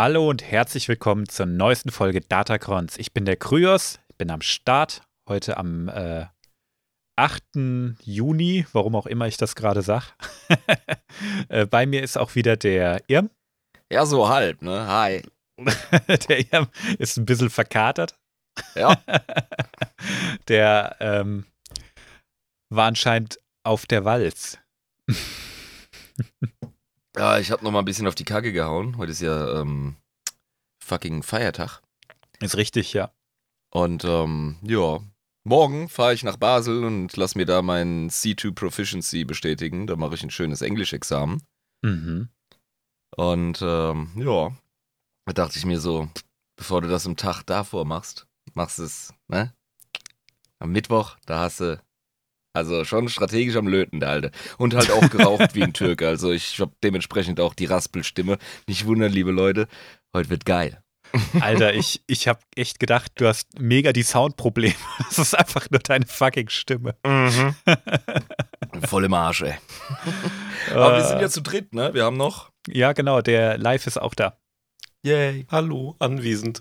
Hallo und herzlich willkommen zur neuesten Folge Datacrons. Ich bin der Kryos, ich bin am Start, heute am 8. Juni, warum auch immer ich das gerade sage. Bei mir ist auch wieder der Irm. Ja, so halb, ne? Hi. Der Irm ist ein bisschen verkatert. Ja. Der war anscheinend auf der Walz. Ja, ich hab noch mal ein bisschen auf die Kacke gehauen. Heute ist ja fucking Feiertag. Ist richtig, ja. Und ja, morgen fahre ich nach Basel und lass mir da mein C2 Proficiency bestätigen. Da mache ich ein schönes Englischexamen. Mhm. Und ja, da dachte ich mir so, bevor du das am Tag davor machst, machst es, ne? Am Mittwoch, da hast du also schon strategisch am Löten, der Alte. Und halt auch geraucht wie ein Türke. Also ich habe dementsprechend auch die Raspelstimme. Nicht wundern, liebe Leute, heute wird geil. Alter, ich habe echt gedacht, du hast mega die Soundprobleme. Das ist einfach nur deine fucking Stimme. Voll im Arsch, ey. Aber wir sind ja zu dritt, ne? Wir haben noch... Ja, genau, der Live ist auch da. Yay. Hallo, anwesend.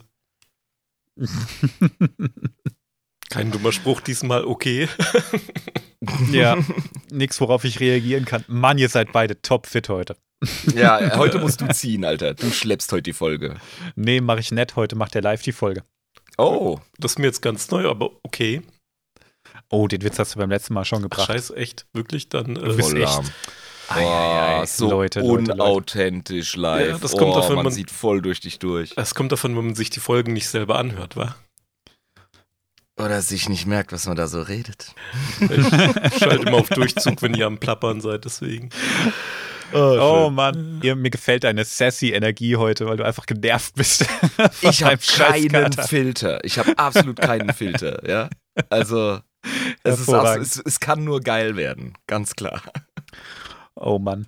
Kein dummer Spruch diesmal, okay. Ja, nix, worauf ich reagieren kann. Mann, ihr seid beide topfit heute. Ja, heute musst du ziehen, Alter. Du schleppst heute die Folge. Nee, mach ich nicht. Heute macht der Live die Folge. Oh. Das ist mir jetzt ganz neu, aber okay. Oh, den Witz hast du beim letzten Mal schon Ach, gebracht. scheiße, echt? Wirklich? Dann Du bist Voll echt. lahm. Ei, So Leute. unauthentisch live. Ja, das kommt davon, man man- sieht voll durch dich durch. es kommt davon, wenn man sich die Folgen nicht selber anhört, wa? Oder sich nicht merkt, was man da so redet. Ich schalte immer auf Durchzug, wenn ihr am Plappern seid, deswegen. Oh Mann, mir gefällt deine sassy-Energie heute, weil du einfach genervt bist. Ich habe deinem keinen Scheißkater. Filter. Ich habe absolut keinen Filter, ja. Also, Hervorragend. es kann nur geil werden, ganz klar. Oh Mann.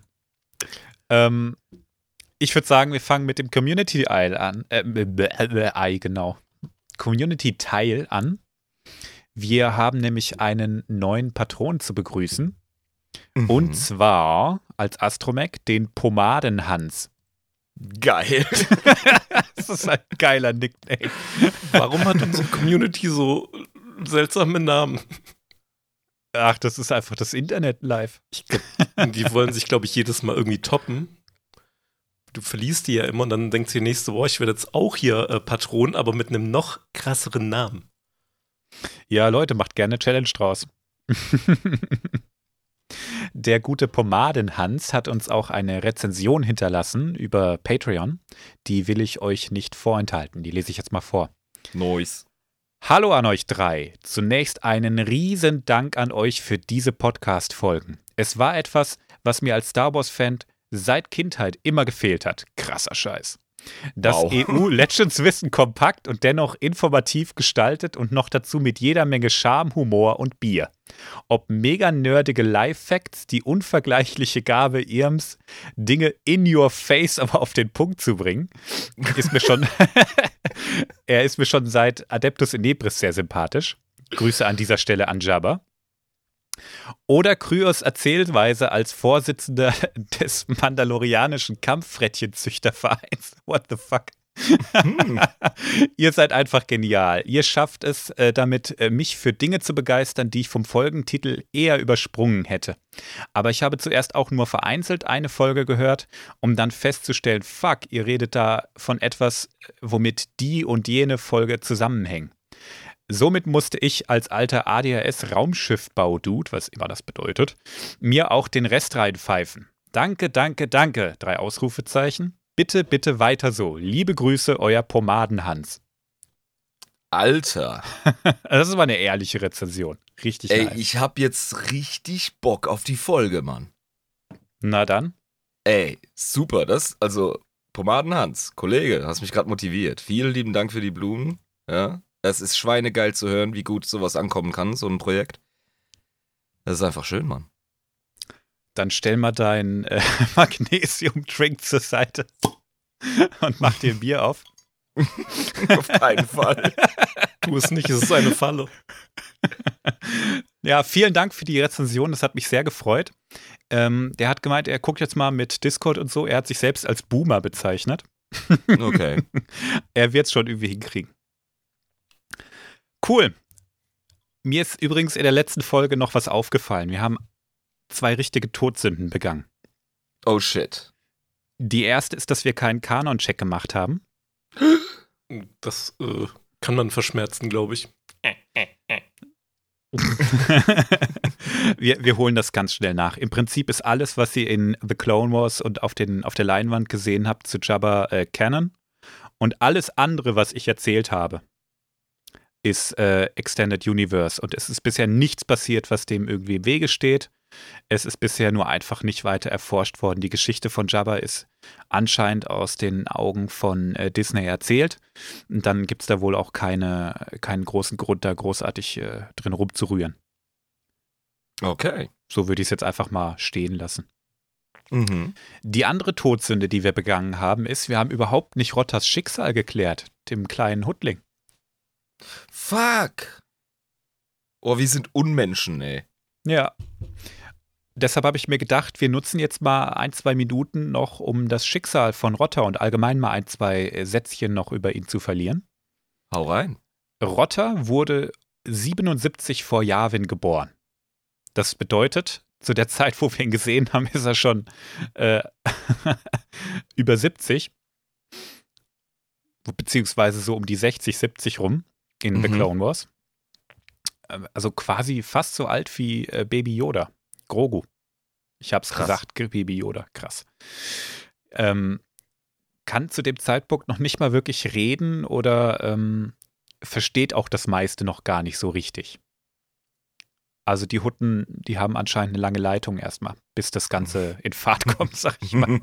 Ich würde sagen, wir fangen mit dem Community-Teil an. Genau. Community-Teil an. Wir haben nämlich einen neuen Patron zu begrüßen. Und zwar als Astromech den Pomadenhans. Geil. Das ist ein geiler Nickname. Warum hat unsere Community so seltsame Namen? Ach, das ist einfach das Internet live. Die wollen sich, glaube ich, jedes Mal irgendwie toppen. Du verliest die ja immer und dann denkst du dir nächste Woche, ich werde jetzt auch hier Patron, aber mit einem noch krasseren Namen. Ja, Leute, macht gerne Challenge draus. Der gute Pomadenhans hat uns auch eine Rezension hinterlassen über Patreon. Die will ich euch nicht vorenthalten. Die lese ich jetzt mal vor. Nice. Hallo an euch drei. Zunächst einen riesen Dank an euch für diese Podcast-Folgen. Es war etwas, was mir als Star Wars-Fan seit Kindheit immer gefehlt hat. Krasser Scheiß. Das Wow. EU-Legends-Wissen kompakt und dennoch informativ gestaltet und noch dazu mit jeder Menge Charme, Humor und Bier. Ob mega nerdige Live-Facts, die unvergleichliche Gabe Irms, Dinge in your face aber auf den Punkt zu bringen, ist mir schon er ist mir schon seit Adeptus Inebris sehr sympathisch. Grüße an dieser Stelle an Jabba. Oder Kryos Erzählweise als Vorsitzender des mandalorianischen Kampffrettchenzüchtervereins. What the fuck? Ihr seid einfach genial. Ihr schafft es damit, mich für Dinge zu begeistern, die ich vom Folgentitel eher übersprungen hätte. Aber ich habe zuerst auch nur vereinzelt eine Folge gehört, um dann festzustellen, fuck, ihr redet da von etwas, womit die und jene Folge zusammenhängen. Somit musste ich als alter ADHS-Raumschiffbau-Dude, was immer das bedeutet, mir auch den Rest reinpfeifen. Danke, danke, danke. 3 Ausrufezeichen. Bitte, bitte weiter so. Liebe Grüße, euer Pomadenhans. Alter. Das ist mal eine ehrliche Rezension. Richtig Ey, nice. ich hab jetzt richtig Bock auf die Folge, Mann. Na dann. Ey, super. Also, Pomadenhans, Kollege, hast mich gerade motiviert. Vielen lieben Dank für die Blumen. Ja. Es ist schweinegeil zu hören, wie gut sowas ankommen kann, so ein Projekt. Das ist einfach schön, Mann. Dann stell mal dein Magnesium-Drink zur Seite und mach dir ein Bier auf. Auf keinen Fall. Tu es nicht, es ist eine Falle. Ja, vielen Dank für die Rezension, das hat mich sehr gefreut. Der hat gemeint, er guckt jetzt mal mit Discord und so, er hat sich selbst als Boomer bezeichnet. Okay. Er wird es schon irgendwie hinkriegen. Cool. Mir ist übrigens in der letzten Folge noch was aufgefallen. Wir haben 2 richtige Todsünden begangen. Oh shit. Die erste ist, dass wir keinen Kanon-Check gemacht haben. Das kann man verschmerzen, glaube ich. Wir holen das ganz schnell nach. Im Prinzip ist alles, was ihr in The Clone Wars und auf der Leinwand gesehen habt zu Jabba Canon. Und alles andere, was ich erzählt habe, ist Extended Universe. Und es ist bisher nichts passiert, was dem irgendwie im Wege steht. Es ist bisher nur einfach nicht weiter erforscht worden. Die Geschichte von Jabba ist anscheinend aus den Augen von Disney erzählt. Und dann gibt es da wohl auch keinen großen Grund, da großartig drin rumzurühren. Okay. So würde ich es jetzt einfach mal stehen lassen. Mhm. Die andere Todsünde, die wir begangen haben, ist, wir haben überhaupt nicht Rottas Schicksal geklärt, dem kleinen Huttling. Fuck. Oh, wir sind Unmenschen, ey. Ja. Deshalb habe ich mir gedacht, wir nutzen jetzt mal 1-2 Minuten noch, um das Schicksal von Rotta und allgemein mal 1-2 Sätzchen noch über ihn zu verlieren. Hau rein. Rotta wurde 77 vor Yavin geboren. Das bedeutet, zu der Zeit, wo wir ihn gesehen haben, ist er schon über 70. Beziehungsweise so um die 60, 70 rum in The Clone Wars. Also quasi fast so alt wie Baby Yoda. Grogu. Ich hab's gesagt, Baby Yoda, krass. Kann zu dem Zeitpunkt noch nicht mal wirklich reden oder versteht auch das meiste noch gar nicht so richtig. Also die Hutten, die haben anscheinend eine lange Leitung erstmal, bis das Ganze in Fahrt kommt, sag ich mal.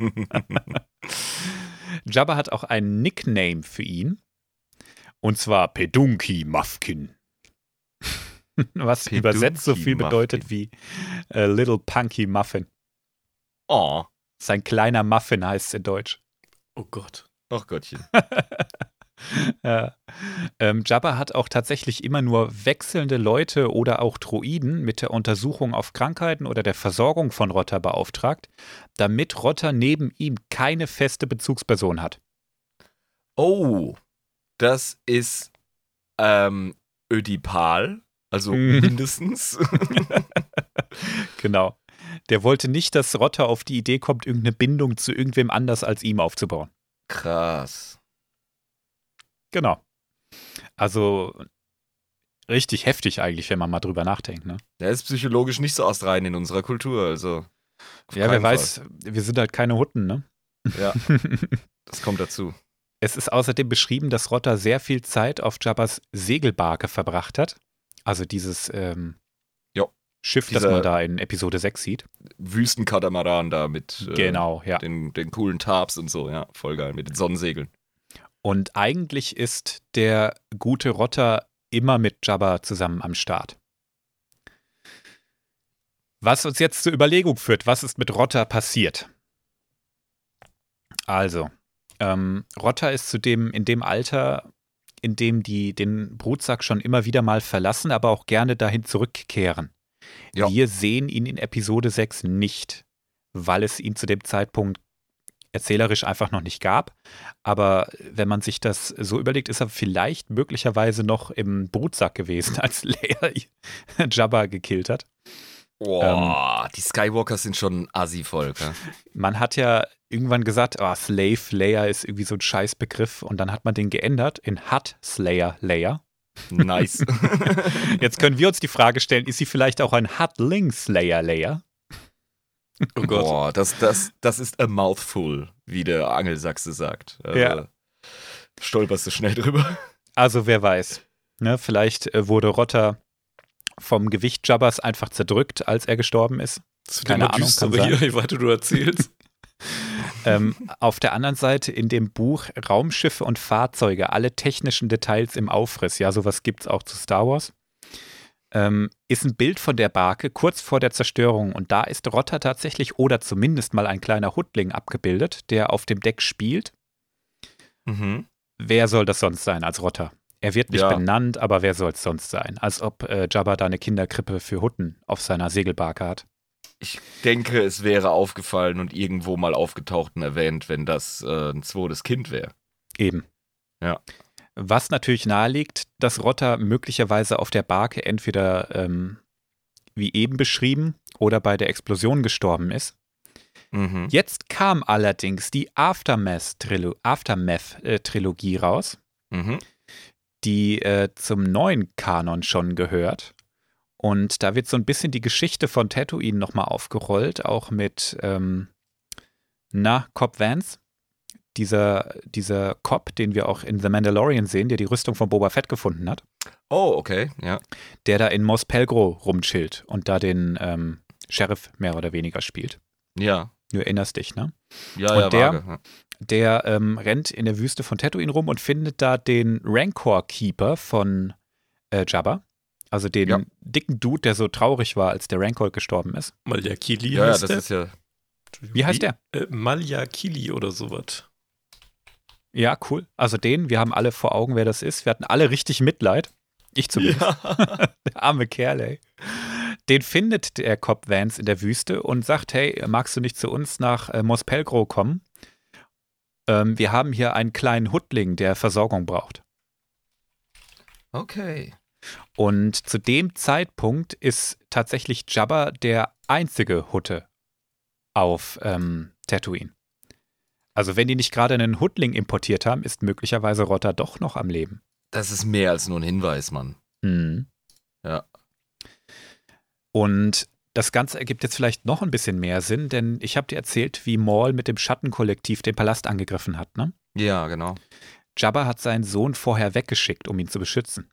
Jabba hat auch einen Nickname für ihn. Und zwar Pedunki Muffkin. Was Pedunki übersetzt so viel bedeutet Muffkin. wie Little Punky Muffin. Oh. Sein kleiner Muffin heißt es in Deutsch. Oh Gott. Ach Gottchen. Ja. Jabba hat auch tatsächlich immer nur wechselnde Leute oder auch Droiden mit der Untersuchung auf Krankheiten oder der Versorgung von Rotta beauftragt, damit Rotta neben ihm keine feste Bezugsperson hat. Oh. Das ist Ödipal. Also Mhm. mindestens. Genau. Der wollte nicht, dass Rotta auf die Idee kommt, irgendeine Bindung zu irgendwem anders als ihm aufzubauen. Krass. Genau. Also richtig heftig eigentlich, wenn man mal drüber nachdenkt, ne? Der ist psychologisch nicht so astrein in unserer Kultur, also. auf Ja, wer keinen weiß, wir sind halt keine Hutten, ne? Fall. Ja, das kommt dazu. Es ist außerdem beschrieben, dass Rotta sehr viel Zeit auf Jabbas Segelbarke verbracht hat. Also dieses Schiff, das Dieser- man da in Episode 6 sieht. Wüstenkatamaran da mit Genau, ja. den coolen Tarps und so, ja, voll geil, mit den Sonnensegeln. Und eigentlich ist der gute Rotta immer mit Jabba zusammen am Start. Was uns jetzt zur Überlegung führt, was ist mit Rotta passiert? Also, Rotta ist zudem in dem Alter, in dem die den Brutsack schon immer wieder mal verlassen, aber auch gerne dahin zurückkehren. Ja. Wir sehen ihn in Episode 6 nicht, weil es ihn zu dem Zeitpunkt erzählerisch einfach noch nicht gab. Aber wenn man sich das so überlegt, ist er vielleicht möglicherweise noch im Brutsack gewesen, als Leia Jabba gekillt hat. Boah, die Skywalkers sind schon Assi-Volk. Ja? Man hat ja irgendwann gesagt, Slave Leia ist irgendwie so ein Scheißbegriff und dann hat man den geändert in Hutt Slayer Leia. Nice. Jetzt können wir uns die Frage stellen, ist sie vielleicht auch ein Huttling Slayer Leia? Oh Gott. Boah, das ist a mouthful, wie der Angelsachse sagt. Also, Ja. Stolperst du schnell drüber. Also wer weiß. Ne, vielleicht wurde Rotta vom Gewicht Jabbas einfach zerdrückt, als er gestorben ist. Das wird Keine immer Ahnung, düsterer kann sein. hier, je weiter du erzählst. Auf der anderen Seite in dem Buch Raumschiffe und Fahrzeuge, alle technischen Details im Aufriss, ja, sowas gibt es auch zu Star Wars, ist ein Bild von der Barke kurz vor der Zerstörung und da ist Rotta tatsächlich oder zumindest mal ein kleiner Huttling abgebildet, der auf dem Deck spielt. Mhm. Wer soll das sonst sein als Rotta? Er wird nicht Ja. benannt, aber wer soll es sonst sein? Als ob Jabba da eine Kinderkrippe für Hutten auf seiner Segelbarke hat. Ich denke, es wäre aufgefallen und irgendwo mal aufgetaucht und erwähnt, wenn das ein zweites Kind wäre. Eben. Ja. Was natürlich naheliegt, dass Rotter möglicherweise auf der Barke entweder, wie eben beschrieben, oder bei der Explosion gestorben ist. Mhm. Jetzt kam allerdings die Aftermath-Trilogie raus, Mhm. die zum neuen Kanon schon gehört. Und da wird so ein bisschen die Geschichte von Tatooine nochmal aufgerollt, auch mit Cobb Vanth, dieser Cobb, den wir auch in The Mandalorian sehen, der die Rüstung von Boba Fett gefunden hat, Oh, okay, ja. der da in Mos Pelgro rumchillt und da den Sheriff mehr oder weniger spielt. Ja, Du erinnerst dich, ne? ja, Und ja, der- vage. Ja. Der rennt in der Wüste von Tatooine rum und findet da den Rancor-Keeper von Jabba. Also den Ja. dicken Dude, der so traurig war, als der Rancor gestorben ist. Malyakili Ja, heißt das der. ist ja. Wie heißt der? Malyakili oder sowas. Ja, cool. Also wir haben alle vor Augen, wer das ist. Wir hatten alle richtig Mitleid. Ich zumindest. Ja. Der arme Kerl, ey. Den findet der Cobb Vanth in der Wüste und sagt, hey, magst du nicht zu uns nach Mos Pelgro kommen? Wir haben hier einen kleinen Huttling, der Versorgung braucht. Okay. Und zu dem Zeitpunkt ist tatsächlich Jabba der einzige Hutte auf Tatooine. Also wenn die nicht gerade einen Huttling importiert haben, ist möglicherweise Rotter doch noch am Leben. Das ist mehr als nur ein Hinweis, Mann. Mhm. Ja. Und das Ganze ergibt jetzt vielleicht noch ein bisschen mehr Sinn, denn ich habe dir erzählt, wie Maul mit dem Schattenkollektiv den Palast angegriffen hat, ne? Ja, genau. Jabba hat seinen Sohn vorher weggeschickt, um ihn zu beschützen.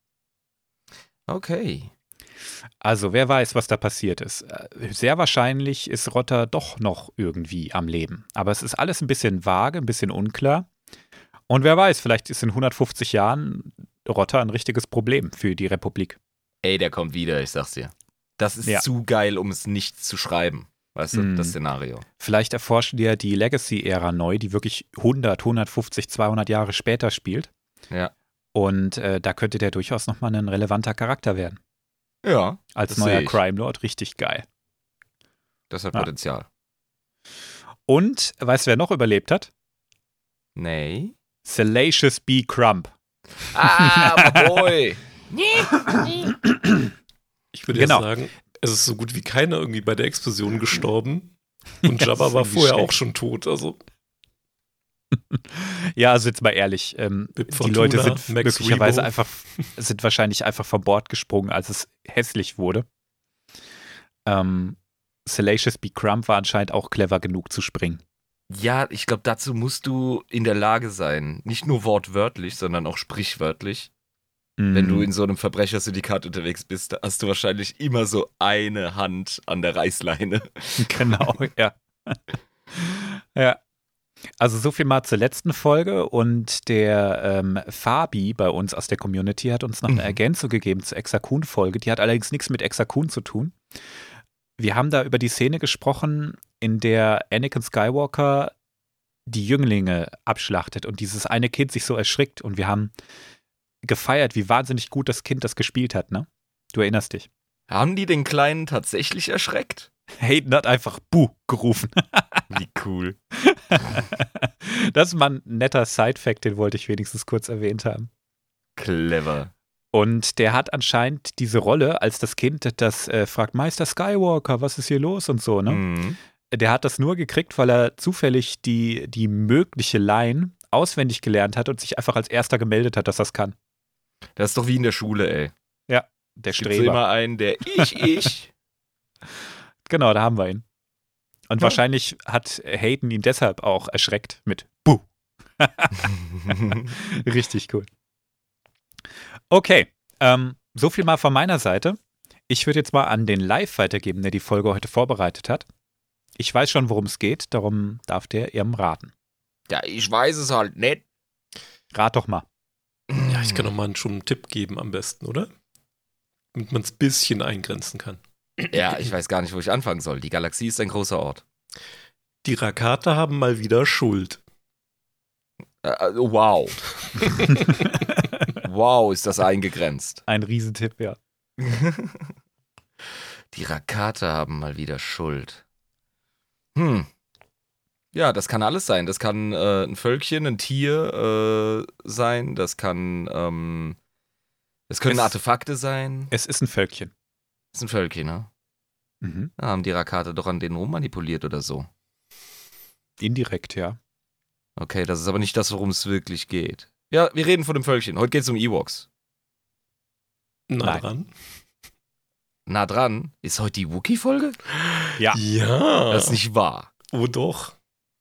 Okay. Also wer weiß, was da passiert ist. Sehr wahrscheinlich ist Rotter doch noch irgendwie am Leben. Aber es ist alles ein bisschen vage, ein bisschen unklar. Und wer weiß, vielleicht ist in 150 Jahren Rotter ein richtiges Problem für die Republik. Ey, der kommt wieder, ich sag's dir. Das ist Ja. zu geil, um es nicht zu schreiben. Weißt du, Mm. das Szenario. Vielleicht erforschen die ja die Legacy-Ära neu, die wirklich 100, 150, 200 Jahre später spielt. Ja. Und da könnte der durchaus nochmal ein relevanter Charakter werden. Ja, Als das neuer sehe ich. Crime Lord, richtig geil. das hat Ja. Potenzial. Und, weißt du, wer noch überlebt hat? Nee. Salacious B. Crump. Ah, my boy. Ich würde Genau. ja sagen, es ist so gut wie keiner irgendwie bei der Explosion gestorben. Und Ja, Jabba das war ist vorher schlecht. auch schon tot. Also Ja, also jetzt mal ehrlich, Bib die Fortuna, Leute sind Max möglicherweise Rebo. sind wahrscheinlich einfach vom Bord gesprungen, als es hässlich wurde. Salacious B. Crump war anscheinend auch clever genug zu springen. Ja, ich glaube, dazu musst du in der Lage sein. Nicht nur wortwörtlich, sondern auch sprichwörtlich. Wenn du in so einem Verbrechersyndikat unterwegs bist, da hast du wahrscheinlich immer so eine Hand an der Reißleine. Genau, ja. Ja. Also so viel mal zur letzten Folge und der Fabi bei uns aus der Community hat uns noch eine Mhm. Ergänzung gegeben zur Exar Kun-Folge. Die hat allerdings nichts mit Exar Kun zu tun. Wir haben da über die Szene gesprochen, in der Anakin Skywalker die Jünglinge abschlachtet und dieses eine Kind sich so erschrickt und wir haben gefeiert, wie wahnsinnig gut das Kind das gespielt hat, ne? Du erinnerst dich. Haben die den Kleinen tatsächlich erschreckt? Hayden hat einfach Buh gerufen. Wie cool. Das ist mal ein netter Side-Fact, den wollte ich wenigstens kurz erwähnt haben. Clever. Und der hat anscheinend diese Rolle als das Kind, das fragt, Meister Skywalker, was ist hier los und so, ne? Mhm. Der hat das nur gekriegt, weil er zufällig die mögliche Line auswendig gelernt hat und sich einfach als erster gemeldet hat, dass das kann. Das ist doch wie in der Schule, ey. Der Gibt's Streber. immer einen, der ich. Genau, da haben wir ihn. Und Ja. wahrscheinlich hat Hayden ihn deshalb auch erschreckt mit Buh. Richtig cool. Okay, so viel mal von meiner Seite. Ich würde jetzt mal an den Live weitergeben, der die Folge heute vorbereitet hat. Ich weiß schon, worum es geht, darum darf der ihrem raten. Ja, ich weiß es halt nicht. Rat doch mal. Ja, ich kann noch mal schon einen Tipp geben am besten, oder? Damit man es ein bisschen eingrenzen kann. Ja, ich weiß gar nicht, wo ich anfangen soll. Die Galaxie ist ein großer Ort. Die Rakate haben mal wieder Schuld. Wow. Wow, ist das eingegrenzt. Ein Riesentipp, ja. Die Rakata haben mal wieder Schuld. Ja, das kann alles sein. Das kann ein Völkchen, ein Tier sein. Das können Artefakte sein. Es ist ein Völkchen. Das ist ein Völkchen, ne? Mhm. Da haben die Rakata doch an denen rummanipuliert oder so. Indirekt, ja. Okay, das ist aber nicht das, worum es wirklich geht. Ja, wir reden von dem Völkchen. Heute geht es um Ewoks. Nah Nein. dran. Nah dran. Ist heute die Wookie-Folge? Ja. Ja. Das ist nicht wahr. Oh doch.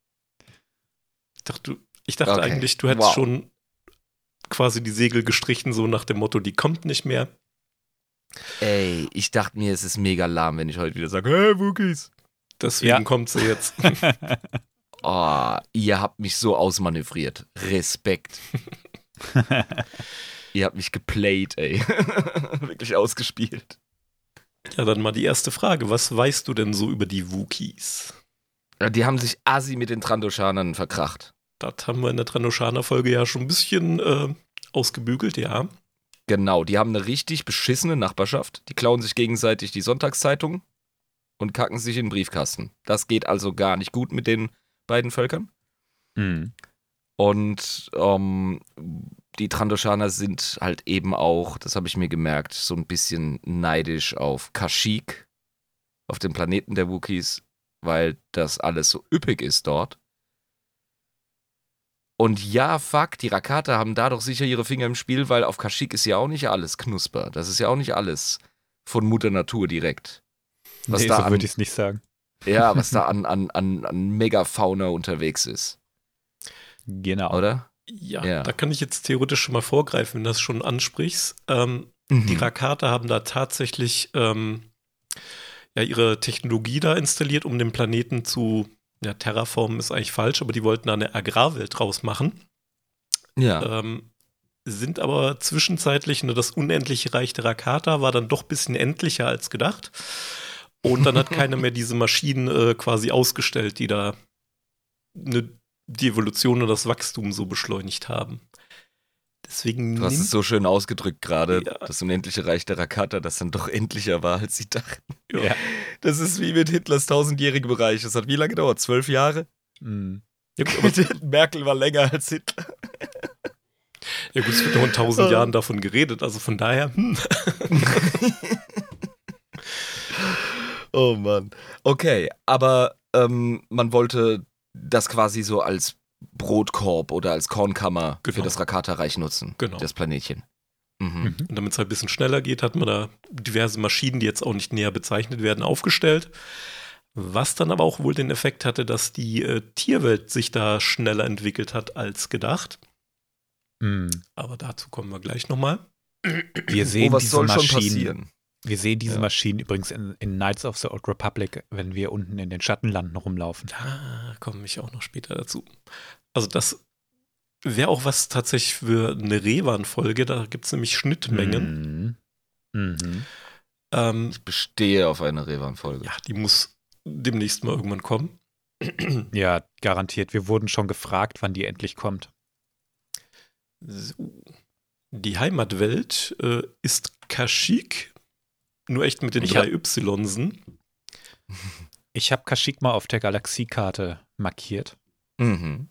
Ich dachte Okay. eigentlich, du hättest Wow. schon quasi die Segel gestrichen, so nach dem Motto, die kommt nicht mehr. Ey, ich dachte mir, es ist mega lahm, wenn ich heute wieder sage, hey, Wookies. Deswegen Ja. kommt sie jetzt. Oh, ihr habt mich so ausmanövriert. Respekt. Ihr habt mich geplayt, ey. Wirklich ausgespielt. Ja, dann mal die erste Frage. Was weißt du denn so über die Wookiees? Ja, die haben sich assi mit den Trandoshanern verkracht. Das haben wir in der Trandoshaner-Folge ja schon ein bisschen ausgebügelt, ja. Genau, die haben eine richtig beschissene Nachbarschaft. Die klauen sich gegenseitig die Sonntagszeitung und kacken sich in den Briefkasten. Das geht also gar nicht gut mit den beiden Völkern. Mhm. Und die Trandoshaner sind halt eben auch, das habe ich mir gemerkt, so ein bisschen neidisch auf Kashyyyk, auf dem Planeten der Wookiees, weil das alles so üppig ist dort. Und ja, fuck, die Rakata haben da doch sicher ihre Finger im Spiel, weil auf Kashyyyk ist ja auch nicht alles knusper. Das ist ja auch nicht alles von Mutter Natur direkt. Was Nee, da so an- würde ich es nicht sagen. Ja, was da an Megafauna unterwegs ist, Genau. oder? Ja, Ja. da kann ich jetzt theoretisch schon mal vorgreifen, wenn du das schon ansprichst. Die Rakata haben da tatsächlich ihre Technologie da installiert, um den Planeten zu terraformen, ist eigentlich falsch, aber die wollten da eine Agrarwelt draus machen. Ja. Sind aber zwischenzeitlich, das unendliche Reich der Rakata war dann doch ein bisschen endlicher als gedacht. Und dann hat keiner mehr diese Maschinen quasi ausgestellt, die da die Evolution und das Wachstum so beschleunigt haben. Deswegen Du hast es so schön ausgedrückt gerade, Ja. das unendliche Reich der Rakata, das dann doch endlicher war, als sie dachten. Ja. Das ist wie mit Hitlers 1000-jährige Bereich. Das hat wie lange gedauert? 12 Jahre? Mhm. Ja gut, aber, Merkel war länger als Hitler. es wird noch in 1000 Jahren davon geredet, also von daher, Oh Mann. Okay, aber man wollte das quasi so als Brotkorb oder als Kornkammer für Genau. das Rakata-Reich nutzen. Genau. Das Planetchen. Mhm. Mhm. Und damit es halt ein bisschen schneller geht, hat man da diverse Maschinen, die jetzt auch nicht näher bezeichnet werden, aufgestellt. Was dann aber auch wohl den Effekt hatte, dass die Tierwelt sich da schneller entwickelt hat als gedacht. Mhm. Aber dazu kommen wir gleich nochmal. Wir sehen was diese soll schon Maschinen. passieren? Wir sehen diese Ja. Maschinen übrigens in Knights of the Old Republic, wenn wir unten in den Schattenlanden rumlaufen. Da komme ich auch noch später dazu. Also das wäre auch was tatsächlich für eine Revan-Folge, da gibt es nämlich Schnittmengen. Mhm. Ich bestehe auf eine Revan-Folge. Ja, die muss demnächst mal irgendwann kommen. Ja, garantiert. Wir wurden schon gefragt, wann die endlich kommt. So. Die Heimatwelt ist Kashyyyk, nur echt mit den Ich 3 Ynsen. Ich habe Kashyyyk mal auf der Galaxiekarte markiert. Mhm.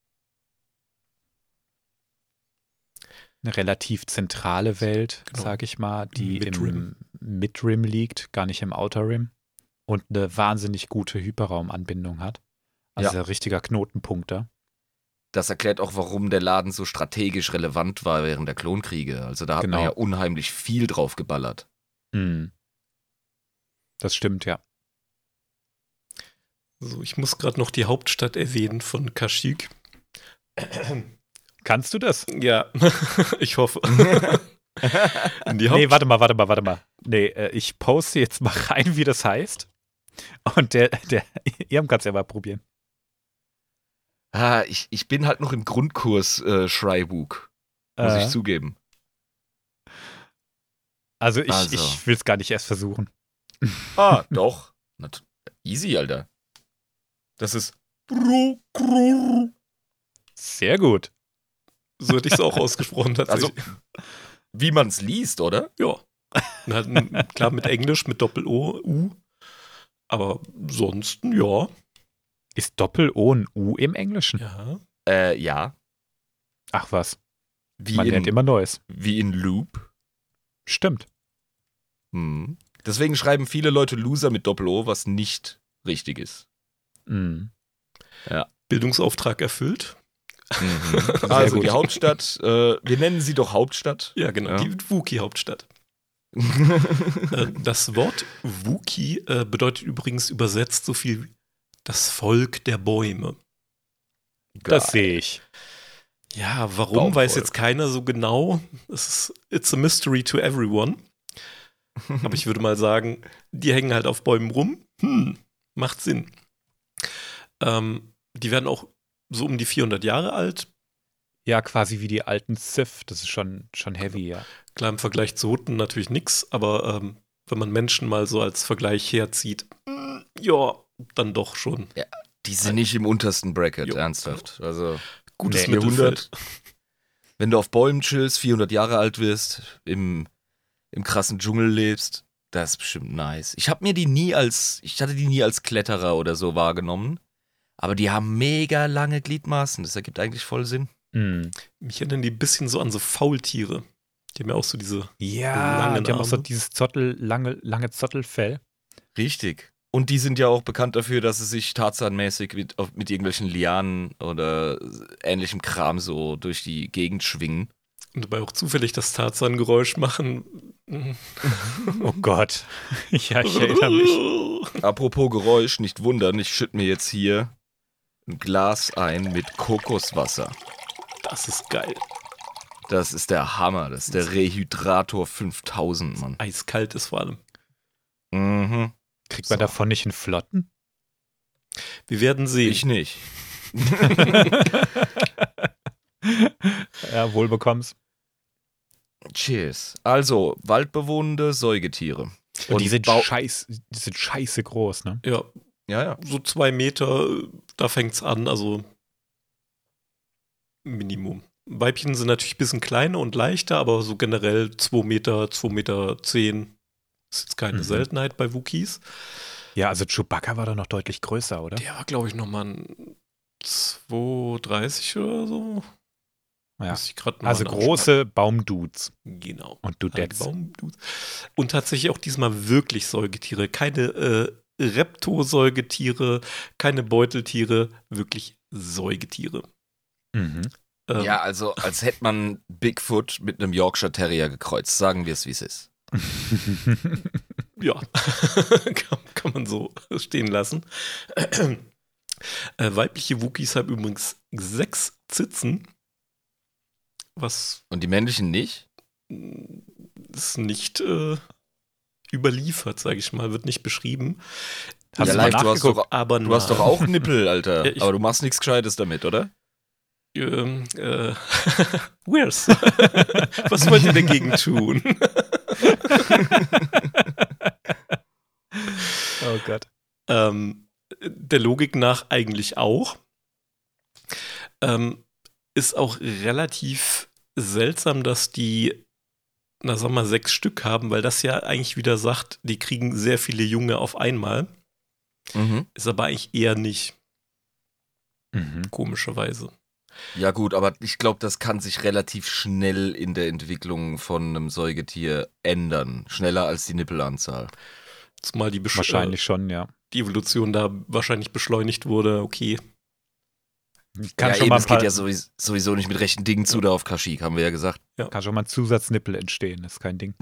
Eine relativ zentrale Welt, Genau. sage ich mal, die Midrim. im Midrim liegt, gar nicht im Outer Rim. Und eine wahnsinnig gute Hyperraumanbindung hat. Also Ja. ein richtiger Knotenpunkt da. Das erklärt auch, warum der Laden so strategisch relevant war während der Klonkriege. Also da hat Genau. man ja unheimlich viel drauf geballert. Mhm. Das stimmt, ja. So, ich muss gerade noch die Hauptstadt erwähnen von Kashyyyk. Kannst du das? Ja, ich hoffe. Die Nee, warte mal. Nee, ich poste jetzt mal rein, wie das heißt. Und ihr kann es ja mal probieren. Ich bin halt noch im Grundkurs Schreibook, muss ich zugeben. Also ich Also. will es gar nicht erst versuchen. Doch. Easy, Alter. Das ist Sehr gut. So hätte ich es auch ausgesprochen also tatsächlich. wie man es liest, oder? Ja, Und halt, klar, mit Englisch, mit Doppel-O, U. Aber sonst, ja. Ist Doppel-O ein U im Englischen? Ja. Ja. Ach was, Wie man lernt immer Neues. wie in Loop. Stimmt. Hm. Deswegen schreiben viele Leute Loser mit Doppel-O, was nicht richtig ist. Mhm. Bildungsauftrag erfüllt. Also gut. die Hauptstadt, wir nennen sie doch Hauptstadt. Ja, genau, Ja. die Wookie-Hauptstadt. Das Wort Wookie bedeutet übrigens übersetzt so viel wie das Volk der Bäume. Das sehe ich. Ja, warum, Baumvolk. weiß jetzt keiner so genau. It's a mystery to everyone. Aber ich würde mal sagen, die hängen halt auf Bäumen rum. Macht Sinn. Die werden auch so um die 400 Jahre alt. Ja, quasi wie die alten Sith. Das ist schon heavy, ja. Klar, im Vergleich zu Hutten natürlich nichts, aber wenn man Menschen mal so als Vergleich herzieht, ja, dann doch schon. Die sind nicht im untersten Bracket, Jo. ernsthaft. Also Gutes Nee, Mittelfeld. wenn du auf Bäumen chillst, 400 Jahre alt wirst, im krassen Dschungel lebst, das ist bestimmt nice. Ich hatte die nie als Kletterer oder so wahrgenommen, aber die haben mega lange Gliedmaßen, das ergibt eigentlich voll Sinn. Mhm. Mich erinnern die ein bisschen so an so Faultiere. Die haben ja auch so diese Ja, langen die haben auch so Arme. dieses lange Zottelfell. Richtig. Und die sind ja auch bekannt dafür, dass sie sich tarzanmäßig mit irgendwelchen Lianen oder ähnlichem Kram so durch die Gegend schwingen. Und dabei auch zufällig das Tarzan-Geräusch machen. Oh Gott. Ja, ich erinnere mich. Apropos Geräusch, nicht wundern, ich schütte mir jetzt hier ein Glas ein mit Kokoswasser. Das ist geil. Das ist der Hammer, das ist der Rehydrator 5000, Mann. Eiskalt ist vor allem. Mhm. Kriegt man So. davon nicht einen Flotten? Wir werden sehen. Ich nicht. Ja, wohl bekomm's. Cheers. Also, waldbewohnende Säugetiere. Und die sind Bau- scheiße groß, ne? Ja, Ja, ja. so 2 Meter, da fängt's an, also Minimum. Weibchen sind natürlich ein bisschen kleiner und leichter, aber so generell 2 Meter, 2,10 Meter ist jetzt keine Mhm. Seltenheit bei Wookies. Ja, also Chewbacca war doch noch deutlich größer, oder? Der war, glaube ich, nochmal ein 2,30 oder so. Ja. Muss ich grad mal Also nachschauen. große Baumdudes Genau. und Dudettes. Und tatsächlich auch diesmal wirklich Säugetiere. Keine Reptosäugetiere, keine Beuteltiere, wirklich Säugetiere. Mhm. Ja, also als hätte man Bigfoot mit einem Yorkshire Terrier gekreuzt. Sagen wir es, wie es ist. Ja, kann man so stehen lassen. Weibliche Wookies haben übrigens 6 Zitzen, was Und die männlichen nicht? ist nicht überliefert, sage ich mal, wird nicht beschrieben. Hast Ja, du mal live, du hast nachgeguckt? Aber Du hast doch auch Nippel, Alter. Ja, ich- Aber du machst nichts Gescheites damit, oder? Where's? Was wollt ihr dagegen tun? Oh Gott. Der Logik nach eigentlich auch. Ist auch relativ seltsam, dass die, na sag mal, 6 Stück haben, weil das ja eigentlich wieder sagt, die kriegen sehr viele Junge auf einmal. Mhm. Ist aber eigentlich eher nicht, Mhm. komischerweise. Ja gut, aber ich glaube, das kann sich relativ schnell in der Entwicklung von einem Säugetier ändern. Schneller als die Nippelanzahl. Zumal die, Wahrscheinlich schon, ja. die Evolution da wahrscheinlich beschleunigt wurde, okay. Kann ja, schon eben, mal ein es geht paar, ja sowieso nicht mit rechten Dingen zu da auf Kashyyyk, haben wir ja gesagt. kann schon mal ein Zusatznipple entstehen, das ist kein Ding.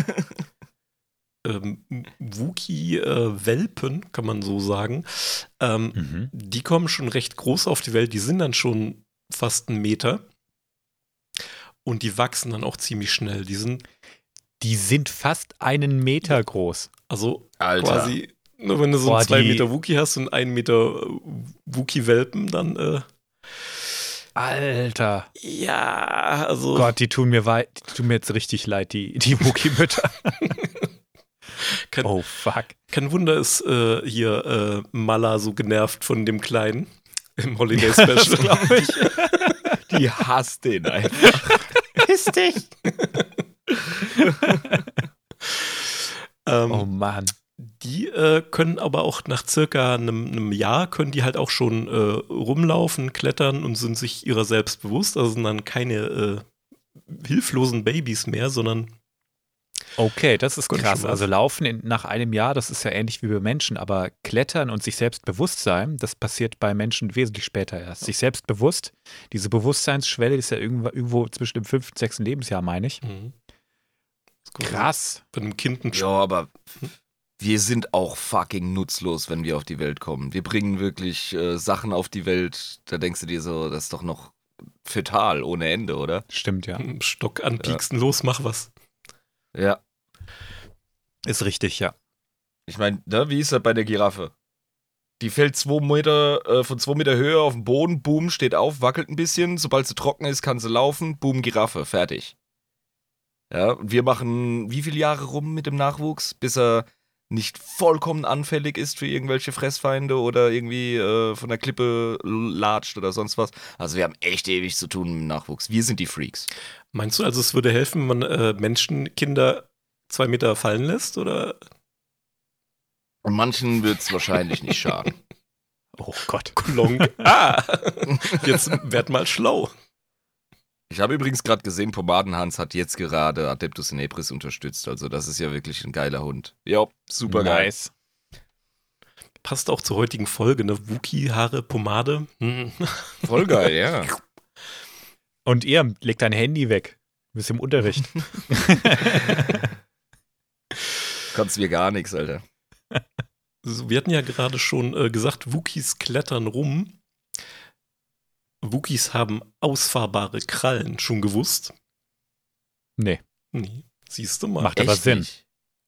Wookie-Welpen, kann man so sagen. Mhm. Die kommen schon recht groß auf die Welt, die sind dann schon fast 1 Meter. Und die wachsen dann auch ziemlich schnell. Die sind fast 1 Meter groß. Also Alter. quasi, nur wenn du so Boah, einen 2 die- Meter Wookie hast und 1 Meter Wookie-Welpen, dann Alter. ja, also Gott, die tun mir jetzt richtig leid, die Wookie-Mütter. kein, Oh, fuck. kein Wunder ist hier Mala so genervt von dem Kleinen im Holiday Special. glaube ich. Die hasst den einfach. Piss dich. Mann. Die können aber auch nach circa einem Jahr können die halt auch schon rumlaufen, klettern und sind sich ihrer selbst bewusst. Also sind dann keine hilflosen Babys mehr, sondern Okay, das ist können krass. schon was. Also Laufen nach einem Jahr, das ist ja ähnlich wie bei Menschen, aber Klettern und sich selbst bewusst sein, das passiert bei Menschen wesentlich später erst. Sich selbst bewusst, diese Bewusstseinsschwelle ist ja irgendwo zwischen dem 5. und 6. Lebensjahr, meine ich. Mhm. Das kommt Krass. bei einem Kind ein Ja, aber wir sind auch fucking nutzlos, wenn wir auf die Welt kommen. Wir bringen wirklich Sachen auf die Welt, da denkst du dir so, das ist doch noch fetal ohne Ende, oder? Stimmt, ja. Stock anpieksen, los, mach was. Ja. Ist richtig, ja. Ich meine, ne, wie ist das bei der Giraffe? Die fällt 2 Meter, von 2 Meter Höhe auf den Boden, boom, steht auf, wackelt ein bisschen. Sobald sie trocken ist, kann sie laufen, boom, Giraffe, fertig. Ja, und wir machen wie viele Jahre rum mit dem Nachwuchs, bis er nicht vollkommen anfällig ist für irgendwelche Fressfeinde oder irgendwie von der Klippe latscht oder sonst was. Also wir haben echt ewig zu tun mit dem Nachwuchs. Wir sind die Freaks. Meinst du also, es würde helfen, wenn man Menschenkinder 2 Meter fallen lässt? Oder? Und manchen wird es wahrscheinlich nicht schaden. Oh Gott. Klonk. Jetzt werd mal schlau. Ich habe übrigens gerade gesehen, Pomadenhans hat jetzt gerade Adeptus Inebris unterstützt. Also das ist ja wirklich ein geiler Hund. Ja, super geil. Nice. Passt auch zur heutigen Folge, ne? Wookie, Haare, Pomade. Voll geil, ja. Und ihr, legt dein Handy weg. Du bist im Unterricht. Kannst mir gar nichts, Alter. So, wir hatten ja gerade schon gesagt, Wookies klettern rum. Wookies haben ausfahrbare Krallen. Schon gewusst? Nee, Nee. Siehst du mal. macht aber Sinn. nicht?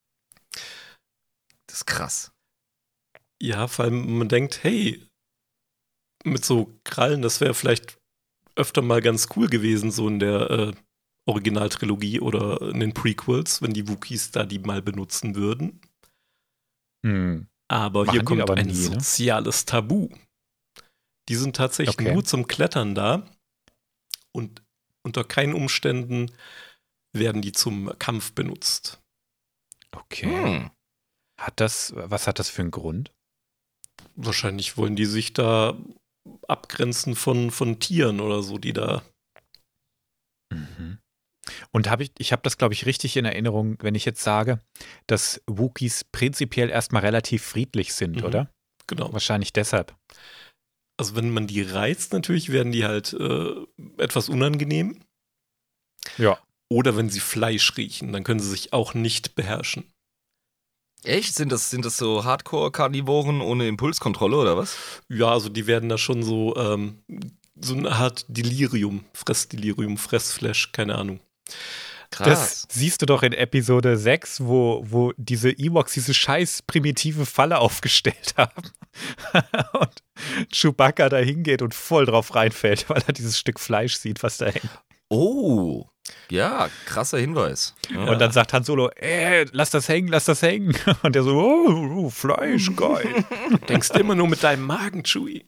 Das ist krass. Ja, vor allem man denkt, hey, mit so Krallen, das wäre vielleicht öfter mal ganz cool gewesen, so in der Originaltrilogie oder in den Prequels, wenn die Wookiees da die mal benutzen würden. Hm. Aber Machen hier die kommt aber ein nie, ne? soziales Tabu. Die sind tatsächlich Okay. nur zum Klettern da und unter keinen Umständen werden die zum Kampf benutzt. Okay. Hm. Was hat das für einen Grund? Wahrscheinlich wollen die sich da abgrenzen von Tieren oder so, die da. Mhm. Und ich habe das, glaube ich, richtig in Erinnerung, wenn ich jetzt sage, dass Wookiees prinzipiell erstmal relativ friedlich sind, Mhm. oder? Genau. Wahrscheinlich deshalb. Also wenn man die reizt, natürlich werden die halt etwas unangenehm. Ja. Oder wenn sie Fleisch riechen, dann können sie sich auch nicht beherrschen. Echt? Sind das so Hardcore-Karnivoren ohne Impulskontrolle oder was? Ja, also die werden da schon so eine Art Delirium, Fressdelirium, Fressflash, keine Ahnung. Das siehst du doch in Episode 6, wo diese Ewoks diese scheiß primitive Falle aufgestellt haben. Und Chewbacca da hingeht und voll drauf reinfällt, weil er dieses Stück Fleisch sieht, was da hängt. Oh, ja, krasser Hinweis. Ja. Und dann sagt Han Solo, lass das hängen, lass das hängen. Und der so, oh, Fleisch, geil. Denkst du immer nur mit deinem Magen, Chewie.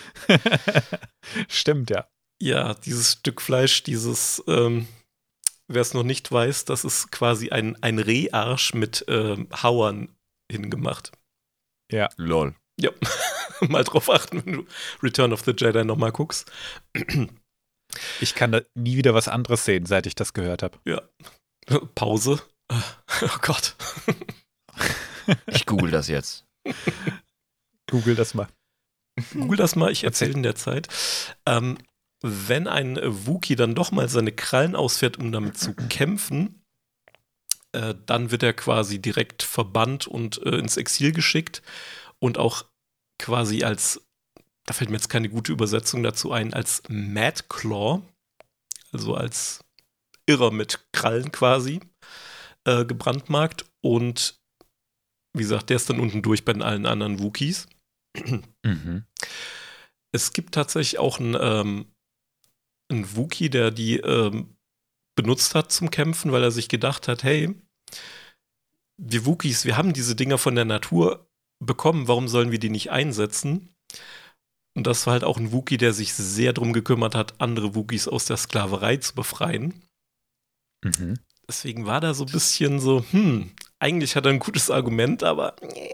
Stimmt, ja. Ja, dieses Stück Fleisch, wer es noch nicht weiß, das ist quasi ein Reharsch mit Hauern hingemacht. Ja. Lol. Ja, mal drauf achten, wenn du Return of the Jedi nochmal guckst. Ich kann da nie wieder was anderes sehen, seit ich das gehört habe. Ja. Pause. Oh Gott. Ich google das jetzt. Google das mal. Google das mal, ich erzähle in der Zeit. Wenn ein Wookie dann doch mal seine Krallen ausfährt, um damit zu kämpfen, dann wird er quasi direkt verbannt und ins Exil geschickt und auch quasi als, da fällt mir jetzt keine gute Übersetzung dazu ein, als Mad Claw, also als Irrer mit Krallen quasi, gebrandmarkt. Und wie gesagt, der ist dann unten durch bei allen anderen Wookies. Mhm. Es gibt tatsächlich auch einen Wookie, der die benutzt hat zum Kämpfen, weil er sich gedacht hat, hey, wir Wookies, wir haben diese Dinger von der Natur bekommen, warum sollen wir die nicht einsetzen? Und das war halt auch ein Wookie, der sich sehr drum gekümmert hat, andere Wookies aus der Sklaverei zu befreien. Mhm. Deswegen war da so ein bisschen so, eigentlich hat er ein gutes Argument, aber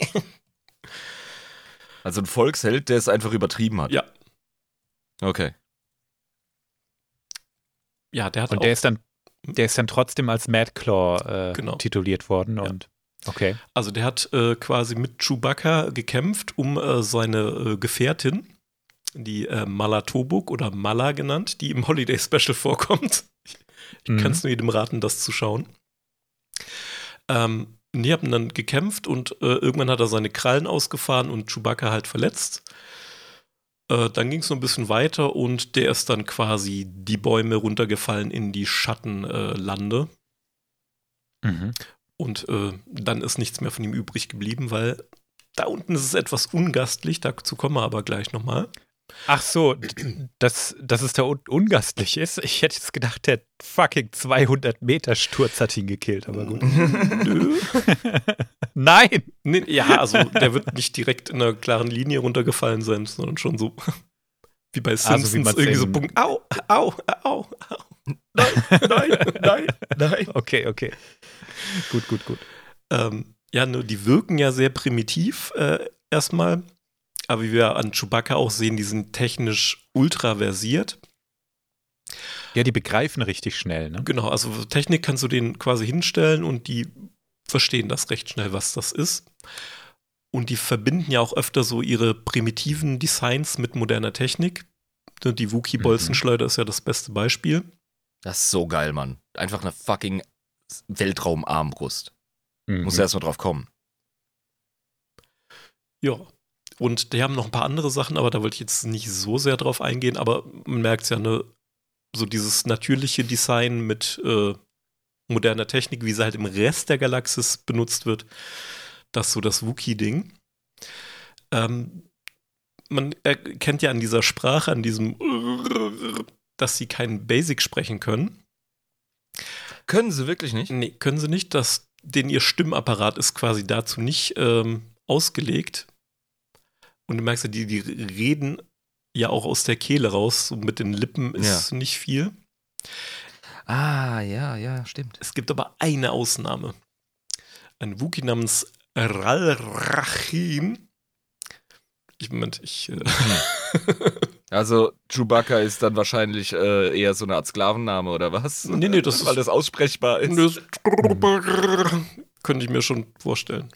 Also ein Volksheld, der es einfach übertrieben hat. ja. Okay. Ja, der hat Und auch. der ist dann trotzdem als Madclaw Genau. tituliert worden. Ja. Und okay. Also der hat quasi mit Chewbacca gekämpft, um seine Gefährtin, die Mala Tobuk oder Mala genannt, die im Holiday Special vorkommt. Ich kann es nur jedem raten, das zu schauen. Die haben dann gekämpft und irgendwann hat er seine Krallen ausgefahren und Chewbacca halt verletzt. Dann ging es noch ein bisschen weiter und der ist dann quasi die Bäume runtergefallen in die Schattenlande. Und dann ist nichts mehr von ihm übrig geblieben, weil da unten ist es etwas ungastlich, dazu kommen wir aber gleich nochmal. Ach so, dass es da ungastlich ist. Ich hätte jetzt gedacht, der fucking 200 Meter Sturz hat ihn gekillt, aber gut. Nö. Nein! Nee, ja, also der wird nicht direkt in einer klaren Linie runtergefallen sein, sondern schon so wie bei Simpsons, wie man's irgendwie so in- Punkt, au, au, au, au. Nein. Okay. Gut. Ja, nur die wirken ja sehr primitiv erstmal, aber wie wir an Chewbacca auch sehen, die sind technisch ultra versiert. Ja, die begreifen richtig schnell, ne? Genau, also Technik kannst du denen quasi hinstellen und die verstehen das recht schnell, was das ist. Und die verbinden ja auch öfter so ihre primitiven Designs mit moderner Technik. Die Wookie-Bolzenschleuder ist ja das beste Beispiel. Das ist so geil, Mann. Einfach eine fucking Weltraumarmbrust. Muss erst mal drauf kommen. Ja. Und die haben noch ein paar andere Sachen, aber da wollte ich jetzt nicht so sehr drauf eingehen. Aber man merkt es ja, ne, so dieses natürliche Design mit moderner Technik, wie sie halt im Rest der Galaxis benutzt wird, das ist so das Wookie-Ding. Man erkennt ja an dieser Sprache, an diesem, dass sie kein Basic sprechen können. Können sie wirklich nicht? Nee, können sie nicht. Denn ihr Stimmapparat ist quasi dazu nicht ausgelegt. Und du merkst ja, die reden ja auch aus der Kehle raus. So mit den Lippen ist nicht viel. Ah, ja, stimmt. Es gibt aber eine Ausnahme. Ein Wookie namens Ralrachin. Also Chewbacca ist dann wahrscheinlich eher so eine Art Sklavenname oder was? Nee, das Weil das aussprechbar ist. Das könnte ich mir schon vorstellen.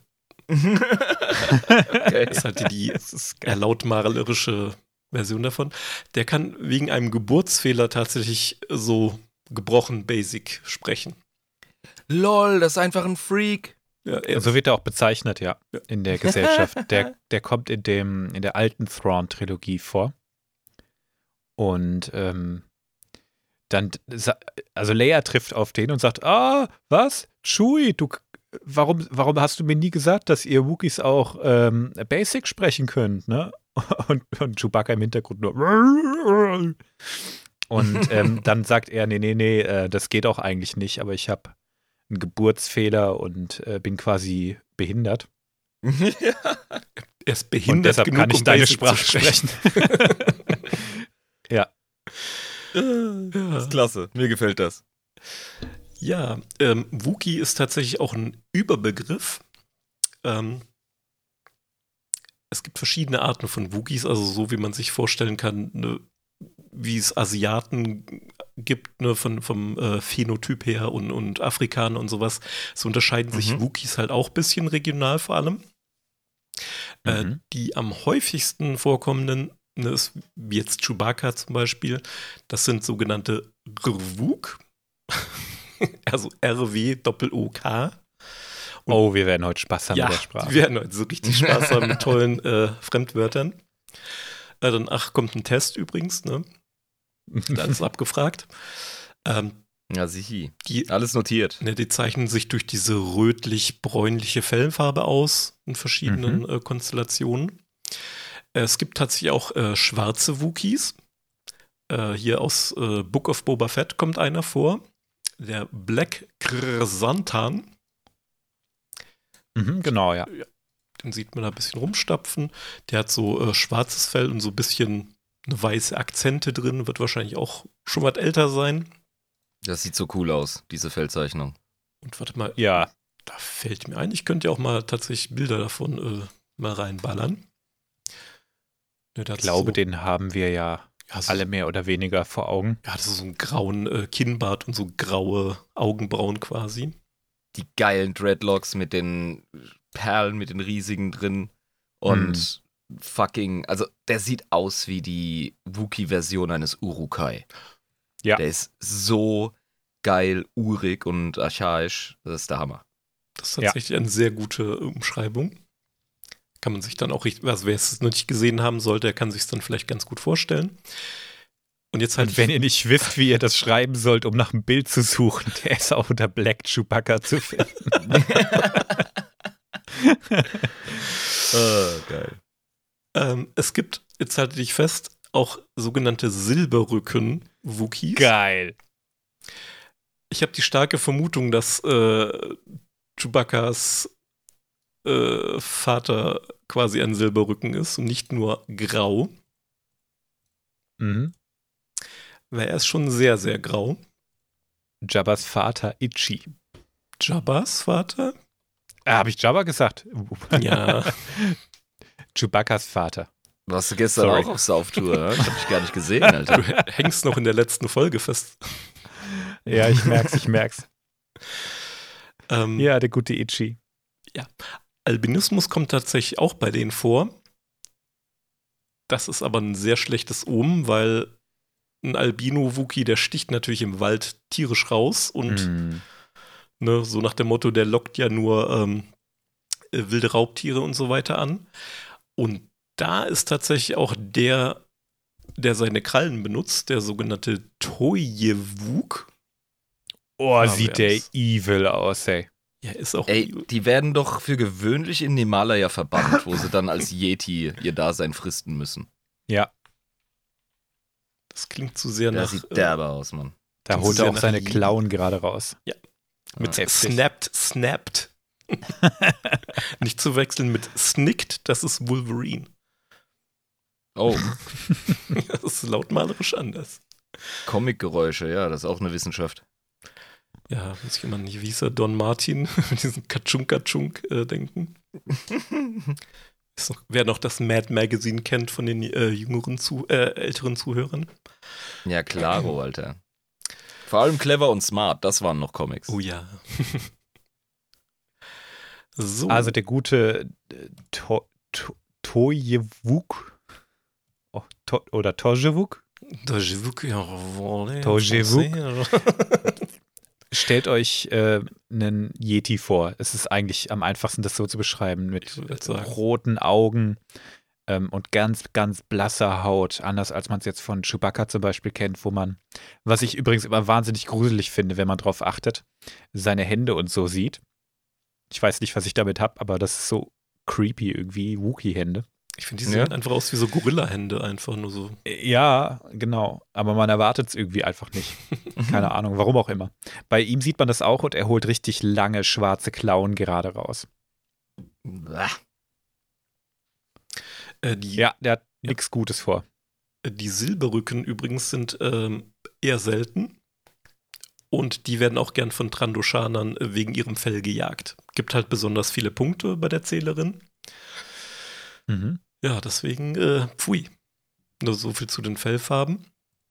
Okay. Das ist halt die lautmalerische Version davon. Der kann wegen einem Geburtsfehler tatsächlich so gebrochen Basic sprechen. Lol, das ist einfach ein Freak. Ja, So wird er auch bezeichnet, ja, in der Gesellschaft. Der kommt in der alten Thrawn-Trilogie vor. Und dann, also Leia trifft auf den und sagt, was? Chewie, warum hast du mir nie gesagt, dass ihr Wookiees auch Basic sprechen könnt, ne? Und Chewbacca im Hintergrund nur und dann sagt er, nee, das geht auch eigentlich nicht, aber ich habe einen Geburtsfehler und bin quasi behindert. er ist Und behindert deshalb genug, kann ich um deine Basic Sprache zu sprechen. Ja. Das ist klasse. Mir gefällt das. Ja, Wookie ist tatsächlich auch ein Überbegriff. Es gibt verschiedene Arten von Wookies, also so wie man sich vorstellen kann, ne, wie es Asiaten gibt, ne, vom Phänotyp her und Afrikaner und sowas. So unterscheiden sich Wookies halt auch ein bisschen regional vor allem. Die am häufigsten vorkommenden, ne, ist wie jetzt Chewbacca zum Beispiel, das sind sogenannte Rwook. Also RW-Doppel-O-K. Oh, wir werden heute Spaß haben mit der Sprache. Wir werden heute so richtig Spaß haben mit tollen Fremdwörtern. Danach kommt ein Test übrigens, ne? Da ist abgefragt. Ja, sichi. Die Alles notiert. Die zeichnen sich durch diese rötlich-bräunliche Fellfarbe aus in verschiedenen Konstellationen. Es gibt tatsächlich auch schwarze Wookies. Hier aus Book of Boba Fett kommt einer vor. Der Black Krrsantan. Genau, ja. Den sieht man da ein bisschen rumstapfen. Der hat so schwarzes Fell und so ein bisschen eine weiße Akzente drin. Wird wahrscheinlich auch schon was älter sein. Das sieht so cool aus, diese Feldzeichnung. Und warte mal. Ja, Da fällt mir ein, ich könnte ja auch mal tatsächlich Bilder davon mal reinballern. Ne, Ich glaube, den haben wir ja so, alle mehr oder weniger vor Augen. ja, das ist so einen grauen Kinnbart und so graue Augenbrauen quasi. Die geilen Dreadlocks mit den Perlen, mit den riesigen drin. Und fucking, also der sieht aus wie die Wookie-Version eines Urukai. Ja. Der ist so geil, urig und archaisch. Das ist der Hammer. Das ist tatsächlich eine sehr gute Umschreibung. Kann man sich dann auch richtig, also wer es noch nicht gesehen haben sollte, der kann sich es dann vielleicht ganz gut vorstellen. Und jetzt halt. Und wenn ihr nicht wisst, wie ihr das schreiben sollt, um nach einem Bild zu suchen, der ist auch unter Black Chewbacca zu finden. Geil. Es gibt, jetzt halte dich fest, auch sogenannte Silberrücken-Wookies. Geil. Ich habe die starke Vermutung, dass Chewbaccas Vater quasi ein Silberrücken ist und nicht nur grau. Mhm. Weil er ist schon sehr, sehr grau. Jabbas Vater Itchy. Jabbas Vater? Habe ich Jabba gesagt? Ja. Chewbaccas Vater. Warst du gestern Sorry. auch auf Sauftour? Ja? Ich hab dich gar nicht gesehen, Alter. Du hängst noch in der letzten Folge fest. Ja, ich merk's. Ja. Ja, der gute Itchy. Albinismus kommt tatsächlich auch bei denen vor. Das ist aber ein sehr schlechtes Omen, weil ein Albino-Wookie, der sticht natürlich im Wald tierisch raus und ne, so nach dem Motto, der lockt ja nur wilde Raubtiere und so weiter an. Und da ist tatsächlich auch der seine Krallen benutzt, der sogenannte Toyewuk. Oh, sieht der evil aus, ey. Ja, ist auch. Ey, die werden doch für gewöhnlich in Himalaya verbannt, wo sie dann als Yeti ihr Dasein fristen müssen. Ja, Das klingt zu sehr Der nach. sieht derbe aus, Mann. da Das holt ist er ja auch nach seine jedem- Klauen gerade raus. Mit Heftig. snapped. Nicht zu wechseln mit snicked, das ist Wolverine. Oh, Das ist lautmalerisch anders. Comic-Geräusche, ja, das ist auch eine Wissenschaft. Ja, muss ich immer nicht, wie hieß er, Don Martin, mit diesem Katschunk denken. Wer noch das Mad Magazine kennt von den älteren Zuhörern. Ja, klaro, Alter. Vor allem clever und smart, das waren noch Comics. Oh ja. So. Also der gute Toyewuk oder Tojewuk. Stellt euch einen Yeti vor. Es ist eigentlich am einfachsten, das so zu beschreiben, Ich mit würd sagen. roten Augen und ganz, ganz blasser Haut. Anders als man es jetzt von Chewbacca zum Beispiel kennt, was ich übrigens immer wahnsinnig gruselig finde, wenn man drauf achtet, seine Hände und so sieht. Ich weiß nicht, was ich damit habe, aber das ist so creepy irgendwie, Wookie-Hände. Ich finde, die sehen einfach aus wie so Gorilla-Hände, einfach nur so. Ja, genau. Aber man erwartet es irgendwie einfach nicht. Keine Ahnung, warum auch immer. Bei ihm sieht man das auch und er holt richtig lange schwarze Klauen gerade raus. Bah. Ja, der hat nichts Gutes vor. Die Silberrücken übrigens sind eher selten. Und die werden auch gern von Trandoshanern wegen ihrem Fell gejagt. Gibt halt besonders viele Punkte bei der Zählerin. Mhm. Ja, deswegen, pfui. Nur so viel zu den Fellfarben.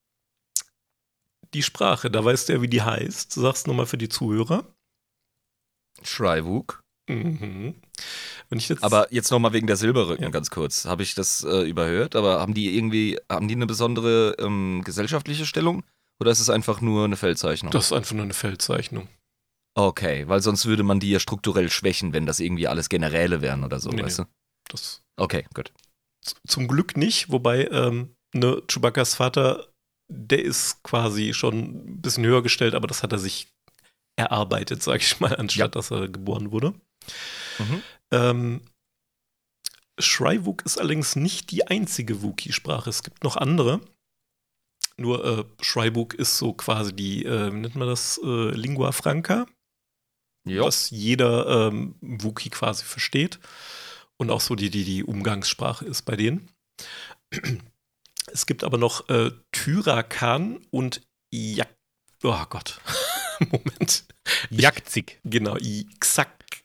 Die Sprache, da weißt du ja, wie die heißt. Sag's nochmal für die Zuhörer. Shriwuk. Mhm. Wenn ich jetzt Aber jetzt nochmal wegen der Silberrücken ganz kurz. Habe ich das überhört? Aber haben die eine besondere gesellschaftliche Stellung? Oder ist es einfach nur eine Feldzeichnung? das ist einfach nur eine Feldzeichnung. Okay, weil sonst würde man die ja strukturell schwächen, wenn das irgendwie alles Generäle wären oder so, Nee, weißt du? Das Okay, gut. zum Glück nicht, wobei ne, Chewbaccas Vater, der ist quasi schon ein bisschen höher gestellt, aber das hat er sich erarbeitet, sag ich mal, anstatt dass er geboren wurde. Mhm. Shriwuk ist allerdings nicht die einzige Wookie-Sprache. Es gibt noch andere. Nur Shriwuk ist so quasi die, wie nennt man das, Lingua Franca, Jo. was jeder Wookie quasi versteht. Und auch so die Umgangssprache ist bei denen. Es gibt aber noch Thyrakan und Oh Gott. Moment. Jakzig. Genau,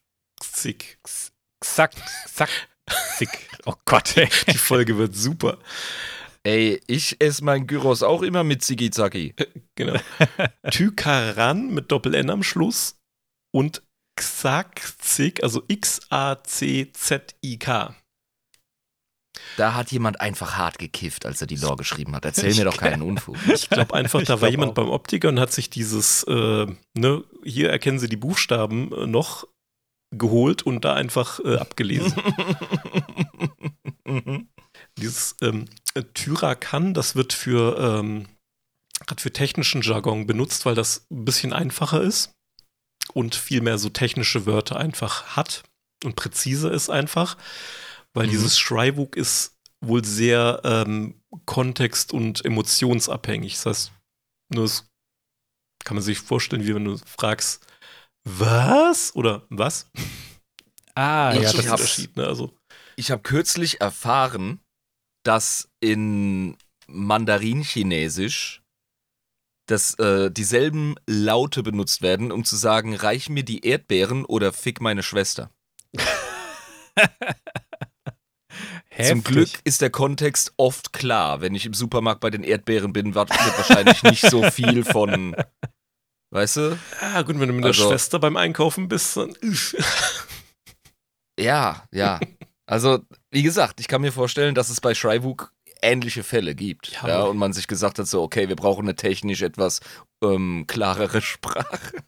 Zick. Zack, zack, zick. Oh Gott, ey. Die Folge wird super. Ey, ich esse mein Gyros auch immer mit Ziggy-Zacki. Genau. Tykaran mit Doppel-N am Schluss und Xazik, also X-A-C-Z-I-K. Da hat jemand einfach hart gekifft, als er die Lore geschrieben hat. Erzähl mir doch keinen Unfug. Ich glaube einfach, da war jemand auch. beim Optiker und hat sich dieses, hier erkennen Sie die Buchstaben noch geholt und da einfach abgelesen. Dieses Tyrakan, das wird für technischen Jargon benutzt, weil das ein bisschen einfacher ist und viel mehr so technische Wörter einfach hat und präziser ist einfach, weil dieses Shriwook ist wohl sehr kontext- und emotionsabhängig. Das heißt, das kann man sich vorstellen, wie wenn du fragst, was? Oder was? Ah, Ich ja, Das ist das ein hab's- Unterschied, ne? Also, Ich habe kürzlich erfahren, dass in Mandarin-Chinesisch dieselben Laute benutzt werden, um zu sagen, reich mir die Erdbeeren oder fick meine Schwester. heftig. Zum Glück ist der Kontext oft klar. Wenn ich im Supermarkt bei den Erdbeeren bin, wird wahrscheinlich nicht so viel von, weißt du? ja gut, wenn du mit der Also- Schwester beim Einkaufen bist, dann Ja. Also, wie gesagt, ich kann mir vorstellen, dass es bei Shriwook ähnliche Fälle gibt. Ja, Ja, aber- und man sich gesagt hat, so, okay, wir brauchen eine technisch etwas klarere Sprache.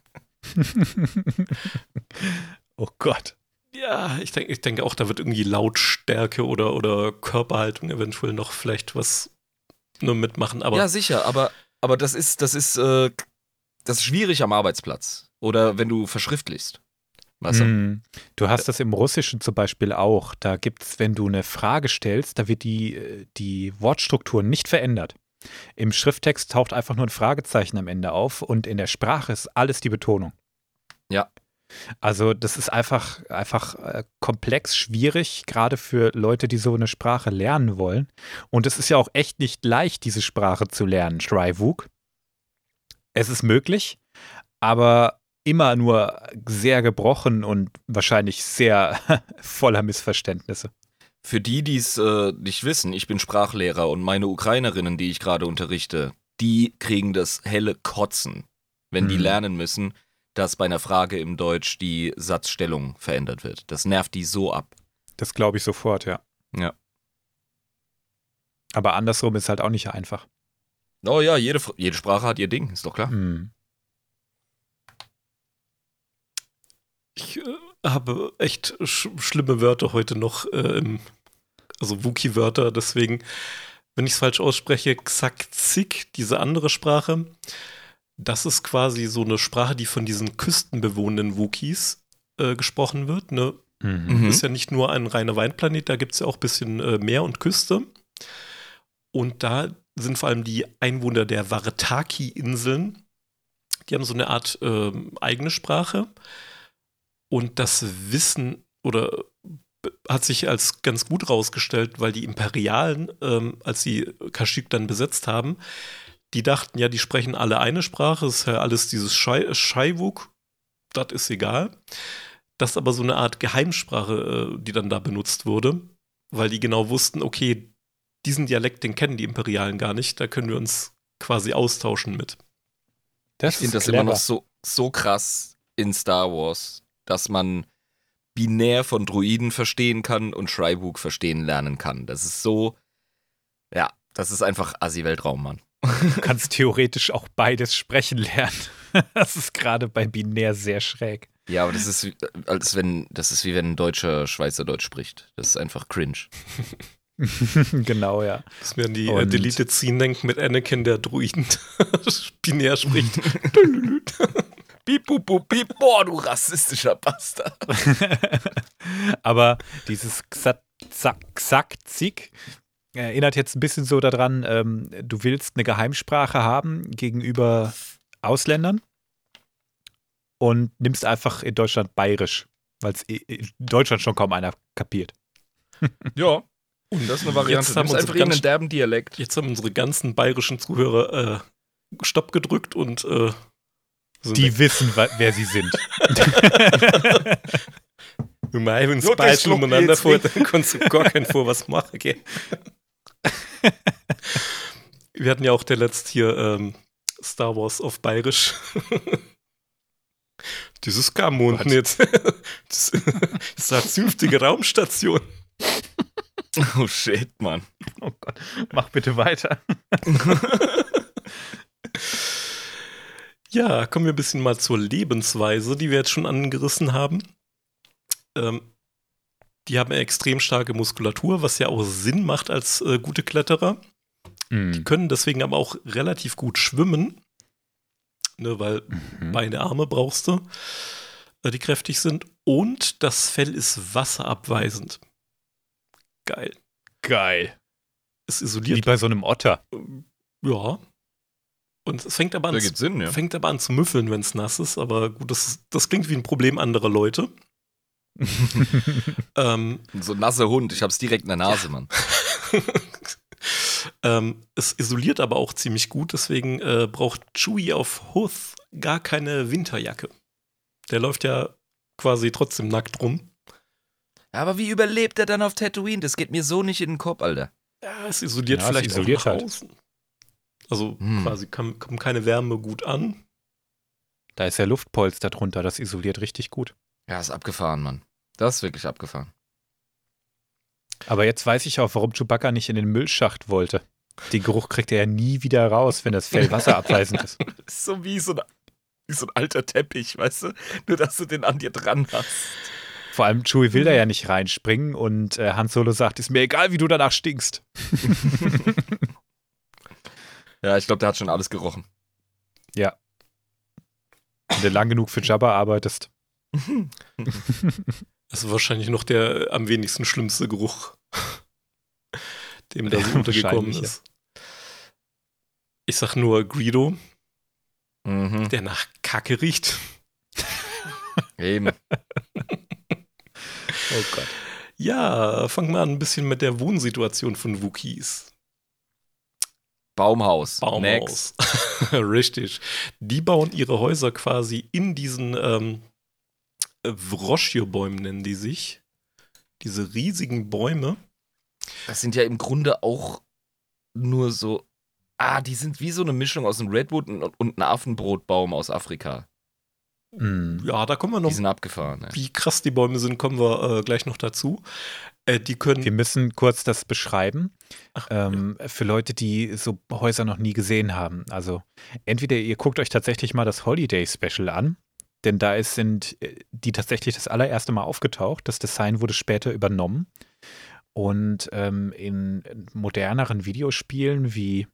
Oh Gott. Ja, ich denke auch, da wird irgendwie Lautstärke oder Körperhaltung eventuell noch vielleicht was nur mitmachen, aber Ja, sicher, aber das ist schwierig am Arbeitsplatz. Oder wenn du verschriftlichst. Weißt du? Du hast das im Russischen zum Beispiel auch. Da gibt es, wenn du eine Frage stellst, da wird die Wortstruktur nicht verändert. Im Schrifttext taucht einfach nur ein Fragezeichen am Ende auf und in der Sprache ist alles die Betonung. Ja. Also das ist einfach komplex, schwierig, gerade für Leute, die so eine Sprache lernen wollen. Und es ist ja auch echt nicht leicht, diese Sprache zu lernen, Shriwook. Es ist möglich, aber immer nur sehr gebrochen und wahrscheinlich sehr voller Missverständnisse. Für die es nicht wissen, ich bin Sprachlehrer und meine Ukrainerinnen, die ich gerade unterrichte, die kriegen das helle Kotzen, wenn die lernen müssen, dass bei einer Frage im Deutsch die Satzstellung verändert wird. Das nervt die so ab. Das glaube ich sofort, ja. Ja. Aber andersrum ist halt auch nicht einfach. Oh ja, jede Sprache hat ihr Ding, ist doch klar. ich habe echt schlimme Wörter heute noch, also Wookie-Wörter, deswegen, wenn ich es falsch ausspreche, Xakzik, diese andere Sprache, das ist quasi so eine Sprache, die von diesen küstenbewohnenden Wookies gesprochen wird, ne? Ist ja nicht nur ein reiner Weinplanet, da gibt es ja auch ein bisschen Meer und Küste. Und da sind vor allem die Einwohner der Wartaki-Inseln, die haben so eine Art eigene Sprache. Und das Wissen hat sich als ganz gut rausgestellt, weil die Imperialen, als sie Kashyyyk dann besetzt haben, die dachten, ja, die sprechen alle eine Sprache, das ist ja alles dieses Shriwook, das ist egal. Das ist aber so eine Art Geheimsprache, die dann da benutzt wurde, weil die genau wussten, okay, diesen Dialekt, den kennen die Imperialen gar nicht, da können wir uns quasi austauschen mit. Ich finde das immer noch so krass in Star Wars, dass man binär von Druiden verstehen kann und Shriwook verstehen lernen kann. Das ist so, ja, das ist einfach Assi-Weltraum, Mann. Du kannst theoretisch auch beides sprechen lernen. Das ist gerade bei binär sehr schräg. Ja, aber das ist wie wenn ein Deutscher Schweizerdeutsch spricht. Das ist einfach cringe. Genau, ja. Das mir an die Und- Deleted Scene denken mit Anakin, der Druiden binär spricht. Piep, pup, pup, piep. Boah, du rassistischer Bastard. Aber dieses Xak-Zik erinnert jetzt ein bisschen so daran, du willst eine Geheimsprache haben gegenüber Ausländern und nimmst einfach in Deutschland Bayerisch, weil es in Deutschland schon kaum einer kapiert. Ja. Und das ist eine Variante. Jetzt haben Du unsere einfach irgendeinen ganz- derben Dialekt. Jetzt haben unsere ganzen bayerischen Zuhörer Stopp gedrückt und sind Die wissen, wer sie sind. Wenn man uns Ja, das beide schluckt umeinander jetzt vor, dann kannst du gar keinen Vorwurf machen, gell? Wir hatten ja auch der letzt hier Star Wars auf Bayerisch. Das ist kein Mond nicht. Das ist eine zünftige Raumstation. Oh shit, Mann. Oh Gott, mach bitte weiter. Ja, kommen wir ein bisschen mal zur Lebensweise, die wir jetzt schon angerissen haben. Die haben eine extrem starke Muskulatur, was ja auch Sinn macht als gute Kletterer. Die können deswegen aber auch relativ gut schwimmen, ne, weil Beine, Arme brauchst du, die kräftig sind. Und das Fell ist wasserabweisend. Geil. Geil. Es Wie isoliert. bei so einem Otter. Ja. Und es fängt aber Da gibt Sinn, ja. an zu müffeln, wenn es nass ist. Aber gut, das klingt wie ein Problem anderer Leute. So ein nasser Hund, ich hab's direkt in der Nase, Mann. Es isoliert aber auch ziemlich gut, deswegen braucht Chewie auf Hoth gar keine Winterjacke. Der läuft ja quasi trotzdem nackt rum. Aber wie überlebt er dann auf Tatooine? Das geht mir so nicht in den Kopf, Alter. Ja, es isoliert Ja, es vielleicht isoliert auch nach halt. außen. Also quasi kommt keine Wärme gut an. Da ist ja Luftpolster drunter, das isoliert richtig gut. Ja, ist abgefahren, Mann. Das ist wirklich abgefahren. Aber jetzt weiß ich auch, warum Chewbacca nicht in den Müllschacht wollte. Den Geruch kriegt er ja nie wieder raus, wenn das Fell wasserabweisend ist. Das ist so wie so ein alter Teppich, weißt du? Nur, dass du den an dir dran hast. Vor allem Chewie will da ja nicht reinspringen und Han Solo sagt, ist mir egal, wie du danach stinkst. Ja, ich glaube, der hat schon alles gerochen. Ja. Wenn du lang genug für Jabba arbeitest. Das ist wahrscheinlich noch der am wenigsten schlimmste Geruch, dem da so untergekommen Wahrscheinlich, ist. Ich sag nur Greedo, Mhm. der nach Kacke riecht. Eben. Oh Gott. Ja, fangen wir an ein bisschen mit der Wohnsituation von Wookiees. Baumhaus. Next. Baumhaus. Richtig. Die bauen ihre Häuser quasi in diesen Wroschio-Bäumen, nennen die sich. Diese riesigen Bäume. Das sind ja im Grunde auch nur so. Die sind wie so eine Mischung aus einem Redwood und einem Affenbrotbaum aus Afrika. Ja, da kommen wir noch. Die sind abgefahren. Ja. Wie krass die Bäume sind, kommen wir gleich noch dazu. Die können. Wir müssen kurz das beschreiben. Ach, Für Leute, die so Häuser noch nie gesehen haben. Also entweder ihr guckt euch tatsächlich mal das Holiday Special an, denn da sind die tatsächlich das allererste Mal aufgetaucht. Das Design wurde später übernommen. Und in moderneren Videospielen wie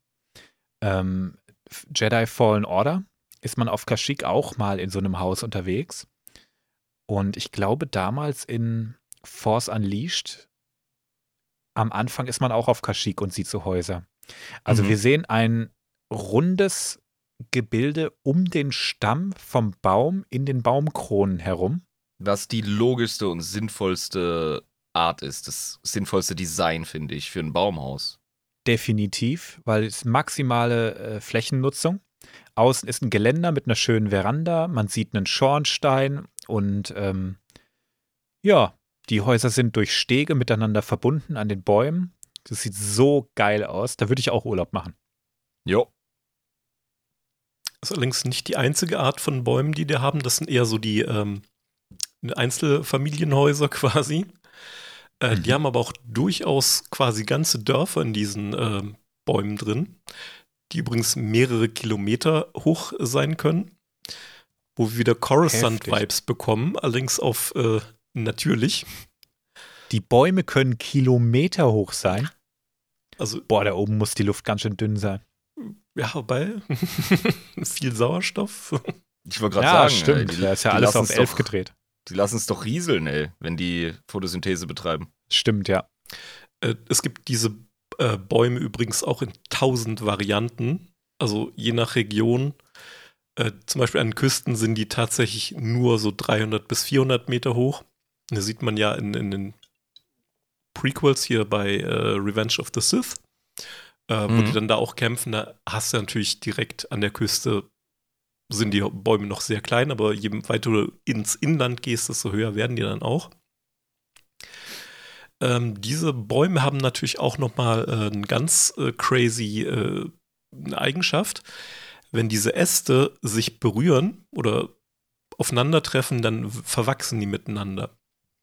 Jedi Fallen Order ist man auf Kashyyyk auch mal in so einem Haus unterwegs. Und ich glaube, damals in Force Unleashed, am Anfang ist man auch auf Kashyyyk und sieht so Häuser. Also wir sehen ein rundes Gebilde um den Stamm vom Baum in den Baumkronen herum. Was die logischste und sinnvollste Art ist. Das sinnvollste Design, finde ich, für ein Baumhaus. Definitiv, weil es maximale Flächennutzung. Außen ist ein Geländer mit einer schönen Veranda, man sieht einen Schornstein und ja, die Häuser sind durch Stege miteinander verbunden an den Bäumen. Das sieht so geil aus, da würde ich auch Urlaub machen. Jo. Das ist allerdings nicht die einzige Art von Bäumen, die die haben. Das sind eher so die Einzelfamilienhäuser quasi. Die haben aber auch durchaus quasi ganze Dörfer in diesen Bäumen drin, die übrigens mehrere Kilometer hoch sein können, wo wir wieder Coruscant-Vibes bekommen, allerdings auf natürlich. Die Bäume können Kilometer hoch sein. Also, Boah, da oben muss die Luft ganz schön dünn sein. ja, bei viel Sauerstoff. Ich wollte gerade Ja, sagen, stimmt. ey, Da ist ja die alles auf lassen's 11 doch- gedreht. Die lassen es doch rieseln, ey, wenn die Photosynthese betreiben. Stimmt, ja. Es gibt diese Bäume übrigens auch in 1000 Varianten. Also je nach Region. Zum Beispiel an den Küsten sind die tatsächlich nur so 300 bis 400 Meter hoch. Da sieht man ja in den Prequels hier bei Revenge of the Sith, wo die dann da auch kämpfen. Da hast du natürlich direkt an der Küste sind die Bäume noch sehr klein, aber je weiter du ins Inland gehst, desto höher werden die dann auch. Diese Bäume haben natürlich auch nochmal eine ganz crazy Eigenschaft. Wenn diese Äste sich berühren oder aufeinandertreffen, dann verwachsen die miteinander.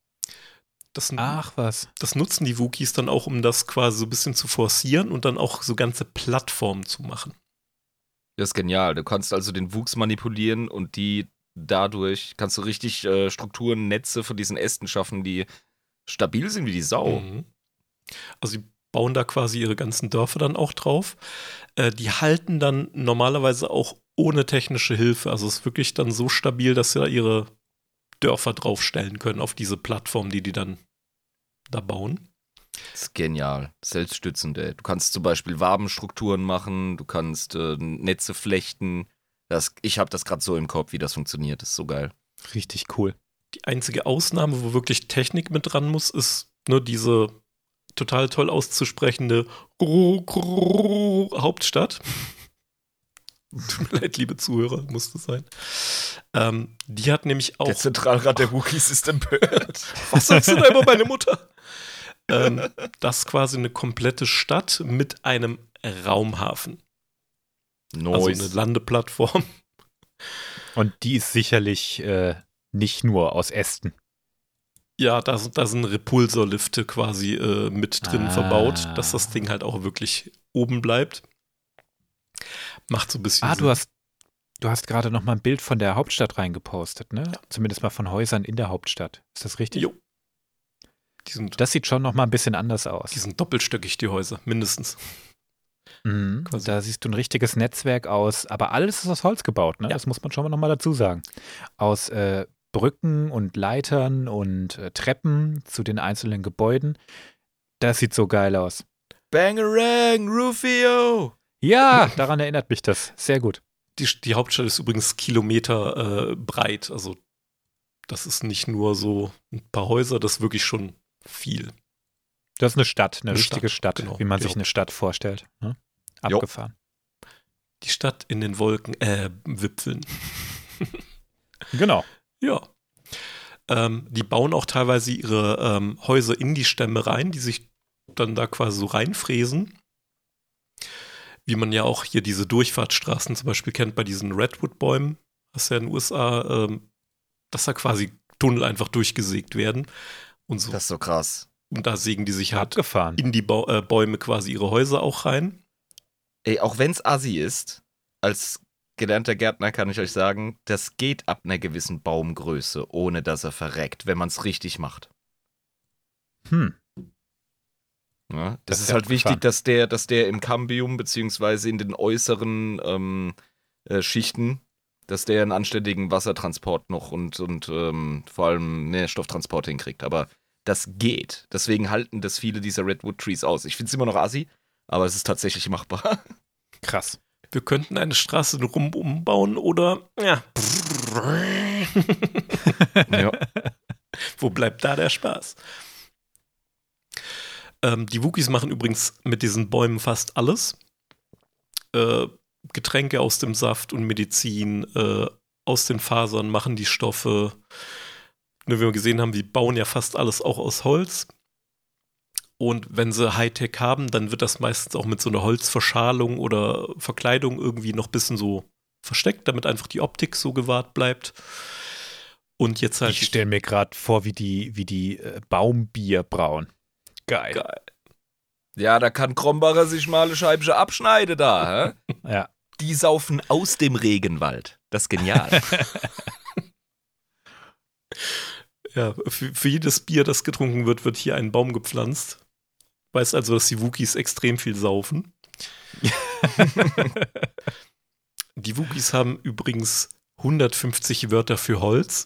Ach was. Das nutzen die Wookies dann auch, um das quasi so ein bisschen zu forcieren und dann auch so ganze Plattformen zu machen. Das ist genial. Du kannst also den Wuchs manipulieren und dadurch kannst du richtig Strukturen, Netze von diesen Ästen schaffen, die stabil sind wie die Sau. Mhm. Also sie bauen da quasi ihre ganzen Dörfer dann auch drauf. Die halten dann normalerweise auch ohne technische Hilfe. Also es ist wirklich dann so stabil, dass sie da ihre Dörfer draufstellen können auf diese Plattform, die dann da bauen. Das ist genial. Selbststützend, ey. Du kannst zum Beispiel Wabenstrukturen machen, du kannst Netze flechten. Ich habe das gerade so im Kopf, wie das funktioniert. Das ist so geil. Richtig cool. Die einzige Ausnahme, wo wirklich Technik mit dran muss, ist nur diese total toll auszusprechende Hauptstadt. Tut mir leid, liebe Zuhörer, muss das sein. Die hat nämlich auch. Der Zentralrat der Wookiees ist empört. Was sagst du da über meine Mutter? Das ist quasi eine komplette Stadt mit einem Raumhafen. Nice. Also eine Landeplattform. Und die ist sicherlich nicht nur aus Ästen. Ja, da sind Repulsorlifte quasi mit drin verbaut, dass das Ding halt auch wirklich oben bleibt. Macht so ein bisschen Sinn. Du hast gerade noch mal ein Bild von der Hauptstadt reingepostet, ne? Ja. Zumindest mal von Häusern in der Hauptstadt. Ist das richtig? Jo. Das sieht schon noch mal ein bisschen anders aus. Die sind doppelstöckig, die Häuser, mindestens. Mhm. Da siehst du ein richtiges Netzwerk aus, aber alles ist aus Holz gebaut, ne? Ja. Das muss man schon noch mal dazu sagen. Aus Brücken und Leitern und Treppen zu den einzelnen Gebäuden. Das sieht so geil aus. Bangarang, Rufio! Ja, daran erinnert mich das. Sehr gut. Die Hauptstadt ist übrigens Kilometer breit. Also das ist nicht nur so ein paar Häuser, das ist wirklich schon viel. Das ist eine Stadt, eine Eine richtige Stadt, genau, wie man die sich eine Stadt vorstellt. Ne? Abgefahren. Die Stadt in den Wolken, Wipfeln. Genau. Ja. Die bauen auch teilweise ihre Häuser in die Stämme rein, die sich dann da quasi so reinfräsen. Wie man ja auch hier diese Durchfahrtsstraßen zum Beispiel kennt bei diesen Redwood-Bäumen, was ja in den USA, dass da quasi Tunnel einfach durchgesägt werden. Und so. Das ist so krass. Und da sägen die sich halt Abgefahren. in die Bäume quasi ihre Häuser auch rein. Ey, auch wenn's assi ist, als gelernter Gärtner kann ich euch sagen, das geht ab einer gewissen Baumgröße, ohne dass er verreckt, wenn man's richtig macht. Ja, das ist halt wichtig, dass der im Cambium beziehungsweise in den äußeren Schichten, dass der einen anständigen Wassertransport noch und vor allem Nährstofftransport hinkriegt. Aber das geht. Deswegen halten das viele dieser Redwood Trees aus. Ich finde es immer noch assi, aber es ist tatsächlich machbar. Krass. Wir könnten eine Straße rum umbauen oder ja. Ja. Wo bleibt da der Spaß? Die Wookiees machen übrigens mit diesen Bäumen fast alles. Getränke aus dem Saft und Medizin, aus den Fasern machen die Stoffe. Nur wie wir gesehen haben, die bauen ja fast alles auch aus Holz. Und wenn sie Hightech haben, dann wird das meistens auch mit so einer Holzverschalung oder Verkleidung irgendwie noch ein bisschen so versteckt, damit einfach die Optik so gewahrt bleibt. Und jetzt halt. Ich stelle mir gerade vor, wie die Baumbier brauen. Geil. Ja, da kann Krombacher sich mal eine Scheibchen abschneiden da, hä? Ja. Die saufen aus dem Regenwald. Das ist genial. Ja, für jedes Bier, das getrunken wird, wird hier ein Baum gepflanzt. Weiß also, dass die Wookiees extrem viel saufen. Die Wookiees haben übrigens 150 Wörter für Holz,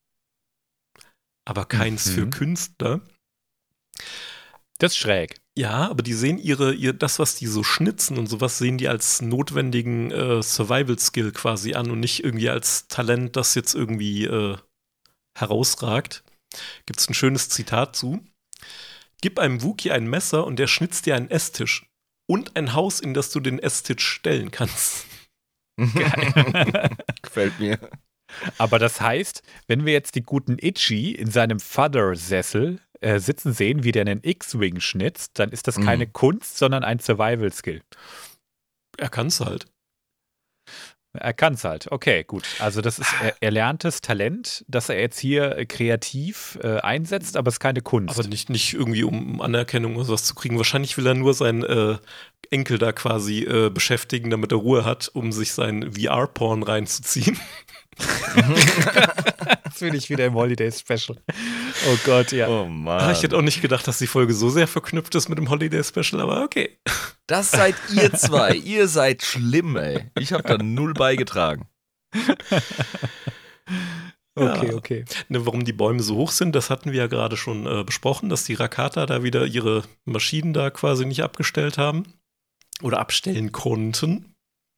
aber keins für Künstler. Das ist schräg. Ja, aber die sehen das, was die so schnitzen und sowas, sehen die als notwendigen Survival-Skill quasi an und nicht irgendwie als Talent, das jetzt irgendwie herausragt. Gibt es ein schönes Zitat zu. Gib einem Wookie ein Messer und der schnitzt dir einen Esstisch und ein Haus, in das du den Esstisch stellen kannst. Geil. Gefällt mir. Aber das heißt, wenn wir jetzt die guten Itchy in seinem Vater-Sessel sitzen sehen, wie der einen X-Wing schnitzt, dann ist das keine Kunst, sondern ein Survival-Skill. Er kann es halt. Er kann es halt. Okay, gut. Also das ist erlerntes Talent, das er jetzt hier kreativ einsetzt, aber es ist keine Kunst. Aber nicht irgendwie, um Anerkennung oder sowas zu kriegen. Wahrscheinlich will er nur seinen Enkel da quasi beschäftigen, damit er Ruhe hat, um sich seinen VR-Porn reinzuziehen. Das will ich wieder im Holiday Special. Oh Gott, ja. Oh Mann. Ich hätte auch nicht gedacht, dass die Folge so sehr verknüpft ist mit dem Holiday Special, aber okay. Das seid ihr zwei. Ihr seid schlimm, ey. Ich habe da null beigetragen. Okay. Ne, warum die Bäume so hoch sind, das hatten wir ja gerade schon besprochen, dass die Rakata da wieder ihre Maschinen da quasi nicht abgestellt haben oder abstellen konnten.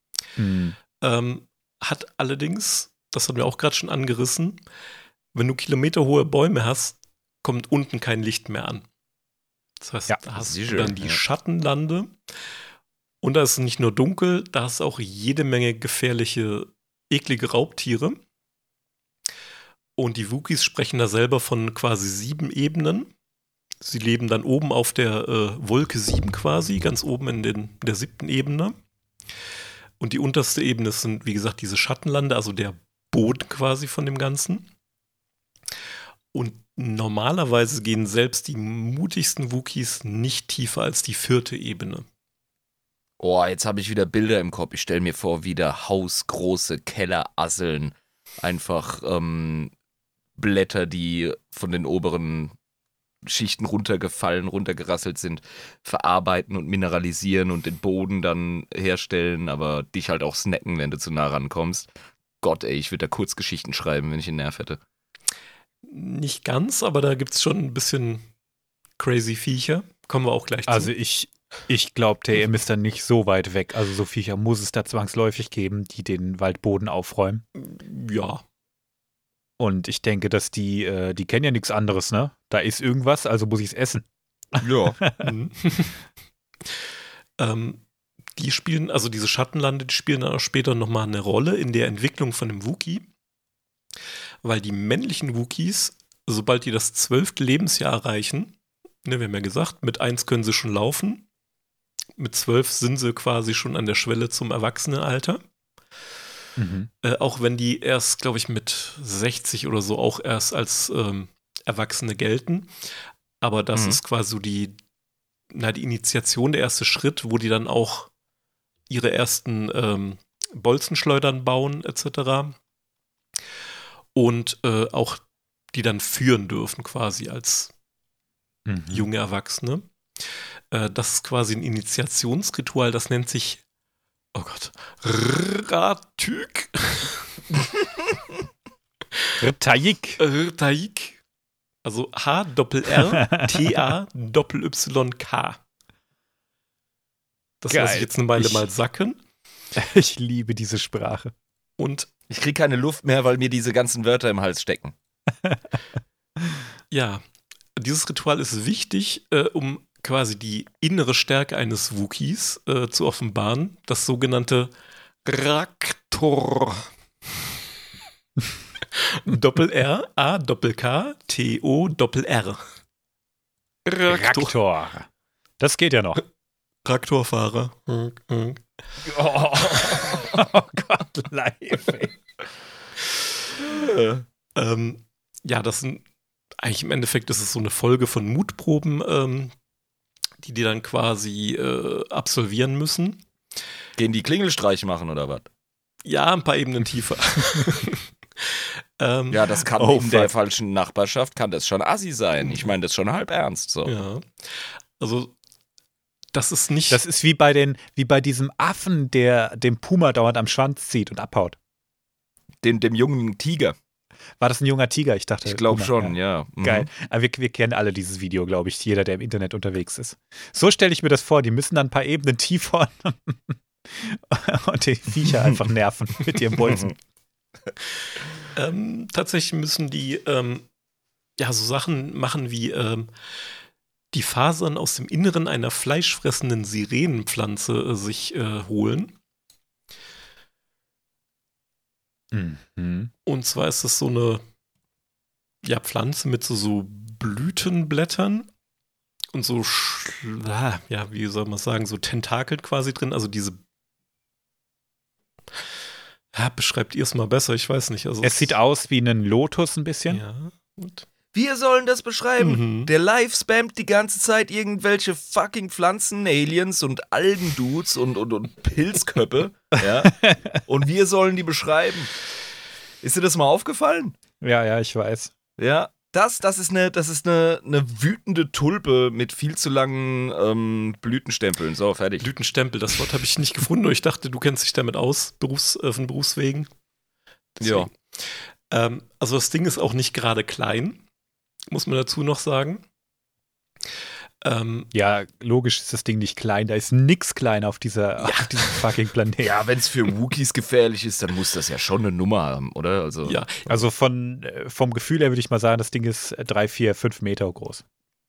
Hat allerdings, das hatten wir auch gerade schon angerissen, wenn du kilometerhohe Bäume hast, kommt unten kein Licht mehr an. Das heißt, da hast du dann die Schattenlande und da ist es nicht nur dunkel, da hast du auch jede Menge gefährliche, eklige Raubtiere. Und die Wookiees sprechen da selber von quasi 7 Ebenen. Sie leben dann oben auf der Wolke 7 quasi, ganz oben in der 7. Ebene. Und die unterste Ebene sind, wie gesagt, diese Schattenlande, also der Boden quasi von dem Ganzen. Und normalerweise gehen selbst die mutigsten Wookiees nicht tiefer als die 4. Ebene. Oh, jetzt habe ich wieder Bilder im Kopf. Ich stelle mir vor, wieder hausgroße Kellerasseln. Einfach Blätter, die von den oberen Schichten runtergerasselt sind, verarbeiten und mineralisieren und den Boden dann herstellen, aber dich halt auch snacken, wenn du zu nah rankommst. Gott, ey, ich würde da Kurzgeschichten schreiben, wenn ich einen Nerv hätte. Nicht ganz, aber da gibt es schon ein bisschen crazy Viecher. Kommen wir auch gleich zu. Also ich glaube, der EM ist dann nicht so weit weg. Also so Viecher muss es da zwangsläufig geben, die den Waldboden aufräumen. Ja. Und ich denke, dass die kennen ja nichts anderes, ne? Da ist irgendwas, also muss ich es essen. Ja. Die spielen, also diese Schattenlande, die spielen dann auch später nochmal eine Rolle in der Entwicklung von dem Wookiee. Weil die männlichen Wookiees, sobald die das 12. Lebensjahr erreichen, ne, wir haben ja gesagt, mit 1 können sie schon laufen. Mit 12 sind sie quasi schon an der Schwelle zum Erwachsenenalter. Auch wenn die erst, glaube ich, mit 60 oder so auch erst als Erwachsene gelten. Aber das ist quasi so die Initiation, der erste Schritt, wo die dann auch ihre ersten Bolzenschleudern bauen, etc. Und auch die dann führen dürfen, quasi als junge Erwachsene. Das ist quasi ein Initiationsritual, das nennt sich, oh Gott, Ratük. Rtaik. Also H-R-T-A-Y-K. Das lasse ich jetzt eine Weile mal sacken. Ich liebe diese Sprache. Und ich kriege keine Luft mehr, weil mir diese ganzen Wörter im Hals stecken. Ja, dieses Ritual ist wichtig, um quasi die innere Stärke eines Wookies zu offenbaren. Das sogenannte Raktor. Doppel-R, A-Doppel-K-T-O-Doppel-R. Raktor. Das geht ja noch. Traktorfahrer. Oh Gott, live, ey. Ja, das sind eigentlich im Endeffekt ist es so eine Folge von Mutproben, die dann quasi absolvieren müssen. Gehen die Klingelstreich machen oder was? Ja, ein paar Ebenen tiefer. Ja, das kann in der falschen Nachbarschaft, kann das schon assi sein. Ich meine das schon halb ernst. So. Ja, also das ist nicht... Das ist wie bei diesem Affen, der dem Puma dauernd am Schwanz zieht und abhaut. Dem jungen Tiger. War das ein junger Tiger? Ich dachte. Ich glaube schon, ja. Geil. Aber wir kennen alle dieses Video, glaube ich. Jeder, der im Internet unterwegs ist. So stelle ich mir das vor. Die müssen dann ein paar Ebenen tiefer und die Viecher einfach nerven mit ihrem Bolzen. Tatsächlich müssen die so Sachen machen wie die Fasern aus dem Inneren einer fleischfressenden Sirenenpflanze sich holen. Und zwar ist es so eine Pflanze mit so Blütenblättern und so, ja, wie soll man sagen, so Tentakeln quasi drin. Also diese, ja, beschreibt ihr es mal besser, ich weiß nicht. Also Es sieht aus wie ein Lotus ein bisschen. Ja, und Wir sollen das beschreiben. Mhm. Der Live spammt die ganze Zeit irgendwelche fucking Pflanzen, Aliens und Algendudes und Pilzköppe. Ja? Und wir sollen die beschreiben. Ist dir das mal aufgefallen? Ja, ich weiß. Ja. Das ist eine wütende Tulpe mit viel zu langen Blütenstempeln. So, fertig. Blütenstempel, das Wort habe ich nicht gefunden, und ich dachte, du kennst dich damit aus, von Berufswegen. Ja. Also das Ding ist auch nicht gerade klein, muss man dazu noch sagen. Ja, logisch ist das Ding nicht klein. Da ist nix klein auf diesem fucking Planeten. Ja, wenn es für Wookies gefährlich ist, dann muss das ja schon eine Nummer haben, oder? Also, Ja, Also vom Gefühl her würde ich mal sagen, das Ding ist 3, 4, 5 Meter groß.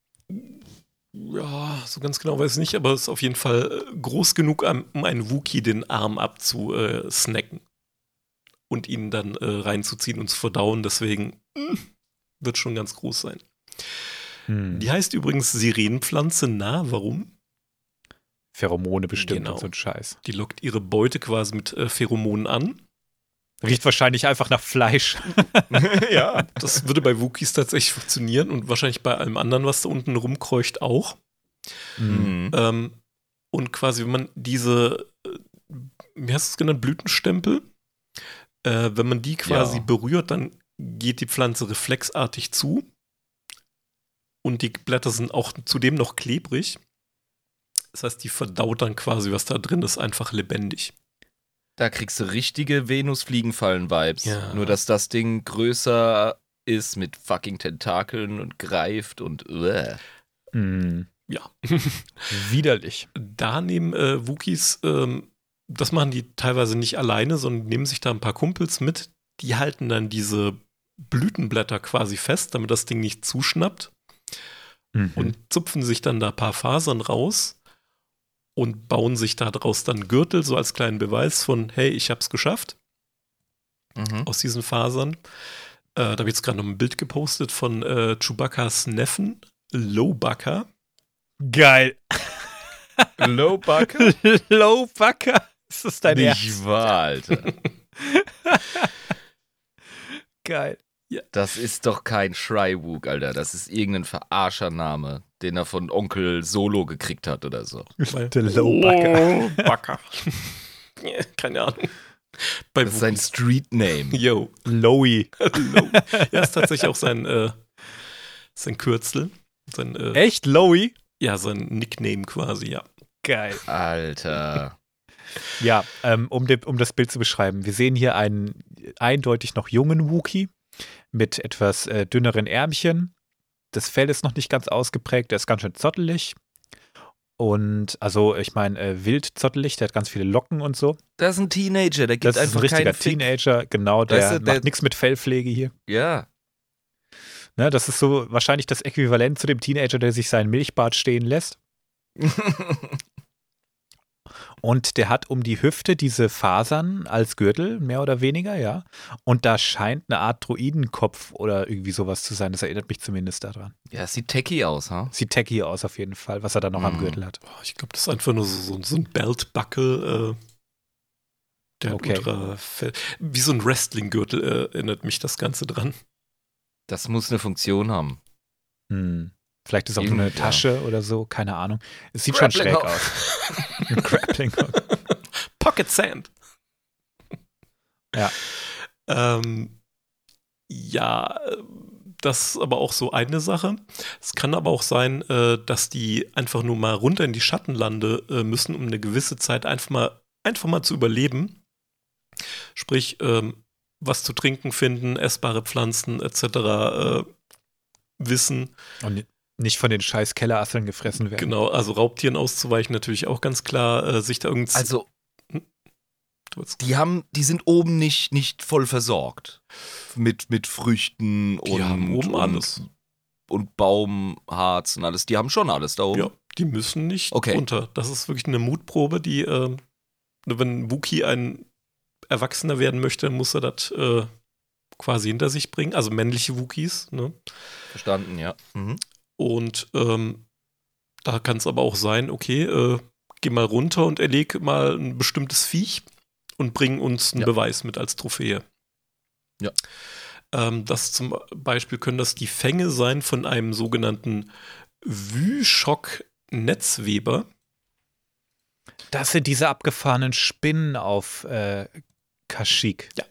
ja, so ganz genau weiß ich nicht, aber es ist auf jeden Fall groß genug, um einen Wookie den Arm abzusnacken und ihn dann reinzuziehen und zu verdauen. Deswegen wird schon ganz groß sein. Die heißt übrigens Sirenenpflanze. Warum? Pheromone bestimmt Genau. und so ein Scheiß. Die lockt ihre Beute quasi mit Pheromonen an. Riecht wahrscheinlich einfach nach Fleisch. ja. Das würde bei Wookies tatsächlich funktionieren und wahrscheinlich bei allem anderen, was da unten rumkreucht, auch. Mhm. Und quasi, wenn man diese, wie hast du es genannt, Blütenstempel, wenn man die quasi berührt, dann geht die Pflanze reflexartig zu. Und die Blätter sind auch zudem noch klebrig. Das heißt, die verdaut dann quasi, was da drin ist, einfach lebendig. Da kriegst du richtige Venus-Fliegenfallen-Vibes. Ja. Nur, dass das Ding größer ist mit fucking Tentakeln und greift und Ja. Widerlich. Da nehmen Wookies, das machen die teilweise nicht alleine, sondern nehmen sich da ein paar Kumpels mit. Die halten dann diese Blütenblätter quasi fest, damit das Ding nicht zuschnappt. Und zupfen sich dann da ein paar Fasern raus und bauen sich daraus dann Gürtel, so als kleinen Beweis von, hey, ich hab's geschafft, aus diesen Fasern. Da habe ich jetzt gerade noch ein Bild gepostet von Chewbacca's Neffen, Lowbacca. Geil. Lowbacca? Lowbacca? Ist das dein Ernst? Nicht wahr, Alter. Geil. Das ist doch kein Shrywook, Alter. Das ist irgendein Verarschername, den er von Onkel Solo gekriegt hat oder so. Der Lowbacca. Lowbacca. Keine Ahnung. Bei Das ist sein Street-Name. Yo. Lowy. Ja, ist tatsächlich auch sein Kürzel. Echt? Lowy? Ja, sein Nickname quasi, ja. Geil. Alter. Ja, um das Bild zu beschreiben. Wir sehen hier einen eindeutig noch jungen Wookie mit etwas dünneren Ärmchen. Das Fell ist noch nicht ganz ausgeprägt, der ist ganz schön zottelig. Und, also, ich meine, wild zottelig, der hat ganz viele Locken und so. Das ist ein Teenager, der gibt Das ist einfach ein richtiger keinen Fick. Teenager, genau, Weißt der du, der- macht nichts mit Fellpflege hier. Ja. Ne, das ist so wahrscheinlich das Äquivalent zu dem Teenager, der sich seinen Milchbart stehen lässt. Und der hat um die Hüfte diese Fasern als Gürtel, mehr oder weniger, ja. Und da scheint eine Art Droidenkopf oder irgendwie sowas zu sein. Das erinnert mich zumindest daran. Ja, es sieht techy aus, ha? Sieht tacky aus auf jeden Fall, was er da noch am Gürtel hat. Boah, ich glaube, das ist einfach nur so ein Beltbuckle. Der Okay. wie so ein Wrestling-Gürtel erinnert mich das Ganze dran. Das muss eine Funktion haben. Vielleicht ist auch so eine Irgendwie, ja. Tasche oder so, keine Ahnung. Es sieht schon schräg Grappling aus. Ein Grappling Hook. Pocket Sand. Ja. Ja, das ist aber auch so eine Sache. Es kann aber auch sein, dass die einfach nur mal runter in die Schattenlande müssen, um eine gewisse Zeit einfach mal zu überleben. Sprich, was zu trinken finden, essbare Pflanzen etc. Wissen. Und nicht von den scheiß Kellerasseln gefressen werden. Genau, also Raubtieren auszuweichen natürlich auch ganz klar, sich da irgendwie. Also, die sind oben nicht voll versorgt. Mit Früchten die haben oben alles. Und Baumharz und alles. Die haben schon alles da oben. Ja, die müssen nicht Okay. runter. Das ist wirklich eine Mutprobe, die, wenn Wookie ein Erwachsener werden möchte, muss er das quasi hinter sich bringen, also männliche Wookies. Ne? Verstanden, ja. Mhm. Und da kann es aber auch sein, okay, geh mal runter und erleg mal ein bestimmtes Viech und bring uns einen Beweis mit als Trophäe. Ja. Das zum Beispiel können das die Fänge sein von einem sogenannten Wüschok-Netzweber. Das sind diese abgefahrenen Spinnen auf Kashyyyk. Ja.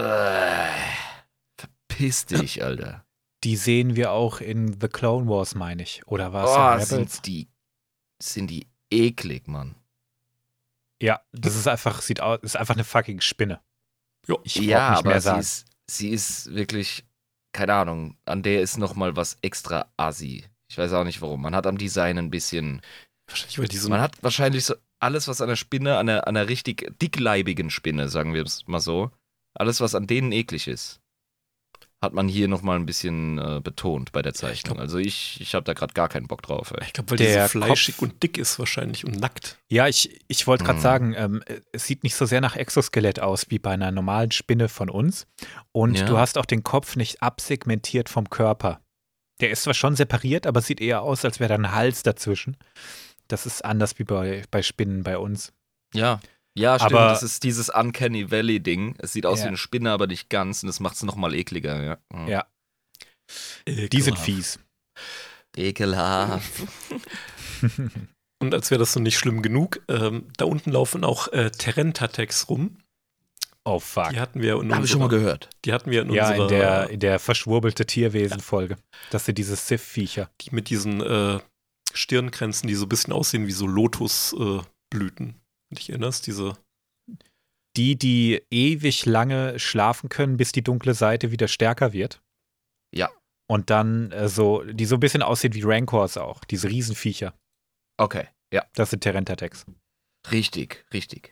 Verpiss dich, Alter. Die sehen wir auch in The Clone Wars, meine ich. Oder war es in Rebels? Sind die eklig, Mann. Ja, das ist einfach, ist einfach eine fucking Spinne. Jo. Ich brauch nicht aber mehr sagen. sie ist wirklich, keine Ahnung, an der ist nochmal was extra assi. Ich weiß auch nicht warum. Man hat am Design ein bisschen. Wahrscheinlich, weil die so. Man hat wahrscheinlich so alles, was an der Spinne, an einer richtig dickleibigen Spinne, sagen wir es mal so, alles, was an denen eklig ist, hat man hier nochmal ein bisschen betont bei der Zeichnung. Also ich habe da gerade gar keinen Bock drauf. Ey. Ich glaube, weil die so fleischig und dick ist wahrscheinlich und nackt. Ja, ich wollte gerade sagen, es sieht nicht so sehr nach Exoskelett aus wie bei einer normalen Spinne von uns. Und du hast auch den Kopf nicht absegmentiert vom Körper. Der ist zwar schon separiert, aber sieht eher aus, als wäre da ein Hals dazwischen. Das ist anders wie bei Spinnen bei uns. Ja, stimmt. Aber das ist dieses Uncanny Valley-Ding. Es sieht aus wie eine Spinne, aber nicht ganz. Und das macht es nochmal ekliger. Ja. Ja. Die sind fies. Ekelhaft. Und als wäre das so nicht schlimm genug, da unten laufen auch Terentatex rum. Oh, fuck. Die hatten wir Habe ich schon mal gehört. Die hatten wir in unserer. In der verschwurbelte Tierwesen-Folge. Das sind diese Sith-Viecher. Die mit diesen Stirnkränzen, die so ein bisschen aussehen wie so Lotusblüten. Dich erinnerst, diese. Die ewig lange schlafen können, bis die dunkle Seite wieder stärker wird. Ja. Und dann die so ein bisschen aussehen wie Rancors auch. Diese Riesenviecher. Okay, ja. Das sind Terentatex. Richtig.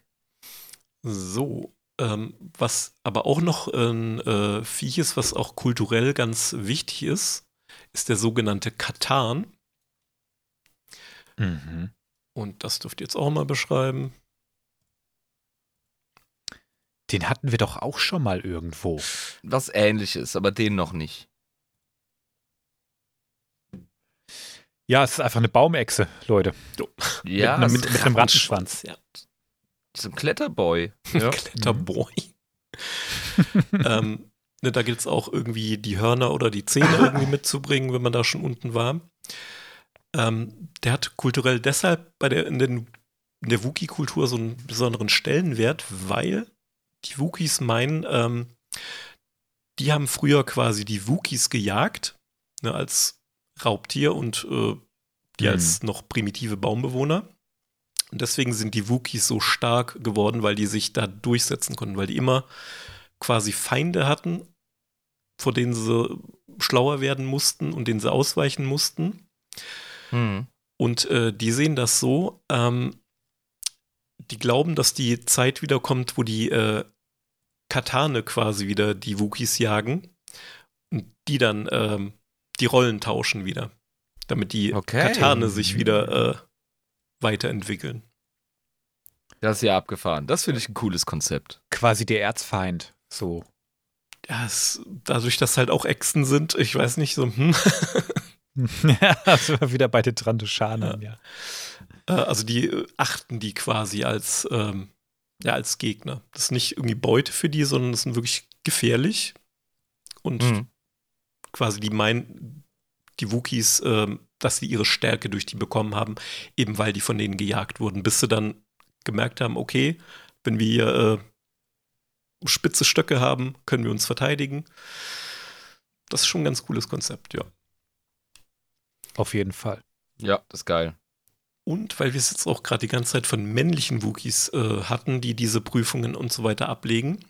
So. Was aber auch noch ein Viech ist, was auch kulturell ganz wichtig ist der sogenannte Katan. Mhm. Und das dürft ihr jetzt auch mal beschreiben. Den hatten wir doch auch schon mal irgendwo. Was Ähnliches, aber den noch nicht. Ja, es ist einfach eine Baumechse, Leute. Ja, mit einem Rattenschwanz. Ja. So ein Kletterboy. Ja. Kletterboy. Da gilt es auch irgendwie die Hörner oder die Zähne irgendwie mitzubringen, wenn man da schon unten war. Der hat kulturell deshalb in der Wookie-Kultur so einen besonderen Stellenwert, weil die Wookies meinen, die haben früher quasi die Wookies gejagt, ne, als Raubtier und die als noch primitive Baumbewohner. Und deswegen sind die Wookies so stark geworden, weil die sich da durchsetzen konnten, weil die immer quasi Feinde hatten, vor denen sie schlauer werden mussten und denen sie ausweichen mussten. Und die sehen das so, die glauben, dass die Zeit wieder kommt, wo die Katane quasi wieder die Wookies jagen und die dann die Rollen tauschen wieder, damit die Katane sich wieder weiterentwickeln. Das ist ja abgefahren. Das finde ich ein cooles Konzept. Quasi der Erzfeind, so. Ja, dadurch, dass halt auch Echsen sind, ich weiß nicht, so, Ja, das war wieder bei den Trandoshanern, ja. Also die achten die quasi als Gegner. Das ist nicht irgendwie Beute für die, sondern das sind wirklich gefährlich. Und quasi die meinen, die Wookies, dass sie ihre Stärke durch die bekommen haben, eben weil die von denen gejagt wurden, bis sie dann gemerkt haben, okay, wenn wir hier spitze Stöcke haben, können wir uns verteidigen. Das ist schon ein ganz cooles Konzept, ja. Auf jeden Fall. Ja, das ist geil. Und weil wir es jetzt auch gerade die ganze Zeit von männlichen Wookies hatten, die diese Prüfungen und so weiter ablegen,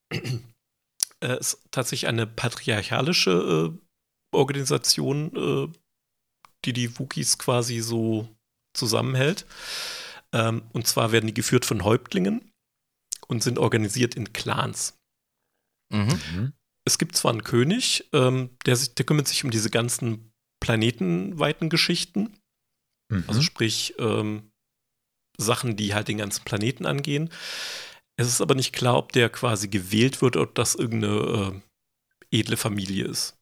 ist tatsächlich eine patriarchalische Organisation, die Wookies quasi so zusammenhält. Und zwar werden die geführt von Häuptlingen und sind organisiert in Clans. Es gibt zwar einen König, der kümmert sich um diese ganzen planetenweiten Geschichten. Also sprich Sachen, die halt den ganzen Planeten angehen. Es ist aber nicht klar, ob der quasi gewählt wird, ob das irgendeine edle Familie ist.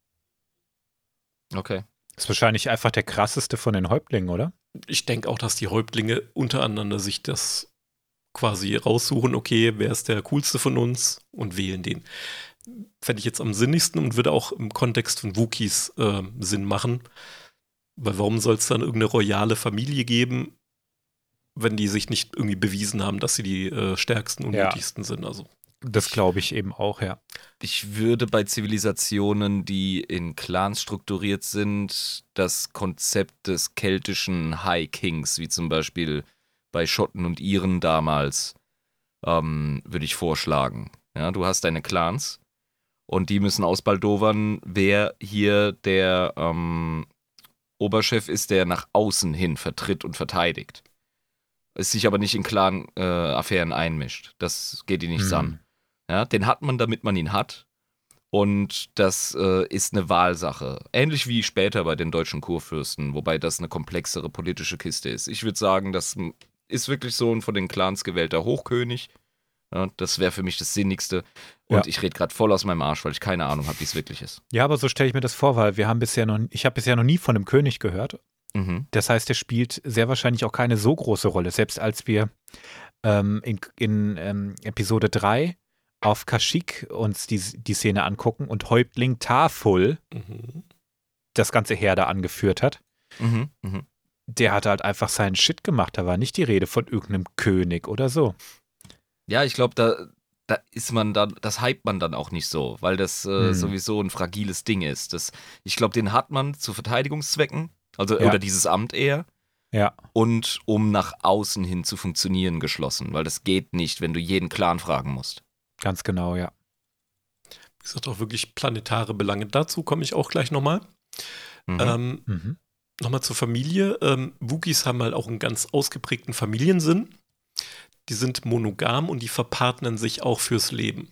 Okay. Ist wahrscheinlich einfach der krasseste von den Häuptlingen, oder? Ich denke auch, dass die Häuptlinge untereinander sich das quasi raussuchen, okay, wer ist der coolste von uns und wählen den. Fände ich jetzt am sinnigsten und würde auch im Kontext von Wookiees Sinn machen. Weil warum soll es dann irgendeine royale Familie geben, wenn die sich nicht irgendwie bewiesen haben, dass sie die stärksten und mutigsten sind? Also das glaube ich eben auch, ja. Ich würde bei Zivilisationen, die in Clans strukturiert sind, das Konzept des keltischen High Kings, wie zum Beispiel bei Schotten und Iren damals, würde ich vorschlagen. Ja, du hast deine Clans und die müssen ausbaldowern, wer hier der Oberchef ist, der nach außen hin vertritt und verteidigt. Es sich aber nicht in Clan-Affären einmischt. Das geht ihnen nichts an. Ja, den hat man, damit man ihn hat. Und das ist eine Wahlsache. Ähnlich wie später bei den deutschen Kurfürsten, wobei das eine komplexere politische Kiste ist. Ich würde sagen, das ist wirklich so ein von den Clans gewählter Hochkönig. Ja, das wäre für mich das Sinnigste. Und ich rede gerade voll aus meinem Arsch, weil ich keine Ahnung habe, wie es wirklich ist. Ja, aber so stelle ich mir das vor, weil ich habe bisher noch nie von einem König gehört. Das heißt, der spielt sehr wahrscheinlich auch keine so große Rolle. Selbst als wir in Episode 3 auf Kashyyyk uns die Szene angucken und Häuptling Tarful das ganze Heer da angeführt hat, der hat halt einfach seinen Shit gemacht. Da war nicht die Rede von irgendeinem König oder so. Ja, ich glaube, da ist man dann, das hypt man dann auch nicht so, weil das sowieso ein fragiles Ding ist. Ich glaube, den hat man zu Verteidigungszwecken, oder dieses Amt eher. Ja. Und um nach außen hin zu funktionieren geschlossen, weil das geht nicht, wenn du jeden Clan fragen musst. Ganz genau, ja. Wie gesagt, auch wirklich planetare Belange. Dazu komme ich auch gleich nochmal. Nochmal zur Familie. Wookiees haben halt auch einen ganz ausgeprägten Familiensinn. Die sind monogam und die verpartnern sich auch fürs Leben.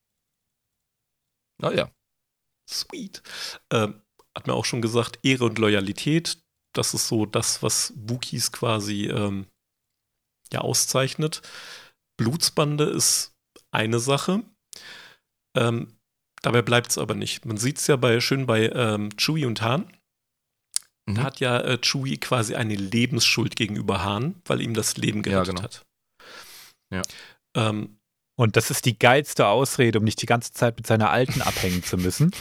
Ah ja. Sweet. Hat mir auch schon gesagt, Ehre und Loyalität, das ist so das, was Wookiees quasi auszeichnet. Blutsbande ist eine Sache. Dabei bleibt es aber nicht. Man sieht es ja schön bei Chewie und Han. Da hat ja Chewie quasi eine Lebensschuld gegenüber Han, weil ihm das Leben gerettet hat. Ja. Und das ist die geilste Ausrede, um nicht die ganze Zeit mit seiner Alten abhängen zu müssen.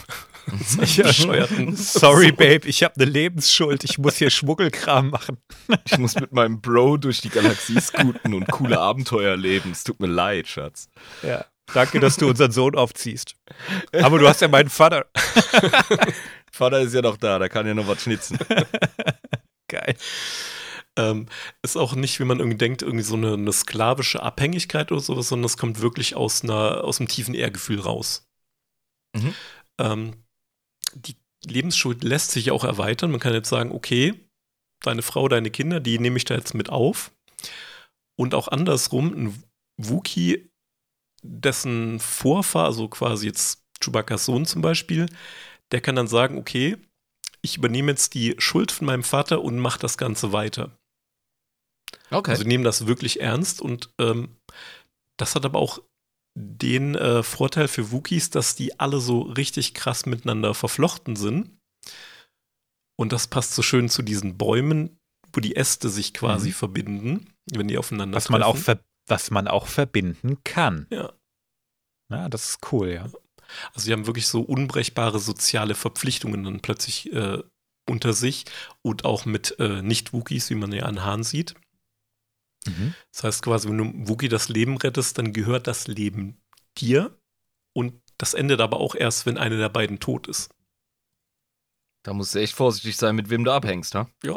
Sorry, Babe, ich habe eine Lebensschuld. Ich muss hier Schmuggelkram machen. Ich muss mit meinem Bro durch die Galaxie scooten und coole Abenteuer erleben. Es tut mir leid, Schatz. Ja, danke, dass du unseren Sohn aufziehst. Aber du hast ja meinen Vater. Vater ist ja noch da, kann ja noch was schnitzen. Geil. Ist auch nicht, wie man irgendwie denkt, irgendwie so eine sklavische Abhängigkeit oder sowas, sondern das kommt wirklich aus dem tiefen Ehrgefühl raus. Die Lebensschuld lässt sich auch erweitern. Man kann jetzt sagen, okay, deine Frau, deine Kinder, die nehme ich da jetzt mit auf. Und auch andersrum, ein Wookie, dessen Vorfahr, also quasi jetzt Chewbacca's Sohn zum Beispiel, der kann dann sagen, okay, ich übernehme jetzt die Schuld von meinem Vater und mache das Ganze weiter. Okay. Also nehmen das wirklich ernst und das hat aber auch den Vorteil für Wookiees, dass die alle so richtig krass miteinander verflochten sind. Und das passt so schön zu diesen Bäumen, wo die Äste sich quasi verbinden, wenn die aufeinander treffen. Was man auch verbinden kann. Ja. Ja, das ist cool, ja. Also die haben wirklich so unbrechbare soziale Verpflichtungen dann plötzlich unter sich und auch mit Nicht-Wookiees, wie man ja an Han sieht. Das heißt quasi, wenn du Wookie das Leben rettest, dann gehört das Leben dir und das endet aber auch erst, wenn einer der beiden tot ist. Da musst du echt vorsichtig sein, mit wem du abhängst, ha? Ja.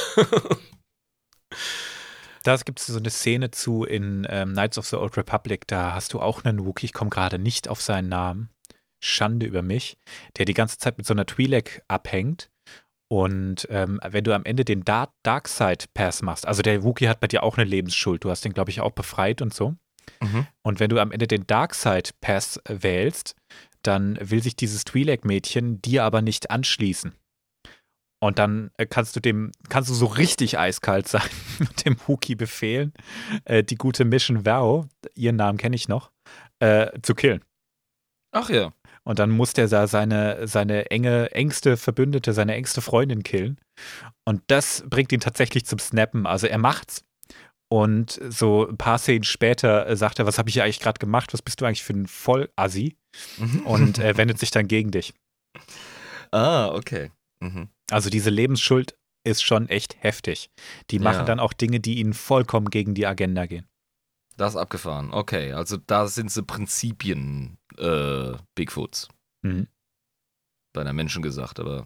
Da gibt es so eine Szene zu in Knights of the Old Republic, da hast du auch einen Wookie, ich komme gerade nicht auf seinen Namen, Schande über mich, der die ganze Zeit mit so einer Twi'lek abhängt. Und wenn du am Ende den Darkside-Pass machst, also der Wookie hat bei dir auch eine Lebensschuld, du hast den, glaube ich, auch befreit und so. Und wenn du am Ende den Darkside-Pass wählst, dann will sich dieses Twi'lek-Mädchen dir aber nicht anschließen. Und dann kannst du so richtig eiskalt sein und dem Wookie befehlen, die gute Mission Vao, ihren Namen kenne ich noch, zu killen. Ach ja. Und dann muss der da seine engste Verbündete, seine engste Freundin killen. Und das bringt ihn tatsächlich zum Snappen. Also er macht's. Und so ein paar Szenen später sagt er, was habe ich hier eigentlich gerade gemacht? Was bist du eigentlich für ein Vollassi? Und er wendet sich dann gegen dich. Ah, okay. Mhm. Also diese Lebensschuld ist schon echt heftig. Die machen dann auch Dinge, die ihnen vollkommen gegen die Agenda gehen. Das ist abgefahren. Okay, also da sind sie Prinzipien Bigfoots. Mhm. Bei einer Menschen gesagt, aber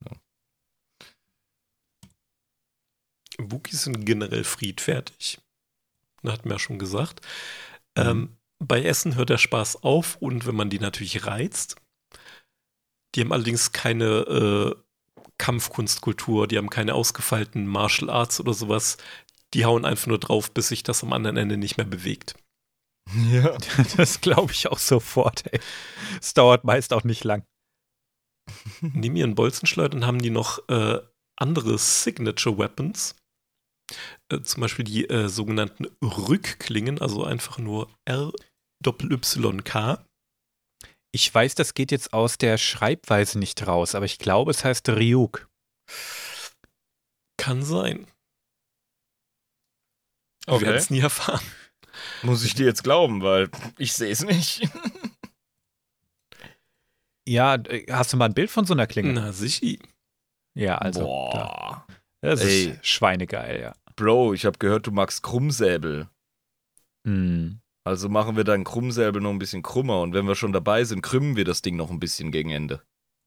Wookies sind generell friedfertig. Das hatten wir ja schon gesagt. Mhm. Bei Essen hört der Spaß auf und wenn man die natürlich reizt. Die haben allerdings keine Kampfkunstkultur, die haben keine ausgefeilten Martial Arts oder sowas. Die hauen einfach nur drauf, bis sich das am anderen Ende nicht mehr bewegt. ja. Das glaube ich auch sofort, ey. Es dauert meist auch nicht lang. Neben ihren Bolzenschleudern haben die noch andere Signature Weapons. Zum Beispiel die sogenannten Rückklingen, also einfach nur RYYK. Ich weiß, das geht jetzt aus der Schreibweise nicht raus, aber ich glaube, es heißt Ryuk. Kann sein. Okay. Wir werden es nie erfahren. Muss ich dir jetzt glauben, weil ich sehe es nicht. Ja, hast du mal ein Bild von so einer Klinge? Na, sicher. Ja, also. Da. Boah. Das Ey. ist schweinegeil, ja. Bro, ich habe gehört, du magst Krummsäbel. Mhm. Also machen wir deinen Krummsäbel noch ein bisschen krummer und wenn wir schon dabei sind, krümmen wir das Ding noch ein bisschen gegen Ende.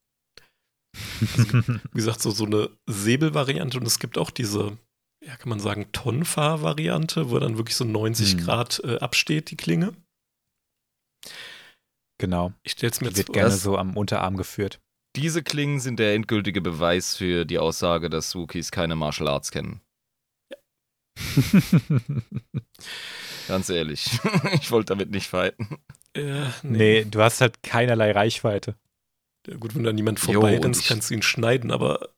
Wie gesagt, so eine Säbelvariante und es gibt auch diese, ja, kann man sagen, Tonfa-Variante, wo dann wirklich so 90 Grad absteht, die Klinge. Genau. Ich stelle es mir Die jetzt wird gerne was? so am Unterarm geführt. Diese Klingen sind der endgültige Beweis für die Aussage, dass Wookiees keine Martial Arts kennen. Ganz ehrlich. Ich wollte damit nicht fighten. Nee, du hast halt keinerlei Reichweite. Ja, gut, wenn da niemand Jo, vorbei und rennst, ich- kannst du ihn schneiden, aber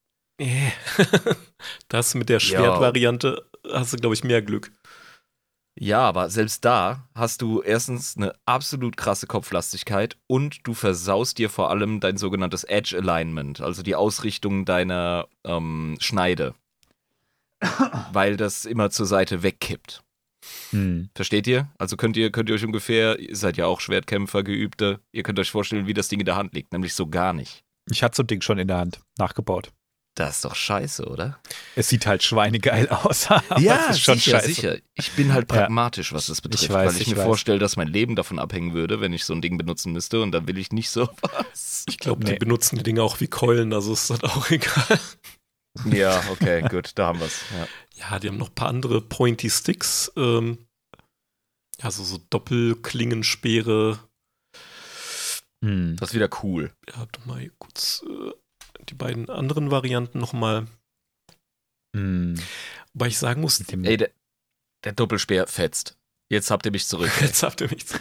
das mit der Schwertvariante hast du, glaube ich, mehr Glück. Ja, aber selbst da hast du erstens eine absolut krasse Kopflastigkeit und du versaust dir vor allem dein sogenanntes Edge Alignment, also die Ausrichtung deiner Schneide, weil das immer zur Seite wegkippt. Hm. Versteht ihr? Also könnt ihr euch ungefähr, ihr seid ja auch Schwertkämpfer, Geübte, ihr könnt euch vorstellen, wie das Ding in der Hand liegt, nämlich so gar nicht. Ich hatte so ein Ding schon in der Hand nachgebaut. Das ist doch scheiße, oder? Es sieht halt schweinegeil aus. Aber es ist schon scheiße. sicher. Ich bin halt pragmatisch, was das betrifft, weiß, weil ich ich mir weiß. vorstelle, dass mein Leben davon abhängen würde, wenn ich so ein Ding benutzen müsste und dann will ich nicht sowas. Ich glaube, Nee. die benutzen die Dinge auch wie Keulen, also ist das auch egal. Ja, okay, gut, da haben wir es. Ja. Ja, die haben noch ein paar andere Pointy Sticks. Ja, so Doppelklingenspeere. Hm. Das ist wieder cool. Ja, doch mal kurz die beiden anderen Varianten nochmal. Hm. Wobei ich sagen muss, Mit dem Ey, der Doppelspeer fetzt. Jetzt habt ihr mich zurück. jetzt habt ihr mich.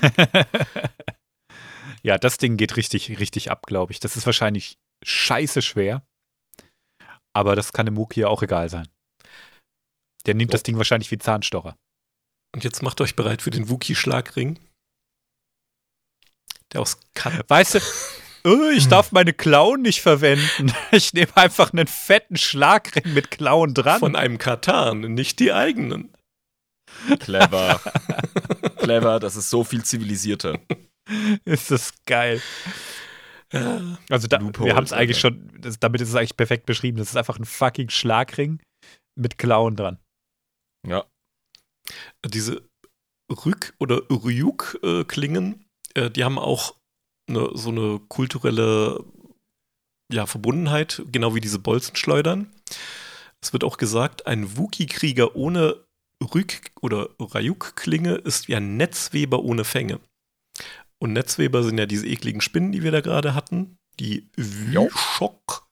Ja, das Ding geht richtig, richtig ab, glaube ich. Das ist wahrscheinlich scheiße schwer. Aber das kann dem Wookie ja auch egal sein. Der nimmt das Ding wahrscheinlich wie Zahnstocher. Und jetzt macht euch bereit für den Wookie-Schlagring. Der aus Weißt du, ich darf meine Klauen nicht verwenden. Ich nehme einfach einen fetten Schlagring mit Klauen dran. von einem Katan, nicht die eigenen. Clever. Clever, das ist so viel zivilisierter. Ist das geil. Ja. Also Loopholes, wir haben es eigentlich Alter. schon, damit ist es eigentlich perfekt beschrieben. Das ist einfach ein fucking Schlagring mit Klauen dran. Ja. Diese Rück- oder Ryuk-Klingen, die haben auch so eine kulturelle Verbundenheit, genau wie diese Bolzenschleudern. Es wird auch gesagt, ein Wookie-Krieger ohne Rück- oder Ryuk-Klinge ist wie ein Netzweber ohne Fänge. Und Netzweber sind ja diese ekligen Spinnen, die wir da gerade hatten. Die Wüschok.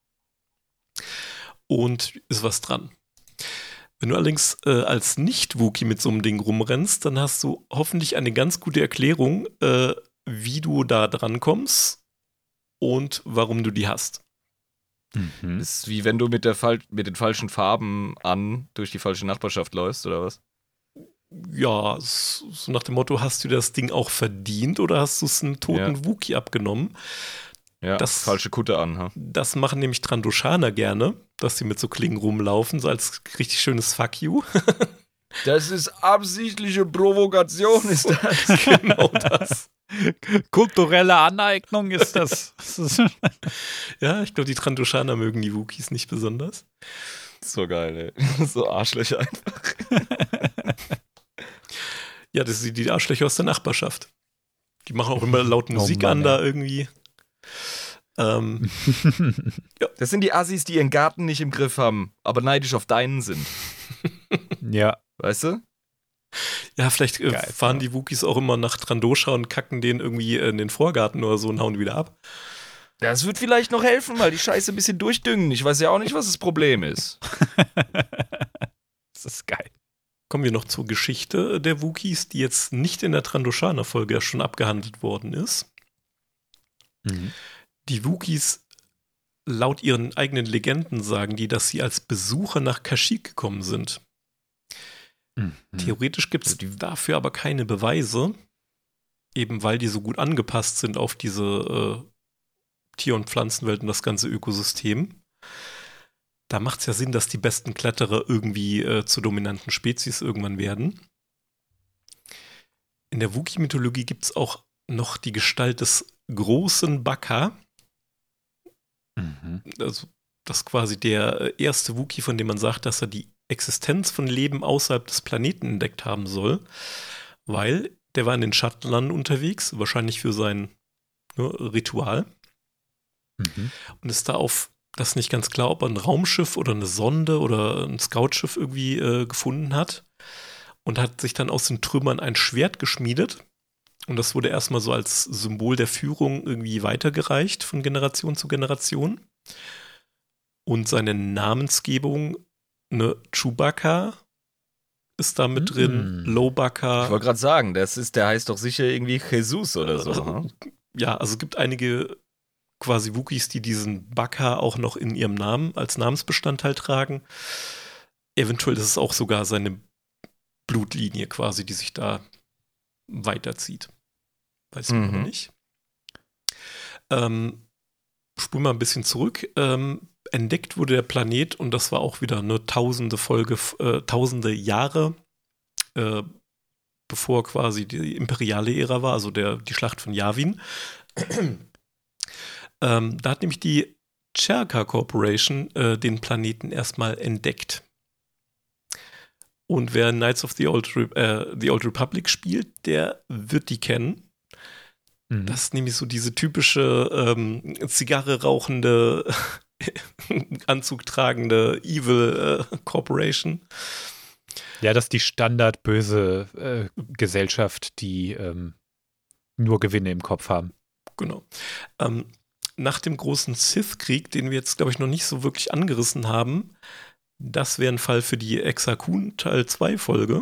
Und ist was dran. Wenn du allerdings als Nicht-Wookie mit so einem Ding rumrennst, dann hast du hoffentlich eine ganz gute Erklärung, wie du da dran kommst und warum du die hast. Mhm. Ist wie wenn du mit den falschen Farben durch die falsche Nachbarschaft läufst, oder was? Ja, so nach dem Motto, hast du das Ding auch verdient oder hast du es einem toten Wookie abgenommen? Ja, falsche Kutte an. Ha? Das machen nämlich Trandoshaner gerne, dass sie mit so Klingen rumlaufen, so als richtig schönes Fuck you. Das ist absichtliche Provokation, ist das. Genau das. Kulturelle Aneignung ist das. Ja, ich glaube, die Trandoshaner mögen die Wookiees nicht besonders. So geil, ey. So Arschlöcher einfach. Ja, das sind die Arschlöcher aus der Nachbarschaft. Die machen auch immer laut Musik an da irgendwie. Ja. Das sind die Assis, die ihren Garten nicht im Griff haben, aber neidisch auf deinen sind. Ja. Weißt du? Ja, vielleicht fahren die Wookies auch immer nach Trandosha und kacken den irgendwie in den Vorgarten oder so und hauen wieder ab. Das wird vielleicht noch helfen, weil die Scheiße ein bisschen durchdüngen. Ich weiß ja auch nicht, was das Problem ist. Das ist geil. Kommen wir noch zur Geschichte der Wookiees, die jetzt nicht in der Trandoshaner-Folge schon abgehandelt worden ist. Mhm. Die Wookiees, laut ihren eigenen Legenden, sagen die, dass sie als Besucher nach Kashyyyk gekommen sind. Mhm. Theoretisch gibt es dafür aber keine Beweise, eben weil die so gut angepasst sind auf diese Tier- und Pflanzenwelt und das ganze Ökosystem. Da macht es ja Sinn, dass die besten Kletterer irgendwie zur dominanten Spezies irgendwann werden. In der Wookiee-Mythologie gibt es auch noch die Gestalt des großen Baka. Mhm. Also das ist quasi der erste Wookiee, von dem man sagt, dass er die Existenz von Leben außerhalb des Planeten entdeckt haben soll, weil der war in den Schattenlanden unterwegs, wahrscheinlich für sein Ritual. Mhm. Und ist da auf, das ist nicht ganz klar, ob er ein Raumschiff oder eine Sonde oder ein Scoutschiff irgendwie gefunden hat und hat sich dann aus den Trümmern ein Schwert geschmiedet. Und das wurde erstmal so als Symbol der Führung irgendwie weitergereicht von Generation zu Generation. Und seine Namensgebung, Chewbacca ist da mit drin, Lowbacca. Ich wollte gerade sagen, der heißt doch sicher irgendwie Jesus oder so. Ja, also es gibt einige quasi Wookiees, die diesen Baka auch noch in ihrem Namen als Namensbestandteil tragen. Eventuell ist es auch sogar seine Blutlinie quasi, die sich da weiterzieht. Weiß man aber nicht. Spulen wir ein bisschen zurück. Entdeckt wurde der Planet und das war auch wieder eine tausende Jahre bevor quasi die imperiale Ära war, also die Schlacht von Yavin. Da hat nämlich die Cherka Corporation den Planeten erstmal entdeckt. Und wer Knights of the Old Republic spielt, der wird die kennen. Mhm. Das ist nämlich so diese typische Zigarre rauchende, Anzug tragende Evil Corporation. Ja, das ist die standardböse Gesellschaft, die nur Gewinne im Kopf haben. Genau. Nach dem großen Sith-Krieg, den wir jetzt, glaube ich, noch nicht so wirklich angerissen haben, das wäre ein Fall für die Exar-Kun Teil 2 Folge.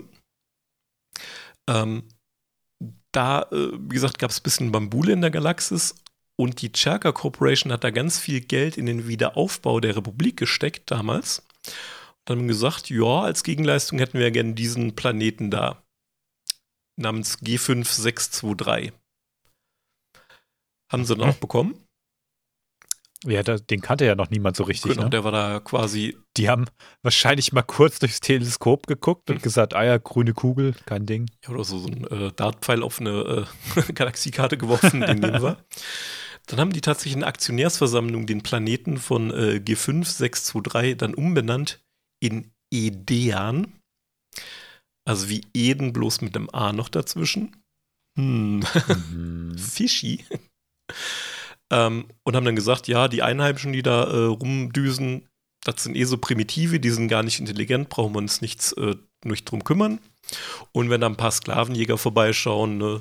Da, wie gesagt, gab es ein bisschen Bambule in der Galaxis und die Cherka Corporation hat da ganz viel Geld in den Wiederaufbau der Republik gesteckt damals. Und haben gesagt, ja, als Gegenleistung hätten wir gerne diesen Planeten da. Namens G5623. Haben sie dann auch bekommen. Ja, den kannte ja noch niemand so richtig. Genau, ne? der war da quasi. Die haben wahrscheinlich mal kurz durchs Teleskop geguckt und gesagt, ja, grüne Kugel, kein Ding. Ja, oder so ein Dartpfeil auf eine Galaxiekarte geworfen, den nehmen wir. Dann haben die tatsächlich in Aktionärsversammlung den Planeten von G5623 dann umbenannt in Edean. Also wie Eden, bloß mit einem A noch dazwischen. Fishy. Und haben dann gesagt, ja, die Einheimischen, die da rumdüsen, das sind so Primitive, die sind gar nicht intelligent, brauchen wir uns nicht drum kümmern. Und wenn da ein paar Sklavenjäger vorbeischauen, ne,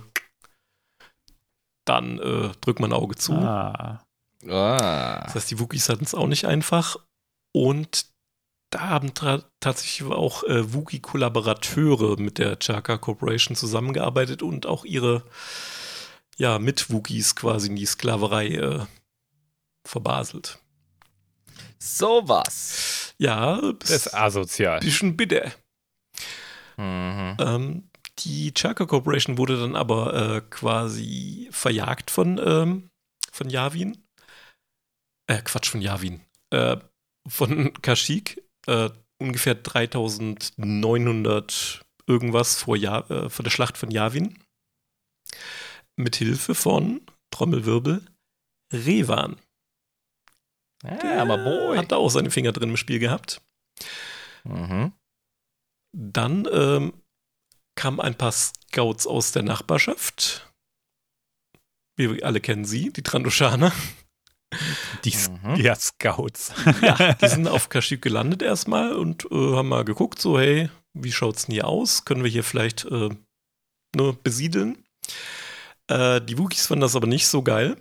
dann drückt man ein Auge zu. Das heißt, die Wookiees hatten es auch nicht einfach. Und da haben tatsächlich auch Wookiee-Kollaborateure mit der Cherka Corporation zusammengearbeitet und auch ihre mit Wookiees quasi in die Sklaverei verbaselt. Sowas. Ja, das ist asozial. Bisschen bitter. Mhm. Die Chaka Corporation wurde dann aber quasi verjagt von Yavin. Von Yavin. Von Kashyyyk. Ungefähr 3900 irgendwas vor der Schlacht von Yavin. Mit Hilfe von, Trommelwirbel, Revan. Aber boy. Hat da auch seine Finger drin im Spiel gehabt. Mhm. Dann kamen ein paar Scouts aus der Nachbarschaft. Wir alle kennen sie, die Trandoshaner. Die ja, Scouts. Ja, die sind auf Kashyyyk gelandet erstmal und haben mal geguckt, so hey, wie schaut's denn hier aus? Können wir hier vielleicht besiedeln? Die Wookiees fanden das aber nicht so geil.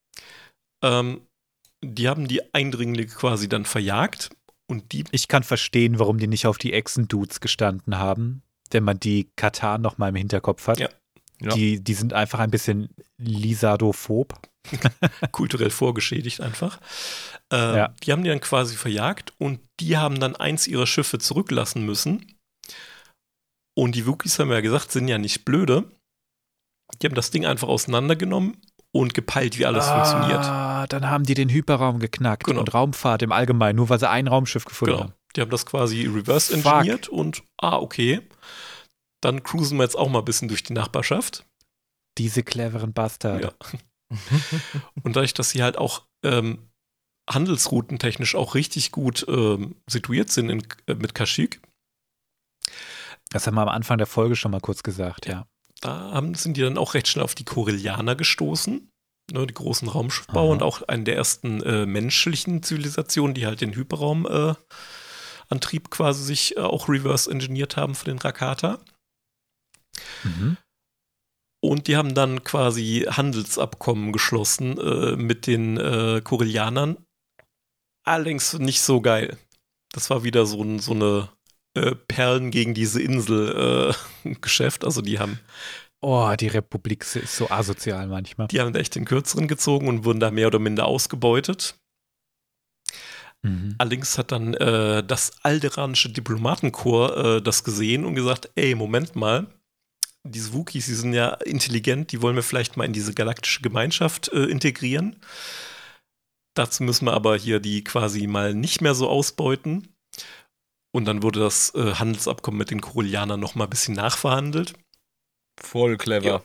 Die haben die Eindringlinge quasi dann verjagt. Und ich kann verstehen, warum die nicht auf die Echsen-Dudes gestanden haben, wenn man die Katan noch mal im Hinterkopf hat. Ja. Ja. Die sind einfach ein bisschen lisadophob. Kulturell vorgeschädigt einfach. Ja. Die haben die dann quasi verjagt und die haben dann eins ihrer Schiffe zurücklassen müssen. Und die Wookiees, haben wir ja gesagt, sind ja nicht blöde. Die haben das Ding einfach auseinandergenommen und gepeilt, wie alles funktioniert. Dann haben die den Hyperraum geknackt Genau. und Raumfahrt im Allgemeinen, nur weil sie ein Raumschiff gefunden haben. Die haben das quasi reverse-engineert und okay. Dann cruisen wir jetzt auch mal ein bisschen durch die Nachbarschaft. Diese cleveren Bastarde. Ja. Und dadurch, dass sie halt auch handelsroutentechnisch auch richtig gut situiert sind mit Kashyyyk. Das haben wir am Anfang der Folge schon mal kurz gesagt, ja. Da sind die dann auch recht schnell auf die Corellianer gestoßen, ne, die großen Raumschiffbauer und auch eine der ersten menschlichen Zivilisationen, die halt den Hyperraumantrieb quasi sich auch reverse-engineert haben für den Rakata. Mhm. Und die haben dann quasi Handelsabkommen geschlossen mit den Corellianern. Allerdings nicht so geil. Das war wieder so eine Perlen gegen diese Insel Geschäft. Also die haben die Republik ist so asozial manchmal. Die haben echt den Kürzeren gezogen und wurden da mehr oder minder ausgebeutet. Mhm. Allerdings hat dann das alderanische Diplomatenkorps das gesehen und gesagt, ey, Moment mal, diese Wookiees, die sind ja intelligent, die wollen wir vielleicht mal in diese galaktische Gemeinschaft integrieren. Dazu müssen wir aber hier die quasi mal nicht mehr so ausbeuten. Und dann wurde das Handelsabkommen mit den Corellianern noch mal ein bisschen nachverhandelt. Voll clever.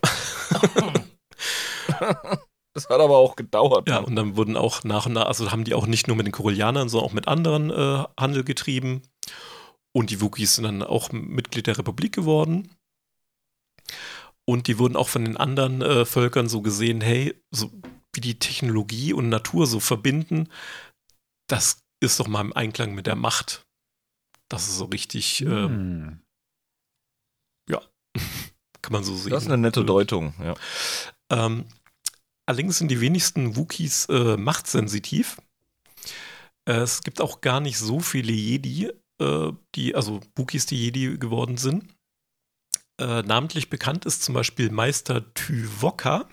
Das hat aber auch gedauert. Ja, Mann. und dann wurden auch nach und nach, also haben die auch nicht nur mit den Corellianern, sondern auch mit anderen Handel getrieben. Und die Wookiees sind dann auch Mitglied der Republik geworden. Und die wurden auch von den anderen Völkern so gesehen, hey, so wie die Technologie und Natur so verbinden, das ist doch mal im Einklang mit der Macht. Das ist so richtig, ja, kann man so sehen. Das ist eine nette Deutung, ja. Allerdings sind die wenigsten Wookiees machtsensitiv. Es gibt auch gar nicht so viele Jedi, also Wookiees, die Jedi geworden sind. Namentlich bekannt ist zum Beispiel Meister Tuvok.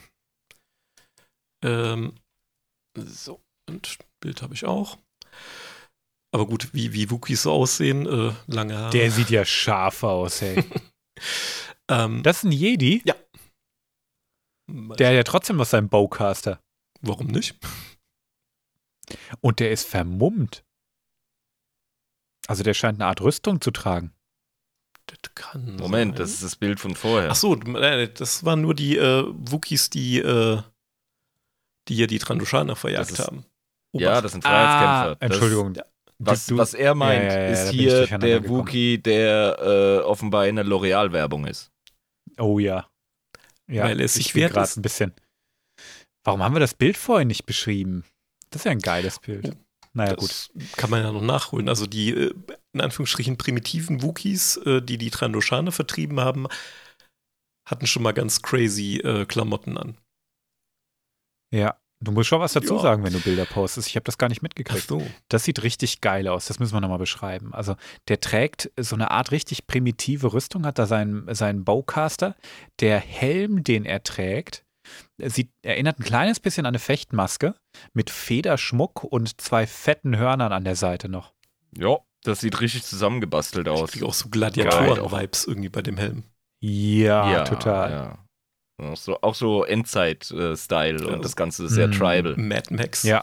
So, und Bild habe ich auch. Aber gut, wie Wookiees so aussehen, lange Haare. Der sieht ja scharf aus, hey. Das ist ein Jedi? Ja. Der hat ja trotzdem aus seinem Bowcaster. Warum nicht? Und der ist vermummt. Also der scheint eine Art Rüstung zu tragen. Das kann Moment, sein. das ist das Bild von vorher. Ach so, das waren nur die Wookiees, die hier die Trandoshaner verjagt haben. Ja, das sind Freiheitskämpfer. Entschuldigung. Was er meint, ist da bin ich hier durcheinander der gekommen. Wookie, der offenbar in der L'Oreal-Werbung ist. Oh ja. Ja, Weil es ich sich bin wert gerade ist. ein bisschen. Warum haben wir das Bild vorhin nicht beschrieben? Das ist ja ein geiles Bild. Naja, gut. Das kann man ja noch nachholen. Also die, in Anführungsstrichen, primitiven Wookiees, die Trandoshaner vertrieben haben, hatten schon mal ganz crazy Klamotten an. Ja, du musst schon was dazu Ja. sagen, wenn du Bilder postest. Ich habe das gar nicht mitgekriegt. so. Das sieht richtig geil aus. Das müssen wir nochmal beschreiben. Also der trägt so eine Art richtig primitive Rüstung, hat da seinen Bowcaster. Der Helm, den er trägt, erinnert ein kleines bisschen an eine Fechtmaske mit Federschmuck und 2 fetten Hörnern an der Seite noch. Ja. Das sieht richtig zusammengebastelt Ich aus. kriege auch so Gladiatoren-Vibes irgendwie bei dem Helm. Ja, total. Ja. Auch so Endzeit-Style Ja, und das Ganze ist sehr tribal. Mad Max. Ja.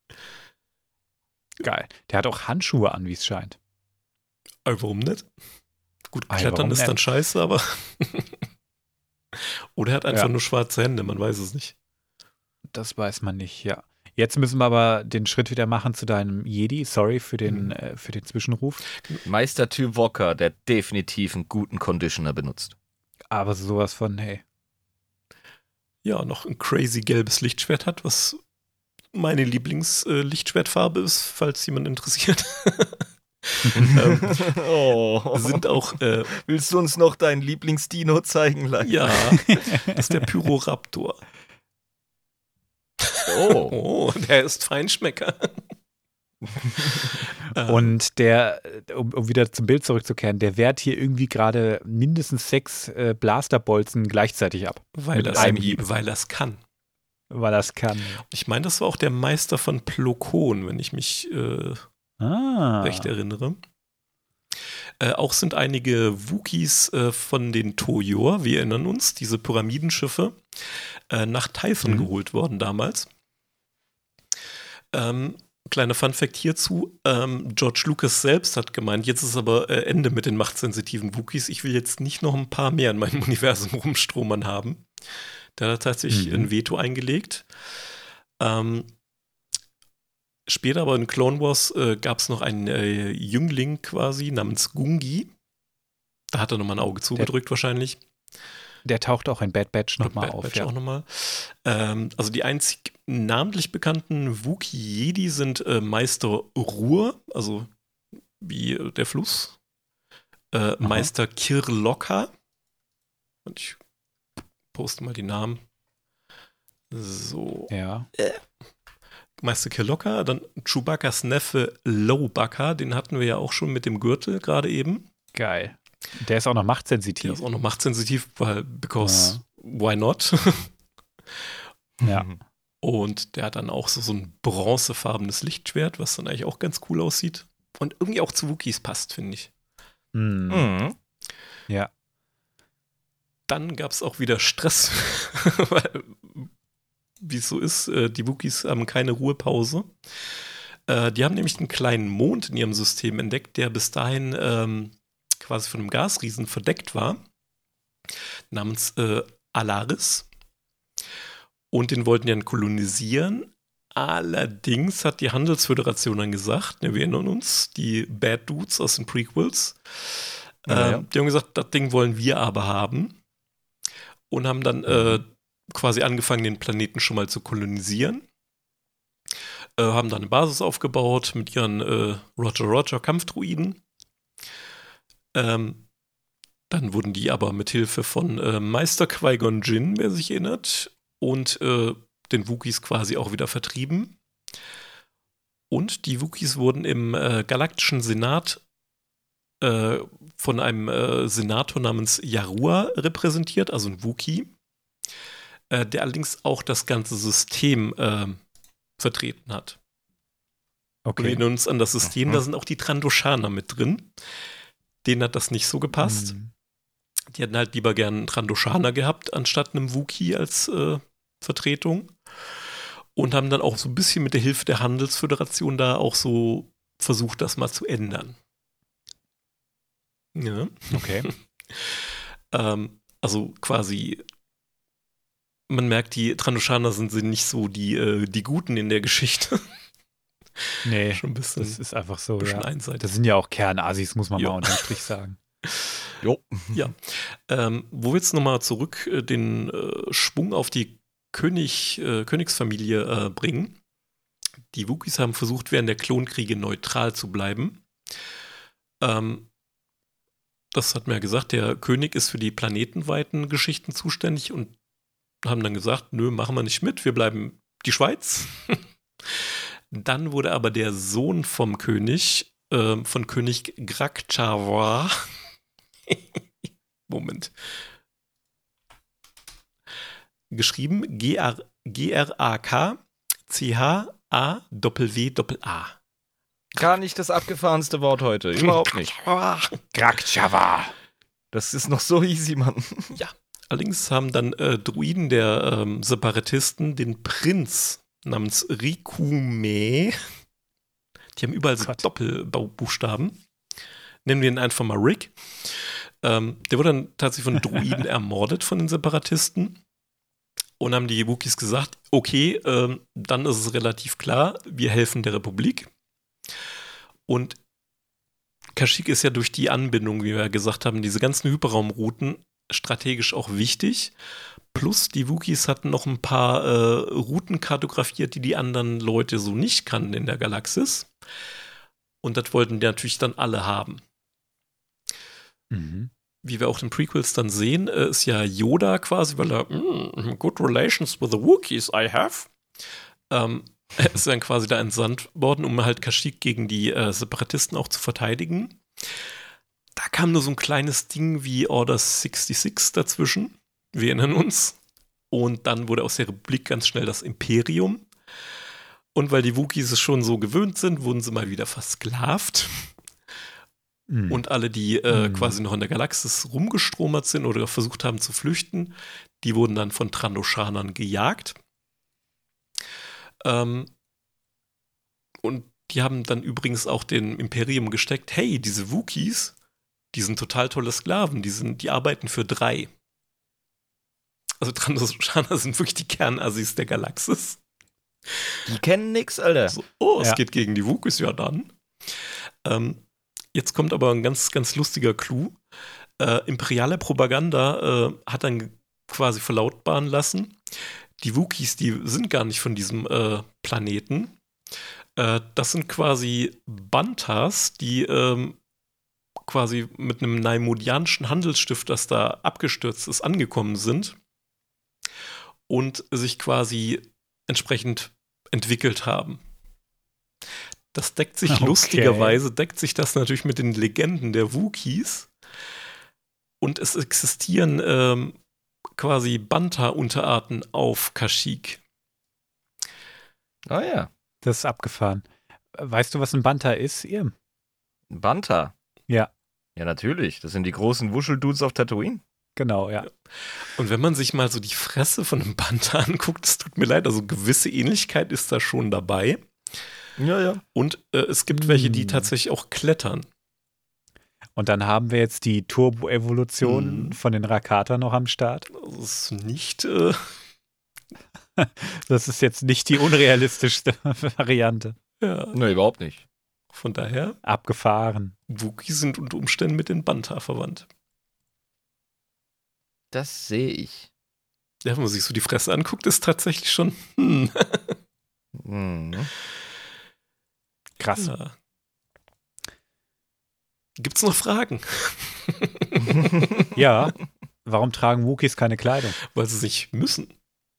Geil. Der hat auch Handschuhe an, wie es scheint. Warum nicht? Gut, Ei, Klettern warum ist nicht? dann scheiße, aber. Oder er hat einfach Ja. nur schwarze Hände, man weiß es nicht. Das weiß man nicht, ja. Jetzt müssen wir aber den Schritt wieder machen zu deinem Jedi. Sorry für den Zwischenruf. Meister Tuvok, der definitiv einen guten Conditioner benutzt. Aber sowas von, hey. Ja, noch ein crazy gelbes Lichtschwert hat, was meine Lieblingslichtschwertfarbe ist, falls jemand interessiert. Sind auch, Willst du uns noch deinen Lieblingsdino zeigen, Leif? ja, das ist der Pyroraptor. Oh. Oh, der ist Feinschmecker. Und der, um wieder zum Bild zurückzukehren, der wehrt hier irgendwie gerade mindestens 6 Blasterbolzen gleichzeitig ab. Weil mit er einem Hieb. es kann. Weil er es kann. Ich meine, das war auch der Meister von Plo-Koon, wenn ich mich recht erinnere. Auch sind einige Wookiees von den Tojor, wir erinnern uns, diese Pyramidenschiffe, nach Tython geholt worden damals. Kleiner Funfact hierzu, George Lucas selbst hat gemeint, jetzt ist aber Ende mit den machtsensitiven Wookiees, ich will jetzt nicht noch ein paar mehr in meinem Universum rumstromern haben. Der hat tatsächlich ein Veto eingelegt. Später aber in Clone Wars gab es noch einen Jüngling quasi namens Gungi. Da hat er nochmal ein Auge zugedrückt wahrscheinlich. Der taucht auch in Bad Batch nochmal Bad auf. Batch Ja. auch nochmal. Also die einzig namentlich bekannten Wookiee-Jedi sind Meister Ruhr, also wie der Fluss. Meister Kirloka. Und ich poste mal die Namen. So. Ja. Meister Kirloka, dann Chewbacca's Neffe Lowbacca, den hatten wir ja auch schon mit dem Gürtel gerade eben. Geil. Der ist auch noch Der machtsensitiv. ist auch noch machtsensitiv, weil, because why not? Ja. Und der hat dann auch so ein bronzefarbenes Lichtschwert, was dann eigentlich auch ganz cool aussieht. Und irgendwie auch zu Wookiees passt, finde ich. Ja. Dann gab es auch wieder Stress, weil, wie es so ist, die Wookiees haben keine Ruhepause. Die haben nämlich einen kleinen Mond in ihrem System entdeckt, der bis dahin quasi von einem Gasriesen verdeckt war, namens Alaris. Und den wollten die dann kolonisieren. Allerdings hat die Handelsföderation dann gesagt, wir erinnern uns, die Bad Dudes aus den Prequels, die haben gesagt, das Ding wollen wir aber haben. Und haben dann quasi angefangen, den Planeten schon mal zu kolonisieren. Haben dann eine Basis aufgebaut mit ihren Roger Kampfdruiden. Dann wurden die aber mit Hilfe von Meister Qui-Gon Jinn, wer sich erinnert, und den Wookiees quasi auch wieder vertrieben. Und die Wookiees wurden im Galaktischen Senat von einem Senator namens Yarua repräsentiert, also ein Wookiee, der allerdings auch das ganze System vertreten hat. Und wir Okay. erinnern uns an das System, da sind auch die Trandoshaner mit drin. Denen hat das nicht so gepasst. Die hätten halt lieber gern einen Trandoshaner gehabt, anstatt einem Wookiee als Vertretung. Und haben dann auch so ein bisschen mit der Hilfe der Handelsföderation da auch so versucht, das mal zu ändern. Ja. Okay. Also quasi, man merkt, die Trandoshaner sind nicht so die Guten in der Geschichte. Nee, Schon ein bisschen, das ist einfach so, bisschen ja. einseitig. Das sind ja auch Kernasis, muss man Jo. mal unterm Strich sagen. Jo. Ja. Wo wir jetzt nochmal zurück den Schwung auf die Königsfamilie bringen. Die Wookiees haben versucht, während der Klonkriege neutral zu bleiben. Das hat mir ja gesagt, der König ist für die planetenweiten Geschichten zuständig und haben dann gesagt, nö, machen wir nicht mit, wir bleiben die Schweiz. Dann wurde aber der Sohn vom König, von König Grakchawa, Moment, geschrieben Grakchawwa. Gar nicht das abgefahrenste Wort heute. Überhaupt nicht. Krakchava. Das ist noch so easy, Mann. Ja. Allerdings haben dann Druiden der Separatisten den Prinz namens Rikume. Die haben überall so Doppelbuchstaben. Nennen wir ihn einfach mal Rick. Der wurde dann tatsächlich von Druiden ermordet von den Separatisten. Und haben die Wookiees gesagt, okay, dann ist es relativ klar, wir helfen der Republik. Und Kashyyyk ist ja durch die Anbindung, wie wir ja gesagt haben, diese ganzen Hyperraumrouten strategisch auch wichtig. Plus die Wookiees hatten noch ein paar Routen kartografiert, die die anderen Leute so nicht kannten in der Galaxis. Und das wollten die natürlich dann alle haben. Mhm. Wie wir auch in Prequels dann sehen, ist ja Yoda quasi, weil er good relations with the Wookiees I have. Er ist dann quasi da entsandt worden, um halt Kashyyyk gegen die Separatisten auch zu verteidigen. Da kam nur so ein kleines Ding wie Order 66 dazwischen. Wir erinnern uns. Und dann wurde aus der Republik ganz schnell das Imperium. Und weil die Wookiees es schon so gewöhnt sind, wurden sie mal wieder versklavt. Und alle, die quasi noch in der Galaxis rumgestromert sind oder versucht haben zu flüchten, die wurden dann von Trandoshanern gejagt. Und die haben dann übrigens auch dem Imperium gesteckt, hey, diese Wookiees, die sind total tolle Sklaven, die arbeiten für 3. Also Trandoshaner sind wirklich die Kernassis der Galaxis. Die kennen nix, Alter. So, es geht gegen die Wookiees, ja dann. Jetzt kommt aber ein ganz, ganz lustiger Clou. Imperiale Propaganda hat dann quasi verlautbaren lassen, die Wookiees, die sind gar nicht von diesem Planeten. Das sind quasi Bantas, die quasi mit einem naimodianischen Handelsschiff, das da abgestürzt ist, angekommen sind und sich quasi entsprechend entwickelt haben. Das deckt sich lustigerweise, deckt sich das natürlich mit den Legenden der Wookiees. Und es existieren quasi Banta-Unterarten auf Kashyyyk. Oh ja. Das ist abgefahren. Weißt du, was ein Banta ist, ihr? Ein Banta? Ja. Ja, natürlich. Das sind die großen Wuscheldudes auf Tatooine. Genau, ja. Und wenn man sich mal so die Fresse von einem Banta anguckt, es tut mir leid, also gewisse Ähnlichkeit ist da schon dabei. Ja, ja. Und es gibt welche, die tatsächlich auch klettern. Und dann haben wir jetzt die Turbo-Evolution von den Rakata noch am Start. Das ist nicht. Das ist jetzt nicht die unrealistischste Variante. Ja. Nee, überhaupt nicht. Von daher. Abgefahren. Wookiee sind unter Umständen mit den Banta verwandt. Das sehe ich. Ja, wenn man sich so die Fresse anguckt, ist tatsächlich schon. Krass. Ja. Gibt's noch Fragen? Ja. Warum tragen Wookiees keine Kleidung? Weil sie sich müssen.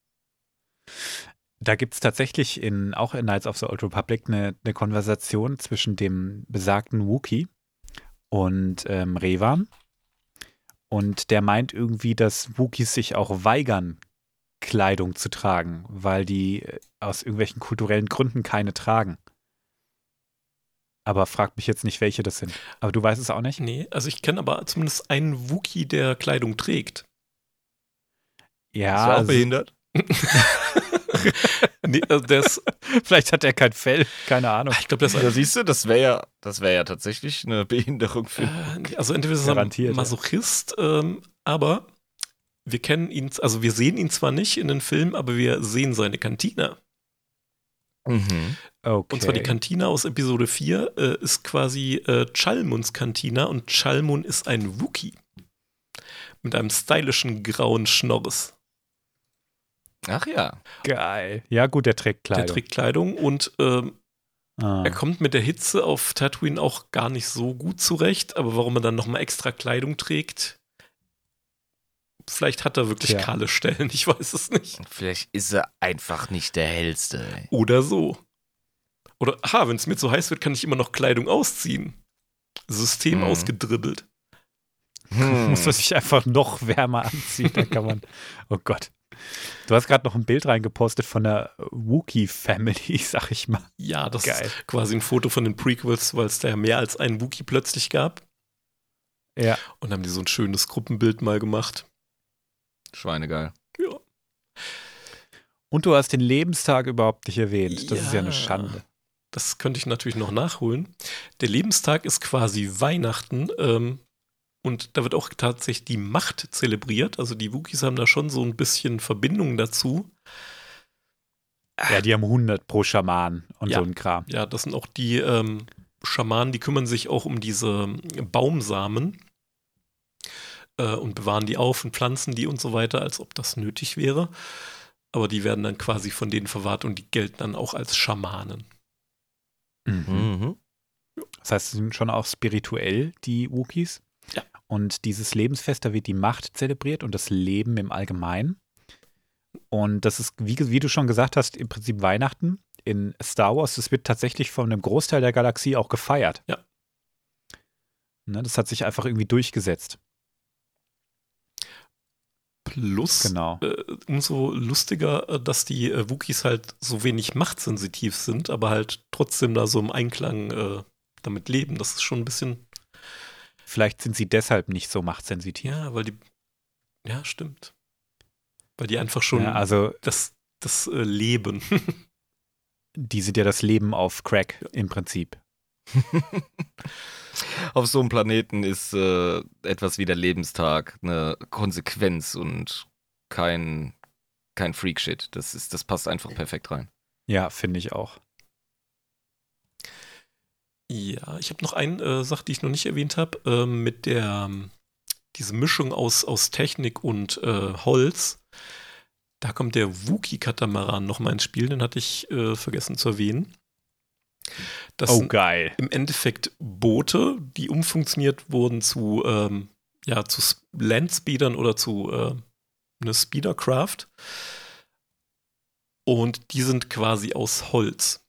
Da gibt es tatsächlich auch in Knights of the Old Republic eine Konversation zwischen dem besagten Wookiee und Revan. Und der meint irgendwie, dass Wookiees sich auch weigern, Kleidung zu tragen, weil die aus irgendwelchen kulturellen Gründen keine tragen. Aber frag mich jetzt nicht, welche das sind. Aber du weißt es auch nicht? Nee, also ich kenne aber zumindest einen Wookiee, der Kleidung trägt. Ja. Ist er auch behindert? Nee, also der ist, vielleicht hat er kein Fell, keine Ahnung. ich glaube, Da siehst du, das wäre ja tatsächlich eine Behinderung für. also entweder ist er ein Masochist, aber wir kennen ihn, also wir sehen ihn zwar nicht in den Filmen, aber wir sehen seine Kantina. Mhm. Okay. Und zwar die Kantina aus Episode 4 ist quasi Chalmuns Kantina und Chalmun ist ein Wookiee. Mit einem stylischen grauen Schnorres. Ach ja. Geil. Ja gut, der trägt Kleidung. Der trägt Kleidung und er kommt mit der Hitze auf Tatooine auch gar nicht so gut zurecht, aber warum er dann nochmal extra Kleidung trägt, vielleicht hat er wirklich kahle Stellen, ich weiß es nicht. Vielleicht ist er einfach nicht der Hellste. Ey. Oder so. Oder, wenn es mir zu heiß wird, kann ich immer noch Kleidung ausziehen. System ausgedribbelt. Muss man sich einfach noch wärmer anziehen, dann kann man, oh Gott. Du hast gerade noch ein Bild reingepostet von der Wookiee-Family, sag ich mal. Ja, das Geil. ist quasi ein Foto von den Prequels, weil es da ja mehr als einen Wookiee plötzlich gab. Ja. Und haben die so ein schönes Gruppenbild mal gemacht. Schweinegeil. Ja. Und du hast den Lebenstag überhaupt nicht erwähnt. Das ist ja eine Ja. Schande. Das könnte ich natürlich noch nachholen. Der Lebenstag ist quasi Weihnachten. Und da wird auch tatsächlich die Macht zelebriert. Also die Wookiees haben da schon so ein bisschen Verbindung dazu. Ja, die haben 100 pro Schaman und Ja. so ein Kram. Ja, das sind auch die Schamanen, die kümmern sich auch um diese Baumsamen und bewahren die auf und pflanzen die und so weiter, als ob das nötig wäre. Aber die werden dann quasi von denen verwahrt und die gelten dann auch als Schamanen. Mhm. Das heißt, sie sind schon auch spirituell, die Wookiees. Ja. Und dieses Lebensfest, da wird die Macht zelebriert und das Leben im Allgemeinen. Und das ist, wie du schon gesagt hast, im Prinzip Weihnachten in Star Wars. Das wird tatsächlich von einem Großteil der Galaxie auch gefeiert. Ja. Ne, das hat sich einfach irgendwie durchgesetzt. Plus, Genau. umso lustiger, dass die Wookiees halt so wenig machtsensitiv sind, aber halt trotzdem da so im Einklang damit leben. Das ist schon ein bisschen, Vielleicht sind sie deshalb nicht so machtsensitiv. ja, weil die, ja, stimmt. Weil die einfach schon Ja, also das Leben. die sind ja das Leben auf Crack im Prinzip. Auf so einem Planeten ist etwas wie der Lebenstag eine Konsequenz und kein Freak-Shit. Das passt einfach perfekt rein. Ja, finde ich auch. Ja, ich habe noch eine Sache, die ich noch nicht erwähnt habe, mit diese Mischung aus Technik und Holz. Da kommt der Wookiee-Katamaran nochmal ins Spiel, den hatte ich vergessen zu erwähnen. Das sind Geil. im Endeffekt Boote, die umfunktioniert wurden zu Landspeedern oder zu eine Speedercraft. Und die sind quasi aus Holz.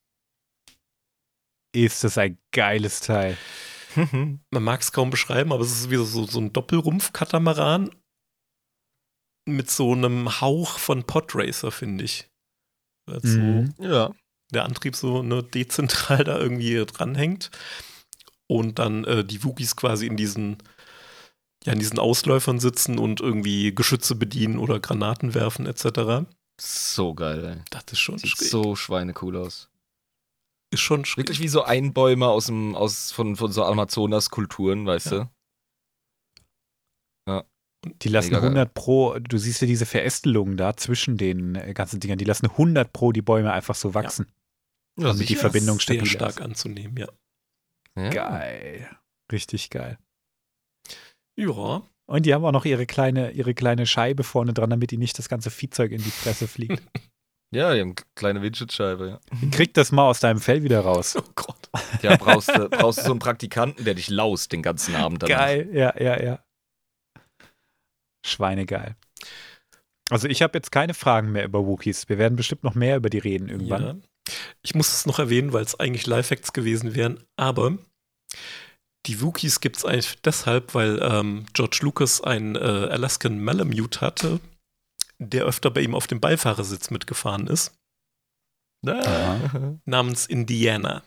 Ist das ein geiles Teil. Man mag es kaum beschreiben, aber es ist wie so ein Doppelrumpf-Katamaran mit so einem Hauch von Podracer, finde ich. Also Mhm. Ja. der Antrieb so dezentral da irgendwie dranhängt und dann die Wookiees quasi in diesen Ausläufern sitzen und irgendwie Geschütze bedienen oder Granaten werfen etc. So geil, ey. Das ist schon Sieht schräg. so schweinecool aus. Ist schon schräg. Wirklich wie so Einbäume von so Amazonas-Kulturen, weißt du? Die lassen Mega geil. 100 pro, du siehst ja diese Verästelungen da zwischen den ganzen Dingern, die lassen 100 pro die Bäume einfach so wachsen. Ja, damit die sicher. Verbindung sehr stabil stark ist. anzunehmen, ja. Ja. Geil. Richtig geil. Ja, Und die haben auch noch ihre kleine Scheibe vorne dran, damit ihnen nicht das ganze Viehzeug in die Fresse fliegt. Ja, die haben eine kleine Windschutzscheibe, ja. Krieg das mal aus deinem Fell wieder raus. oh Gott. Ja, brauchst du so einen Praktikanten, der dich laust den ganzen Abend danach. Geil, ja. Schweinegeil. Also ich habe jetzt keine Fragen mehr über Wookiees. Wir werden bestimmt noch mehr über die reden irgendwann. Ja. Ich muss es noch erwähnen, weil es eigentlich Lifehacks gewesen wären, aber die Wookiees gibt es eigentlich deshalb, weil George Lucas einen Alaskan Malamute hatte, der öfter bei ihm auf dem Beifahrersitz mitgefahren ist, namens Indiana.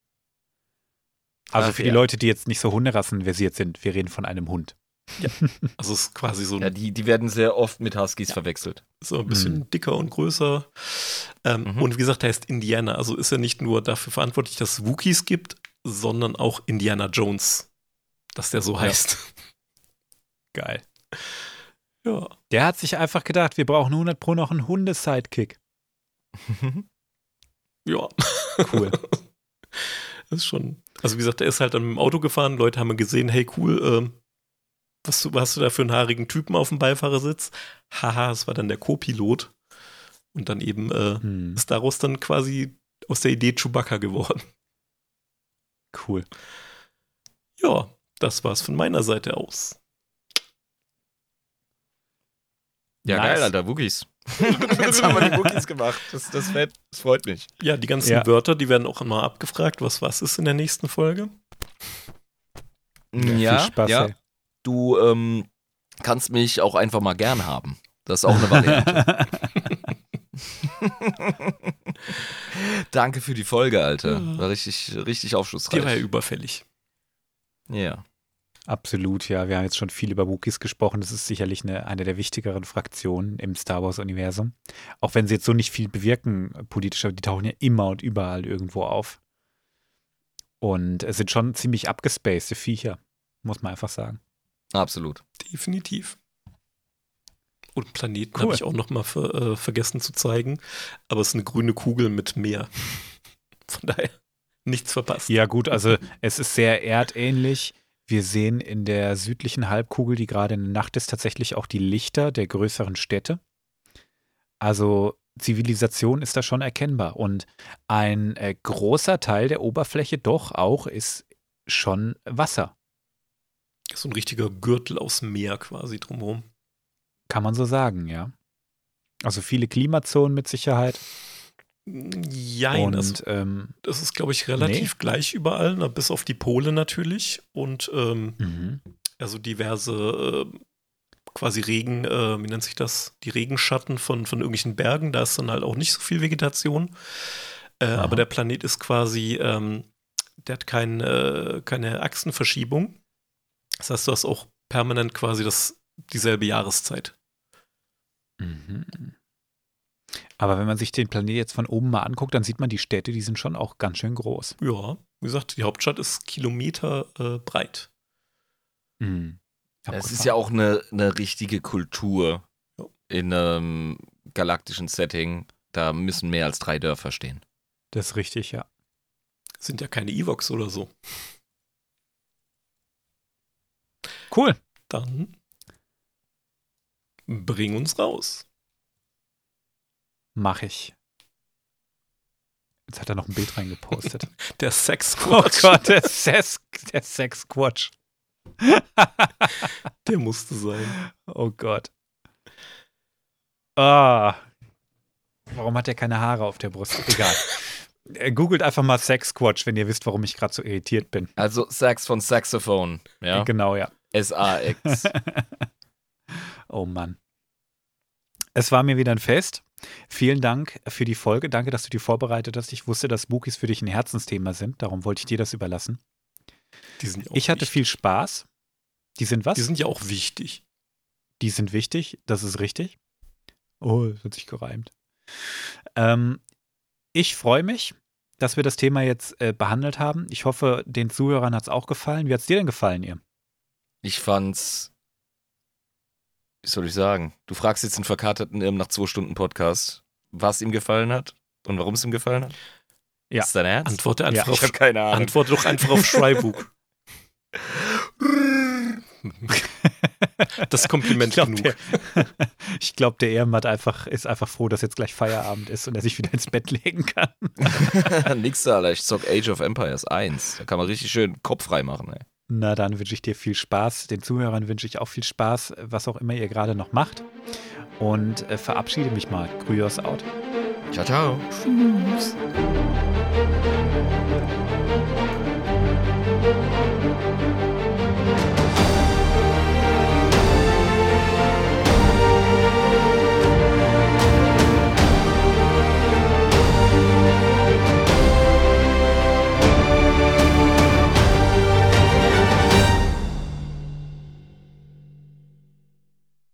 Also Ach, für die ja. Leute, die jetzt nicht so hunderassenversiert sind, wir reden von einem Hund. Also es ist quasi so Ja, die werden sehr oft mit Huskies verwechselt. so ein bisschen dicker und größer. Und wie gesagt, er heißt Indiana. Also ist er nicht nur dafür verantwortlich, dass es Wookiees gibt, sondern auch Indiana Jones, dass der so heißt. Geil. Ja. Der hat sich einfach gedacht, wir brauchen 100 pro noch einen Hundesidekick. Ja. Cool. Das ist schon. Also wie gesagt, er ist halt dann mit dem Auto gefahren, Leute haben gesehen, hey cool, was hast du da für einen haarigen Typen auf dem Beifahrersitz? Haha, es war dann der Co-Pilot. Und dann eben ist daraus dann quasi aus der Idee Chewbacca geworden. Cool. Ja, das war's von meiner Seite aus. Ja, Nice. geil, Alter, Wookies. Jetzt haben wir die Wookies gemacht. Das freut mich. Ja, die ganzen Ja. Wörter, die werden auch immer abgefragt. Was ist in der nächsten Folge? Viel Spaß, ey. Du kannst mich auch einfach mal gern haben. Das ist auch eine Variante. Danke für die Folge, Alter. War richtig, richtig aufschlussreich. Die war ja überfällig. Ja. Absolut, ja. Wir haben jetzt schon viel über Wookiees gesprochen. Das ist sicherlich eine der wichtigeren Fraktionen im Star Wars-Universum. Auch wenn sie jetzt so nicht viel bewirken politisch, aber die tauchen ja immer und überall irgendwo auf. Und es sind schon ziemlich abgespacede Viecher, muss man einfach sagen. Absolut. Definitiv. Und Planeten Cool. habe ich auch noch mal vergessen zu zeigen. Aber es ist eine grüne Kugel mit Meer. Von daher nichts verpasst. Ja gut, also es ist sehr erdähnlich. Wir sehen in der südlichen Halbkugel, die gerade in der Nacht ist, tatsächlich auch die Lichter der größeren Städte. Also Zivilisation ist da schon erkennbar. Und ein großer Teil der Oberfläche doch auch ist schon Wasser. So ein richtiger Gürtel aus Meer quasi drumherum. Kann man so sagen, ja. Also viele Klimazonen mit Sicherheit. Jein, Und also das ist, glaube ich, relativ gleich überall, bis auf die Pole natürlich. Und also diverse quasi Regen, wie nennt sich das? Die Regenschatten von irgendwelchen Bergen, da ist dann halt auch nicht so viel Vegetation. Aber der Planet ist quasi, der hat keine Achsenverschiebung. Das heißt, du hast auch permanent quasi dieselbe Jahreszeit. Mhm. Aber wenn man sich den Planet jetzt von oben mal anguckt, dann sieht man, die Städte, die sind schon auch ganz schön groß. Ja, wie gesagt, die Hauptstadt ist Kilometer breit. Mhm. Es ist ja auch eine richtige Kultur Ja. in einem galaktischen Setting. Da müssen mehr als 3 Dörfer stehen. Das ist richtig, ja. Sind ja keine Evox oder so. Cool. Dann bring uns raus. Mach ich. Jetzt hat er noch ein Bild reingepostet. Der Sex Oh Gott, der Sex-Quatsch. Der musste sein. Oh Gott. Ah. Warum hat er keine Haare auf der Brust? Egal. Googelt einfach mal Sex-Quatsch, wenn ihr wisst, warum ich gerade so irritiert bin. Also Sax von Saxophone. Ja? Genau, ja. S-A-X. Oh Mann. Es war mir wieder ein Fest. Vielen Dank für die Folge. Danke, dass du die vorbereitet hast. Ich wusste, dass Wookiees für dich ein Herzensthema sind. Darum wollte ich dir das überlassen. Die sind ja auch Ich hatte wichtig. viel Spaß. Die sind was? Die sind ja auch wichtig. Die sind wichtig. Das ist richtig. Oh, es hat sich gereimt. Ich freue mich, dass wir das Thema jetzt behandelt haben. Ich hoffe, den Zuhörern hat es auch gefallen. Wie hat es dir denn gefallen, ihr? Ich fand's, wie soll ich sagen? Du fragst jetzt einen verkaterten Irm nach 2 Stunden Podcast, was ihm gefallen hat und warum es ihm gefallen hat? Ja. Ist dein Ernst? Antworte einfach, Ja, Ich habe keine Ahnung. antworte doch einfach auf Schreibook. Das ist Kompliment genug. Ich glaube, der Erm ist einfach froh, dass jetzt gleich Feierabend ist und er sich wieder ins Bett legen kann. Nix da, Alter. Ich zock Age of Empires 1. Da kann man richtig schön Kopf frei machen, ey. Na, dann wünsche ich dir viel Spaß. Den Zuhörern wünsche ich auch viel Spaß, was auch immer ihr gerade noch macht. Und verabschiede mich mal. Grüß out. Ciao, ciao. Tschüss.